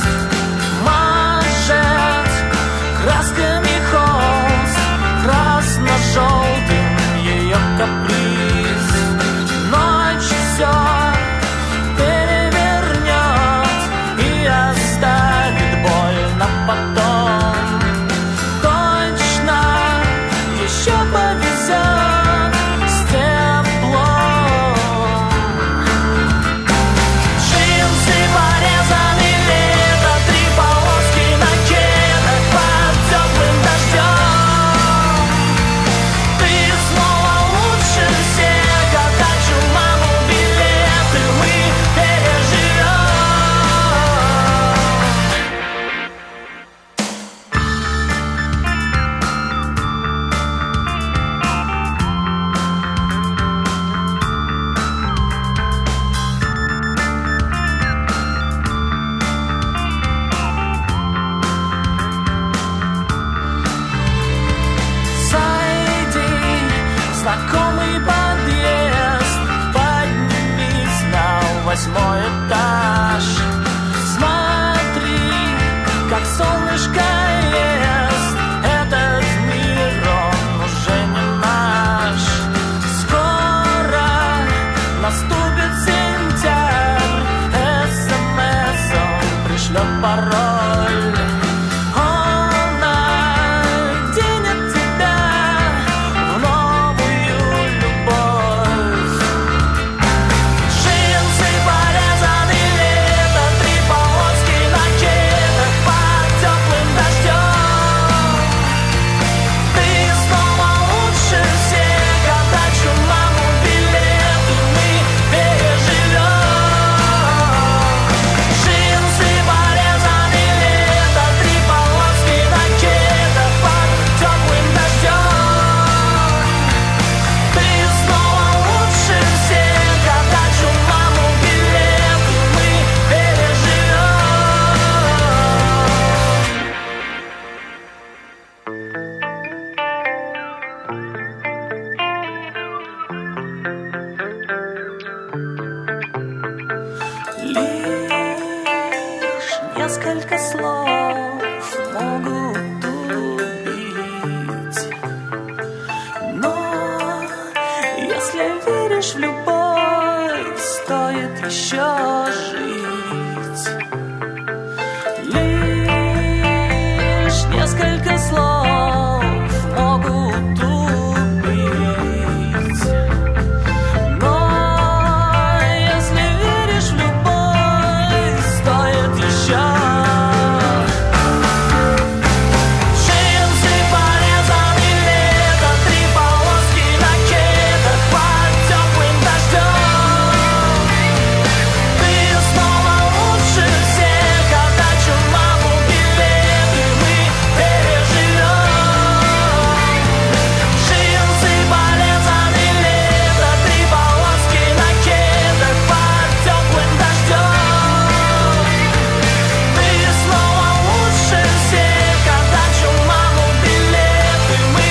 мажет красками холст, красно-желтым ее каприз. Ночь все перевернет и оставит боль на потом. Точно еще повезет с теплом. Джинсы порезаны лето, три полоски на кедах под теплым дождем. Ты снова лучше всех, отдачу маму билеты мы переживем. Зайди в знакомый подъезд, поднимись на восьмой этаж. Смотри, как солнышко ест этот мир, он уже несколько слов могут убить. Но если веришь в любовь, стоит еще жить. Лишь несколько слов могут убить. Но если веришь в любовь, стоит еще. Джинсы порезаны лето, три полоски на кедах под теплым дождем. Ты снова лучше всех, отдачу маму билеты мы переживем. Джинсы порезаны лето, три полоски на кедах под теплым дождем. Ты снова лучше всех, отдачу маму билеты мы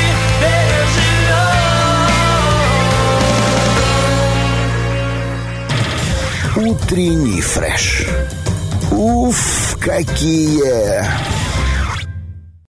переживем. Утренний фреш. Уф, какие